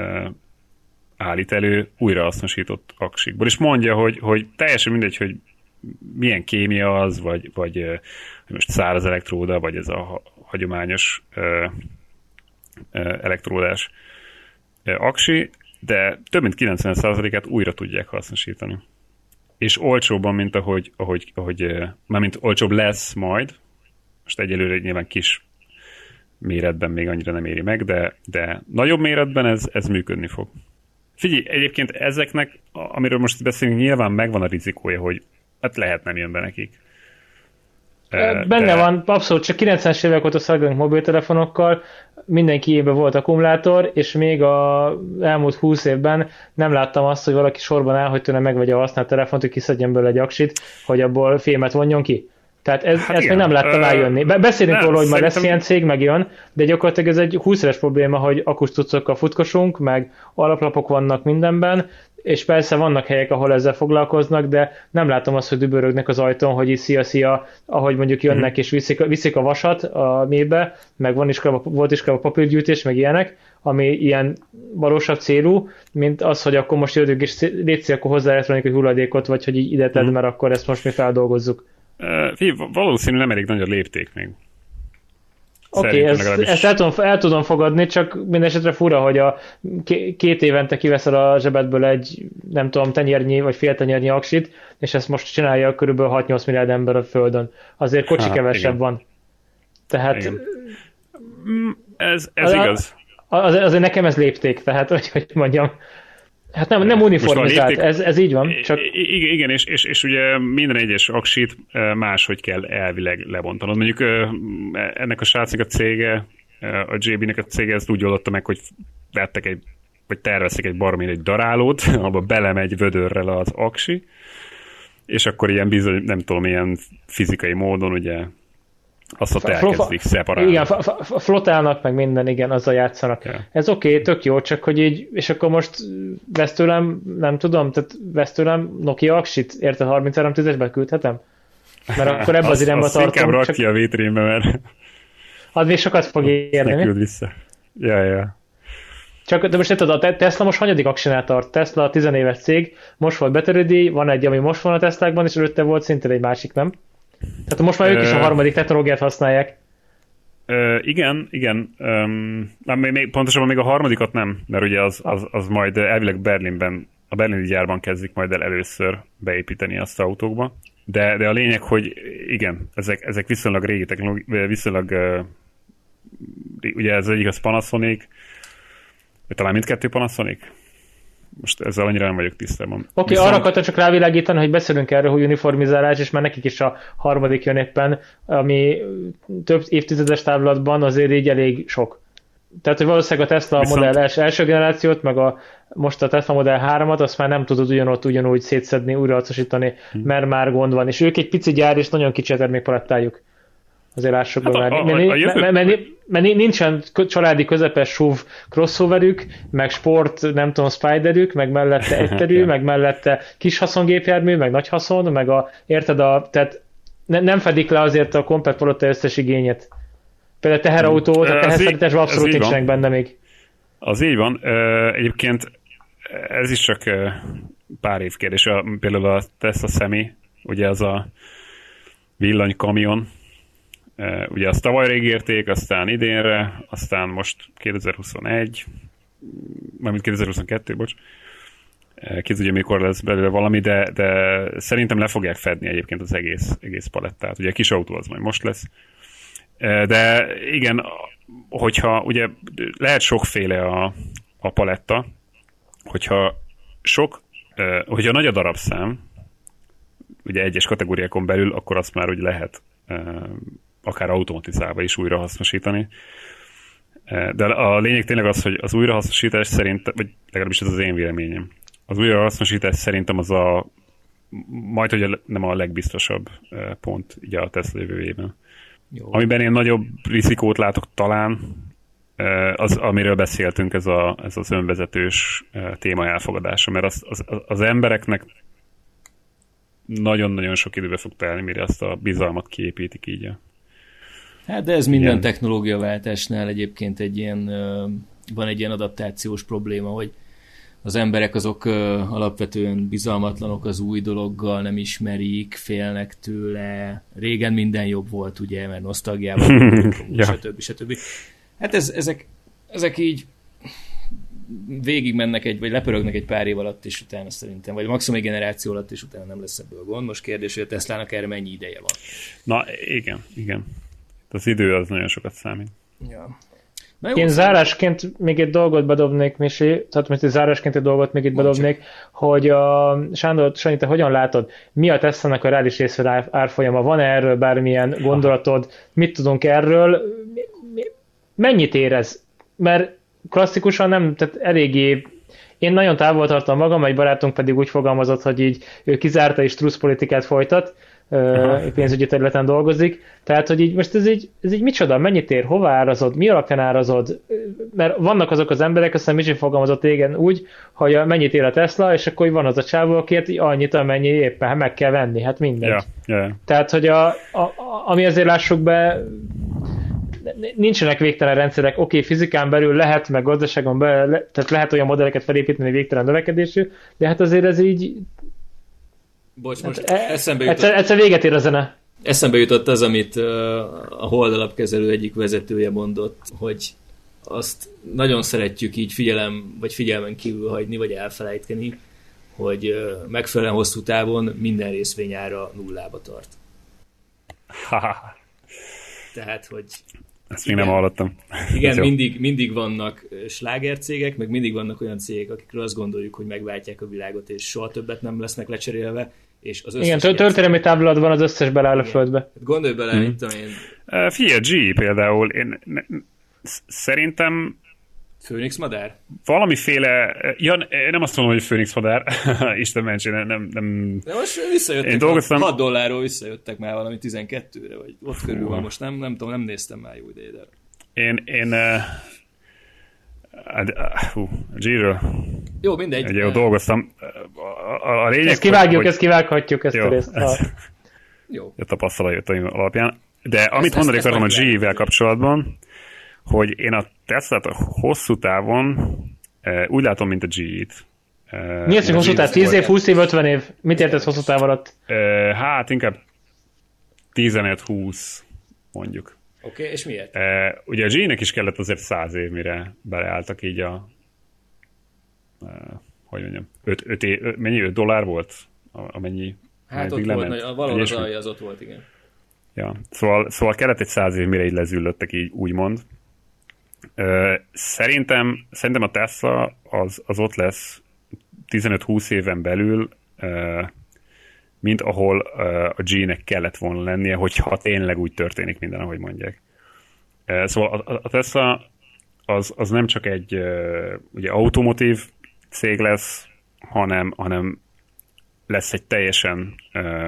Állít elő újrahasznosított aksikból. És mondja, hogy, hogy teljesen mindegy, hogy milyen kémia az, vagy, vagy hogy most száraz elektróda, vagy ez a hagyományos elektródás aksi, de több mint kilencven százalékát újra tudják hasznosítani. És olcsóbban, mint ahogy, ahogy, ahogy mármint olcsóbb lesz majd, most egyelőre nyilván kis méretben még annyira nem éri meg, de, de nagyobb méretben ez, ez működni fog. Figyelj, egyébként ezeknek, amiről most beszélünk, nyilván megvan a rizikója, hogy hát lehet nem jön be nekik. Benne de... van, abszolút, csak kilencvenes évek óta szolgálunk mobiltelefonokkal, mindenkiében volt akkumulátor, és még az elmúlt húsz évben nem láttam azt, hogy valaki sorban áll, hogy tőle megvegye a használt telefont, hogy kiszedjen belőle egy aksit, hogy abból fémet vonjon ki. Tehát ez, Hát ezt igen. még nem láttam Ö, eljönni. Beszélünk nem, róla, hogy már lesz szerintem- ilyen cég, meg jön, de gyakorlatilag ez egy húsz éves probléma, hogy akusztucokkal futkosunk, meg alaplapok vannak mindenben, és persze vannak helyek, ahol ezzel foglalkoznak, de nem látom azt, hogy dübörögnek az ajtón, hogy így szia-szia, ahogy mondjuk jönnek Mhm. és viszik, viszik a vasat a mélybe, meg van iskola, volt iskola papírgyűjtés, meg ilyenek, ami ilyen valósabb célú, mint az, hogy akkor most jöttünk és létszi akkor hozzá elektronikai hulladékot, vagy hogy így ide tedd, Mhm. mert akkor ezt most mi feldolgozzuk. Ö, figyelj, valószínűleg nem elég nagy a lépték még. Oké, okay, Szerintem ezt, legalábbis. ezt el, tudom, el tudom fogadni, csak minden esetre fura, hogy a ké- két évente kiveszel a zsebedből egy, nem tudom, tenyérnyi vagy fél tenyérnyi aksit, és ezt most csinálja körülbelül hat-nyolc milliárd ember a Földön. Azért kocsi Há, kevesebb igen. van. Tehát Igen. Mm, Ez, ez A- igaz. az, azért nekem ez lépték, tehát hogy, hogy mondjam. Hát nem, nem Most uniformizált, van lépték? ez, ez így van, csak I- I- igen, és, és, és ugye minden egyes aksit ö, máshogy kell elvileg lebontanod. Mondjuk ö, ennek a srácnak a cége, ö, a jé bé-nek a cége ezt úgy oldotta meg, hogy vettek egy, vagy terveztek egy barmin egy darálót, abba belemegy vödörrel az aksi, és akkor ilyen bizony, nem tudom, ilyen fizikai módon ugye azt ott Flo- elkezdik szeparálni. igen, fa- fa- flotálnak, meg minden, igen, azzal játszanak. Ja. Ez oké, okay, tök jó, csak hogy így, és akkor most vesz tőlem, nem tudom, tehát vesz tőlem Nokia aksit, érted, harminchárom tízesbe küldhetem? Mert akkor ebbe az Azt- irányba azt inkább tartom, rakd csak ki a vitrínbe, mert az még sokat fog ne érni. mi? küld vissza. Ja, ja. Csak, de most érted, a Te- Tesla most hanyadik aksinál tart? Tesla a tizenéves cég, most volt betörődíj, van egy, ami most van a Teslákban, és előtte volt szintén egy másik, nem? Tehát most már ők is a Ö, harmadik technológiát használják. Ö, igen, igen. Um, még, még, pontosabban még a harmadikat nem, mert ugye az, az, az majd elvileg Berlinben, a berlini gyárban kezdik majd el először beépíteni azt az autókba. De, de a lényeg, hogy igen, ezek, ezek viszonylag régi technológi, viszonylag uh, ugye ez egyik az Panasonic, vagy talán mindkettő Panasonic? Most ezzel annyira nem vagyok tisztában. Oké, okay, Viszont- arra akartam csak rávilágítani, hogy beszélünk erről, hogy uniformizálás, és már nekik is a harmadik jön éppen, ami több évtizedes távlatban azért így elég sok. Tehát, hogy valószínűleg a Tesla Viszont- Model S első generációt, meg a, most a Tesla Model hármat, azt már nem tudod ugyanott ugyanúgy szétszedni, újrahasznosítani, Hm. mert már gond van. És ők egy pici gyár, és nagyon kicsi a termékpalettájuk. Azért lássuk be, Hát a- mert, a- a mert, jövő- mert, mert, mert nincsen családi közepes S U V crossoverük, meg sport, nem tudom, spiderük, meg mellette egyterű, meg mellette kis haszongépjármű, meg nagy haszon, meg a, érted, a, tehát ne, nem fedik le azért a komplet palota összes igényet. Például a teherautó, a Ez így- teherszállításban ez abszolút így van. nincsenek benne még. Az így van. Ö, Egyébként ez is csak ö, pár év kérdés. A- Például a Tesla Semi, ugye az a villanykamion, Ö, ugye azt tavalyra ígérték, aztán idénre, aztán most kétezer-huszonegy, mármint kétezer-huszonkettő, bocs. Ö, Ki tudja, mikor lesz belőle valami, de, de szerintem le fogják fedni egyébként az egész, egész palettát. Ugye a kis autó az majd most lesz. Ö, De igen, hogyha ugye lehet sokféle a, a paletta, hogyha sok, ö, hogyha nagy a darabszám, ugye egyes kategóriákon belül, akkor azt már úgy lehet ö, akár automatizálva is újrahasznosítani. Ö, De a lényeg tényleg az, hogy az újrahasznosítás szerint, vagy legalábbis ez az én véleményem, az újrahasznosítás szerintem az a majd, hogy a, nem a legbiztosabb ö, pont ugye a Tesla jövőjében. Jó. Amiben én nagyobb rizikót látok talán, az, amiről beszéltünk, ez, a, ez az önvezetős téma elfogadása, mert az, az, az embereknek nagyon-nagyon sok időbe fog telni, mire azt a bizalmat kiépítik így. Hát de ez minden Igen. technológiaváltásnál egyébként egy ilyen, ö, van egy ilyen adaptációs probléma, hogy az emberek azok ö, alapvetően bizalmatlanok az új dologgal, nem ismerik, félnek tőle. Régen minden jobb volt, ugye, mert nosztalgiával, Ja. stb. stb. Hát ez, ezek, ezek így végig mennek egy, vagy lepörögnek egy pár év alatt, és utána szerintem, vagy maximum egy generáció alatt, és utána nem lesz ebből gond. Most kérdés, hogy a Teslának erre mennyi ideje van. Na, igen, igen. Az idő az nagyon sokat számít. Ja. Na jó, Én szóval- zárásként még egy dolgot bedobnék, Misi, tehát most egy zárásként egy dolgot még itt Mondj bedobnék, hogy a Sándor, Sanyi, te hogyan látod, mi a Tesla-nak a reális részvény árfolyama? Van-e erről bármilyen gondolatod? Mit tudunk erről? Mi- mi- Mennyit érez? Mert klasszikusan nem, tehát eléggé, én nagyon távol tartom magam, egy barátunk pedig úgy fogalmazott, hogy így ő kizárta és trusz politikát folytat, uh, pénzügyi területen dolgozik. Tehát, hogy így most ez így, ez így micsoda, mennyit ér, hova árazod, mi alapján árazod, mert vannak azok az emberek, aztán Micsi fogalmazott régen úgy, hogy mennyit ér a Tesla, és akkor van az a csávó, akért annyit, amennyi éppen meg kell venni, hát mindegy. Yeah, yeah. Tehát, hogy a, a, ami azért lássuk be, nincsenek végtelen rendszerek, oké, okay, fizikán belül lehet, meg gazdaságon belül, le, tehát lehet olyan modelleket felépíteni végtelen növekedésű, de hát azért ez így... Bocs, most hát, eszembe jutott... Egyszer, egyszer véget ér a zene. Eszembe jutott az, amit a Hold alapkezelő egyik vezetője mondott, hogy azt nagyon szeretjük így figyelem, vagy figyelmen kívül hagyni, vagy elfelejteni, hogy megfelelően hosszú távon minden részvényára nullába tart. Ha-ha. Tehát, hogy... Ezt még nem hallottam. Igen, mindig, mindig vannak slágercégek, meg mindig vannak olyan cégek, akikről azt gondoljuk, hogy megváltják a világot, és soha többet nem lesznek lecserélve, és az összes... Igen, történelmi táblatban az összes beláll a földbe. Gondolj bele, mm. itt én... Uh, Fiat G például, én ne, szerintem Főnix madár? Valamiféle, ja, nem azt mondom, hogy Főnix madár, Isten mentsen, nem, nem, nem... De most visszajöttek, én dolgoztam... hat dollárról visszajöttek már valami tizenkettőre, vagy ott körül van, most nem, nem tudom, nem néztem már jó ideje, de... Én, én uh, uh, G-ről... Jó, mindegy. Ugye, dolgoztam. A, a, a lényeg, ezt kivágjuk, hogy, ezt kivághatjuk, ezt jó, a részt. Ez, jó. A tapasztalataim alapján. De ezt, amit mondani akarom a G-vel kapcsolatban, hogy én a Teslát a hosszú távon uh, úgy látom, mint a G-t. Uh, Mi az, hogy hosszú táv? tíz év, húsz év, ötven év? Mit értesz hosszú táv alatt? Uh, hát inkább tizenöt-húsz mondjuk. Oké, okay, és miért? Uh, ugye a G-nek is kellett azért száz év, mire beleálltak így a uh, hogy mondjam, öt év, mennyi öt dollár volt? Amennyi hát ott lement. Volt, valahol az alja az ott volt, igen. Ja, szóval, szóval kellett egy száz év, mire így lezüllöttek, így úgymond. Uh, szerintem, szerintem a Tesla az, az ott lesz tizenöt-húsz éven belül, uh, mint ahol uh, a G-nek kellett volna lennie, hogyha tényleg úgy történik minden, ahogy mondják. Uh, szóval a, a Tesla az, az nem csak egy uh, ugye automotív cég lesz, hanem, hanem lesz egy teljesen uh,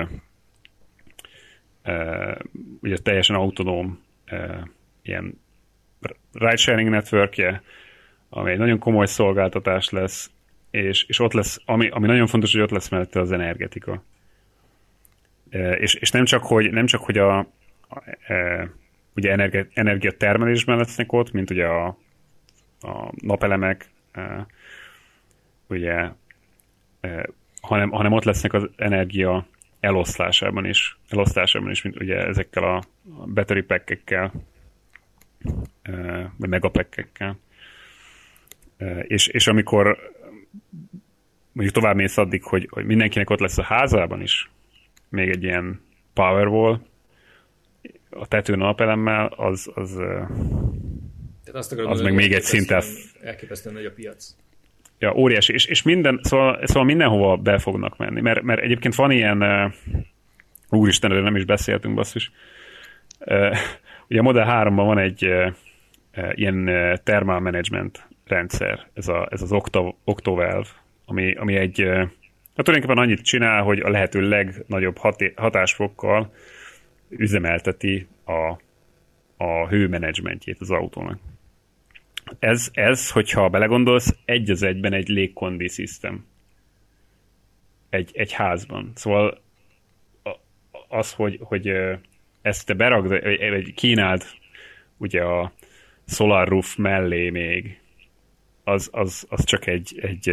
uh, ugye teljesen autonóm uh, ilyen ride-sharing networkje, ami egy nagyon komoly szolgáltatás lesz, és, és ott lesz, ami, ami nagyon fontos, hogy ott lesz mellette az energetika. Uh, és, és nem csak, hogy, nem csak, hogy a, a, a ugye energi, energiatermelésben lesznek ott, mint ugye a, a napelemek, uh, ugye, uh, hanem, hanem ott lesznek az energia eloszlásában is, elosztásában is, mint ugye ezekkel a battery pack-ekkel, uh, vagy megapack-ekkel. Uh, és, és amikor mondjuk tovább mész addig, hogy, hogy mindenkinek ott lesz a házában is még egy ilyen Powerwall a tetőn napelemmel, az, az, Tehát azt akarom, az meg még egy szinten elképesztően nagy a piac. Ja, óriási, és, és minden, szóval, szóval mindenhova be fognak menni, mert, mert egyébként van ilyen, uh, úristen, erről nem is beszéltünk, basszus, uh, ugye a Model háromban van egy uh, uh, ilyen uh, thermal management rendszer, ez, a, ez az Octo, Octovalve, ami, ami egy, uh, hát tulajdonképpen annyit csinál, hogy a lehető legnagyobb hat, hatásfokkal üzemelteti a, a hőmenedzsmentjét az autónak. Ez, ez, hogyha belegondolsz, egy az egyben egy légkondi system. Egy, egy házban. Szóval az, hogy, hogy ezt te beragd, vagy kínáld ugye a solar roof mellé még, az, az, az csak egy, egy,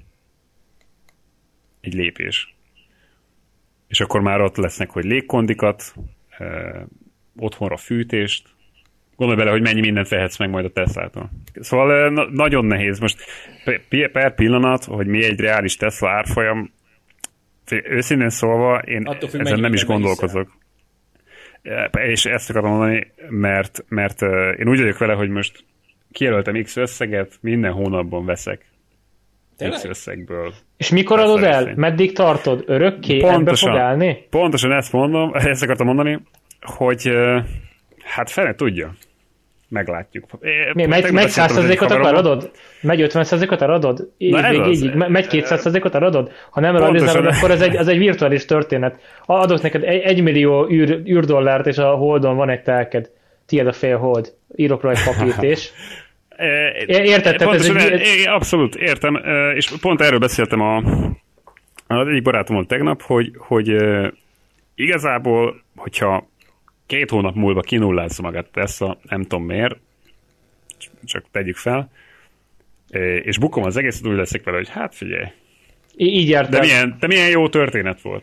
egy lépés. És akkor már ott lesznek, hogy légkondikat, otthonra fűtést, gondolj bele, hogy mennyi mindent vehetsz meg majd a Teslától. Szóval na- nagyon nehéz. Most per pillanat, hogy mi egy reális Tesla árfolyam, őszintén szólva, én függ, ezen nem is gondolkozok. És ezt akarom mondani, mert, mert én úgy vagyok vele, hogy most kijelöltem X összeget, minden hónapban veszek Tényleg? X összegből. És mikor adod el? Részén. Meddig tartod? Örökké? Pontosan, ebbe fog állni? Pontosan ezt mondom, ezt akartam mondani, hogy hát fele tudja. meglátjuk. Mi, megy, megy száz százalékot akar adod? Megy ötven százalékot adod? Így, megy kétszáz százalékot adod? Ha nem realizálod, akkor ez egy, ez egy virtuális történet. Adok neked egy, egy millió űr, űrdollárt, és a Holdon van egy telked. Tied a fél Hold. Írok rá egy papírt, és... Érted? Pontosan, ez egy... Abszolút, értem. És pont erről beszéltem a, az egyik barátomon tegnap, hogy, hogy igazából, hogyha két hónap múlva kinullázza magát Tesla, nem tudom miért, csak tegyük fel, és bukom az egészet, úgy leszek vele, hogy hát figyelj. Így jártál. De milyen, de milyen jó történet volt.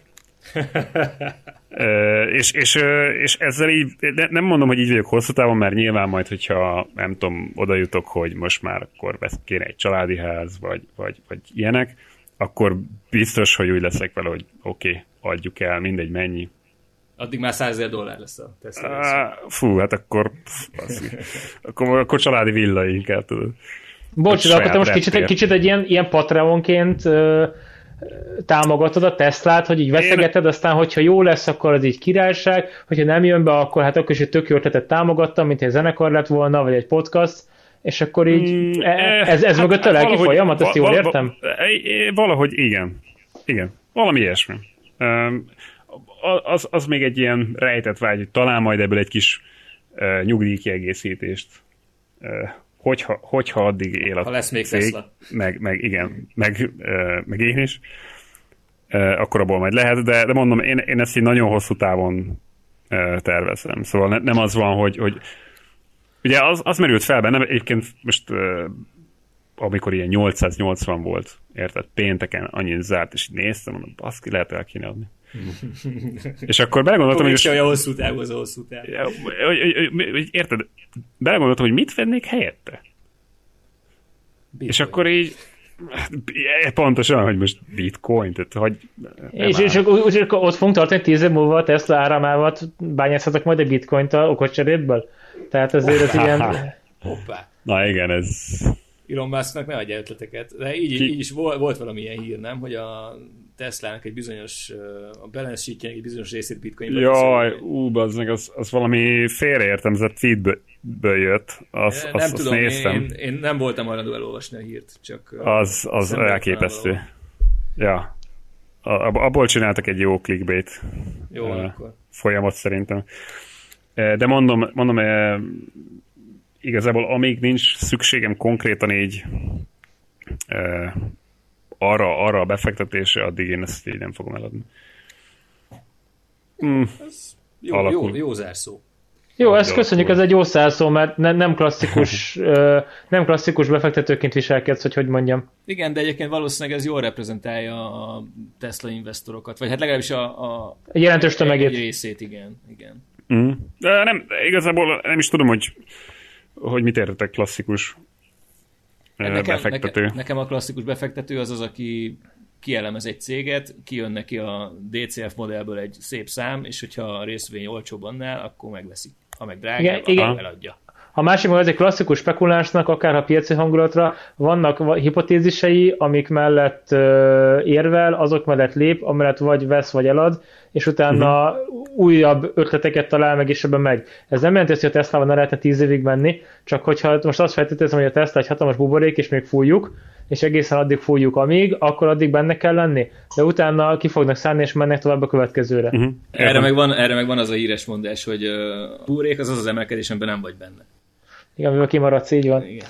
és, és, és ezzel így, nem mondom, hogy így vagyok hosszú távon, mert nyilván majd, hogyha nem tudom, oda jutok, hogy most már akkor kéne egy családi ház, vagy, vagy, vagy ilyenek, akkor biztos, hogy úgy leszek vele, hogy oké, okay, adjuk el, mindegy, mennyi. Addig már százezer dollár lesz a Tesla. Uh, fú, hát akkor, pff, akkor, akkor családi villa inkább, tudod. Bocs, de akkor te most kicsit, kicsit egy ilyen, ilyen Patreonként uh, támogatod a Teslát, hogy így veszegeted, Én... aztán hogyha jó lesz, akkor az így királyság, hogyha nem jön be, akkor hát akkor is egy tök jó ötletet támogattam, mint egy zenekar lett volna, vagy egy podcast, és akkor így mm, ez, ez hát, mögött a lelki folyamat, ezt jól értem? Valahogy igen. Igen, valami ilyesmi. Az, az még egy ilyen rejtett vágy, hogy talán majd ebből egy kis uh, nyugdíjkiegészítést, uh, hogyha, hogyha addig él a ha lesz még cég, Tesla. Meg, meg igen, meg, uh, meg én is, uh, akkor abból majd lehet, de, de mondom, én, én ezt így nagyon hosszú távon uh, tervezem. Szóval ne, nem az van, hogy, hogy ugye az, az merült fel bennem, egyébként most uh, amikor ilyen nyolcszáznyolcvan volt, érted, pénteken annyit zárt, és így néztem, mondom, baszki, lehet el kéne adni. És akkor belegondoltam, hogy... Most... hosszú táv, az hosszú táv. Érted? Belegondoltam, hogy mit vennék helyette? Bitcoin. És akkor így pontosan, hogy most bitcoin, tehát hogy... És, és, és, és ott fogunk tartani tíz év múlva a Tesla áramával bányászhatok majd egy bitcoint a okos cseréből? Tehát azért az ilyen... Hoppá. Na igen, ez... Elon Musknak ne adja ötleteket. De így, így is volt, volt valamilyen hír, nem? Hogy a Teslának egy bizonyos, a balance sheetjének egy bizonyos részét bitcoinban. Jaj, ú, bazdmeg, az, az valami félreértelmezett tweetből jött. Az, nem azt, tudom, azt néztem. Én, én nem voltam hajlandó elolvasni a hírt, csak... Az, az elképesztő. Ja. Abból csináltak egy jó clickbait jó, uh, akkor. folyamat szerintem. De mondom, mondom igazából amíg nincs szükségem konkrétan így uh, arra, arra a befektetésre, addig én ezt így nem fogom eladni. Mm. Jó, jó, jó zárszó. Jó, ezt köszönjük, ez egy jó zárszó, mert ne, nem klasszikus uh, nem klasszikus befektetőként viselkedsz, hogy hogy mondjam. Igen, de egyébként valószínűleg ez jól reprezentálja a Tesla investorokat, vagy hát legalábbis a, a egy jelentős tömegét. Egy részét, igen. igen. Mm. De nem, igazából nem is tudom, hogy hogy mit értetek klasszikus nekem, befektető. Nekem, nekem a klasszikus befektető az az, aki kielemez egy céget, kijön neki a dé cé ef modellből egy szép szám, és hogyha a részvény olcsóbb annál, akkor megveszik. Ha meg drágább, akkor eladja. A másik maga, ez egy klasszikus spekulánsnak, akár ha piaci hangulatra vannak hipotézisei, amik mellett uh, érvel, azok mellett lép, amellett vagy vesz, vagy elad, és utána uh-huh. újabb ötleteket talál meg, és ebben megy. Ez nem jelenti, hogy a Teslával ne lehetne tíz évig menni, csak hogyha most azt feltételezem, hogy a Tesla egy hatalmas buborék, és még fújjuk, és egészen addig fújjuk, amíg, akkor addig benne kell lenni, de utána ki fognak szállni, és mennek tovább a következőre. Uh-huh. Erre, meg van, erre meg van az a híres mondás, hogy uh, buborék az az az emelkedés, amiben nem vagy benne. Igen, mivel kimaradsz, így van. Igen.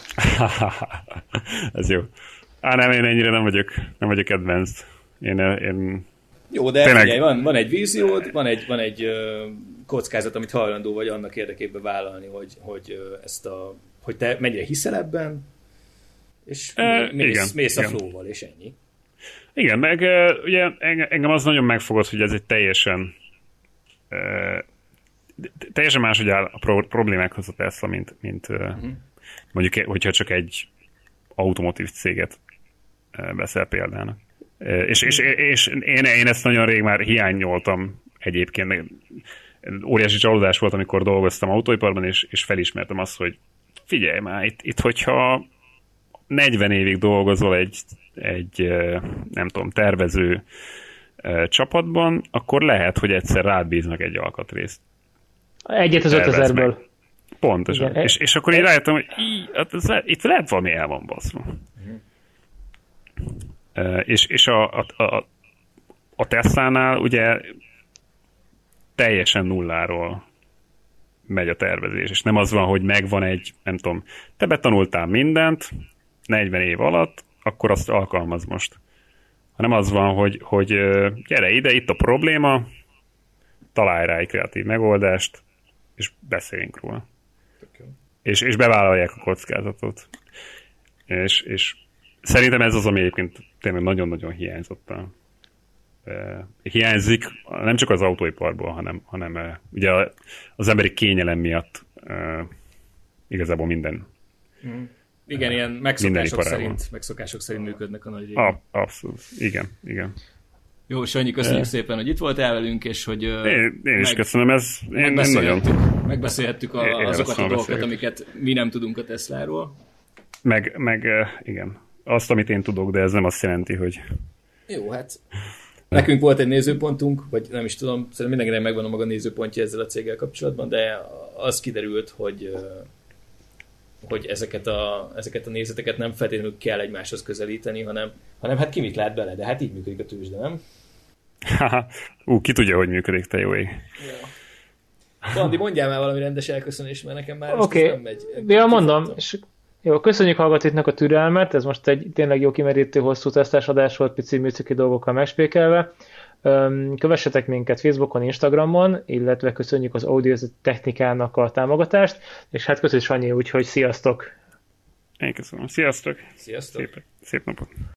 Ez jó. Á, nem, én ennyire nem vagyok, nem vagyok advanced. Én, én... Jó, de tényleg... figyelj, van, van egy víziód, van egy, van egy uh, kockázat, amit hajlandó vagy annak érdekében vállalni, hogy, hogy uh, ezt a, hogy te mennyire hiszel ebben, és uh, mész, igen, mész a igen. flow-val, és ennyi. Igen, meg uh, ugye engem az nagyon megfogott, hogy ez egy teljesen uh, teljesen máshogy áll a pro- problémákhoz a Tesla, mint, mint uh-huh. mondjuk, hogyha csak egy automotív céget veszel példának. És, és, és én, én ezt nagyon rég már hiányoltam egyébként. Óriási csalódás volt, amikor dolgoztam autóiparban, és, és felismertem azt, hogy figyelj már, itt, itt hogyha negyven évig dolgozol egy, egy nem tudom, tervező csapatban, akkor lehet, hogy egyszer rád bíznak egy alkatrészt. Egyet az ötezerből. Pontosan. És, és akkor én rájöttem, hogy í, hát ez le, itt lehet valami el van baszva. Uh-huh. Uh, és és a, a, a, a Teslánál ugye teljesen nulláról megy a tervezés, és nem az van, hogy megvan egy, nem tudom, te betanultál mindent negyven év alatt, akkor azt alkalmaz most. Hanem az van, hogy, hogy gyere ide, itt a probléma, találj rá egy kreatív megoldást, és beszéljünk róla. Okay. És, és bevállalják a kockázatot. És, és szerintem ez az, ami egyébként tényleg nagyon-nagyon hiányzott. Hiányzik nem csak az autóiparból, hanem, hanem ugye az emberi kényelem miatt igazából minden. Mm. Igen, ilyen megszokások szerint, megszokások szerint működnek a nagy régiók. Abszolút, igen, igen. Jó, Sanyi, köszönjük e... szépen, hogy itt voltál velünk, és hogy... Én, én is meg, köszönöm, ez én, megbeszélhettük, én nagyon... megbeszélhettük a, azokat a dolgokat, amiket mi nem tudunk a Tesláról. Meg, meg igen, azt, amit én tudok, de ez nem azt jelenti, hogy... Jó, hát nekünk volt egy nézőpontunk, vagy nem is tudom, szerintem mindenkinek megvan a maga nézőpontja ezzel a céggel kapcsolatban, de az kiderült, hogy... hogy ezeket a, ezeket a nézeteket nem feltétlenül kell egymáshoz közelíteni, hanem, hanem hát ki mit lát bele, de hát így működik a tőzsde, nem? Ú, ki tudja, hogy működik, te jó ég. Ja. Andi, mondjál már valami rendes elköszönés, mert nekem már okay. ez nem megy. Ja, mondom. És jó, köszönjük hallgatóknak a türelmet, ez most egy tényleg jó kimerítő, hosszú tesztás adás volt, pici műszaki dolgokkal megspékelve. Kövessetek minket Facebookon, Instagramon, illetve köszönjük az Audio technikának a támogatást, és hát köszönjük Sanyi, úgyhogy sziasztok! Én köszönöm. Sziasztok! Sziasztok! Szép, szép napot!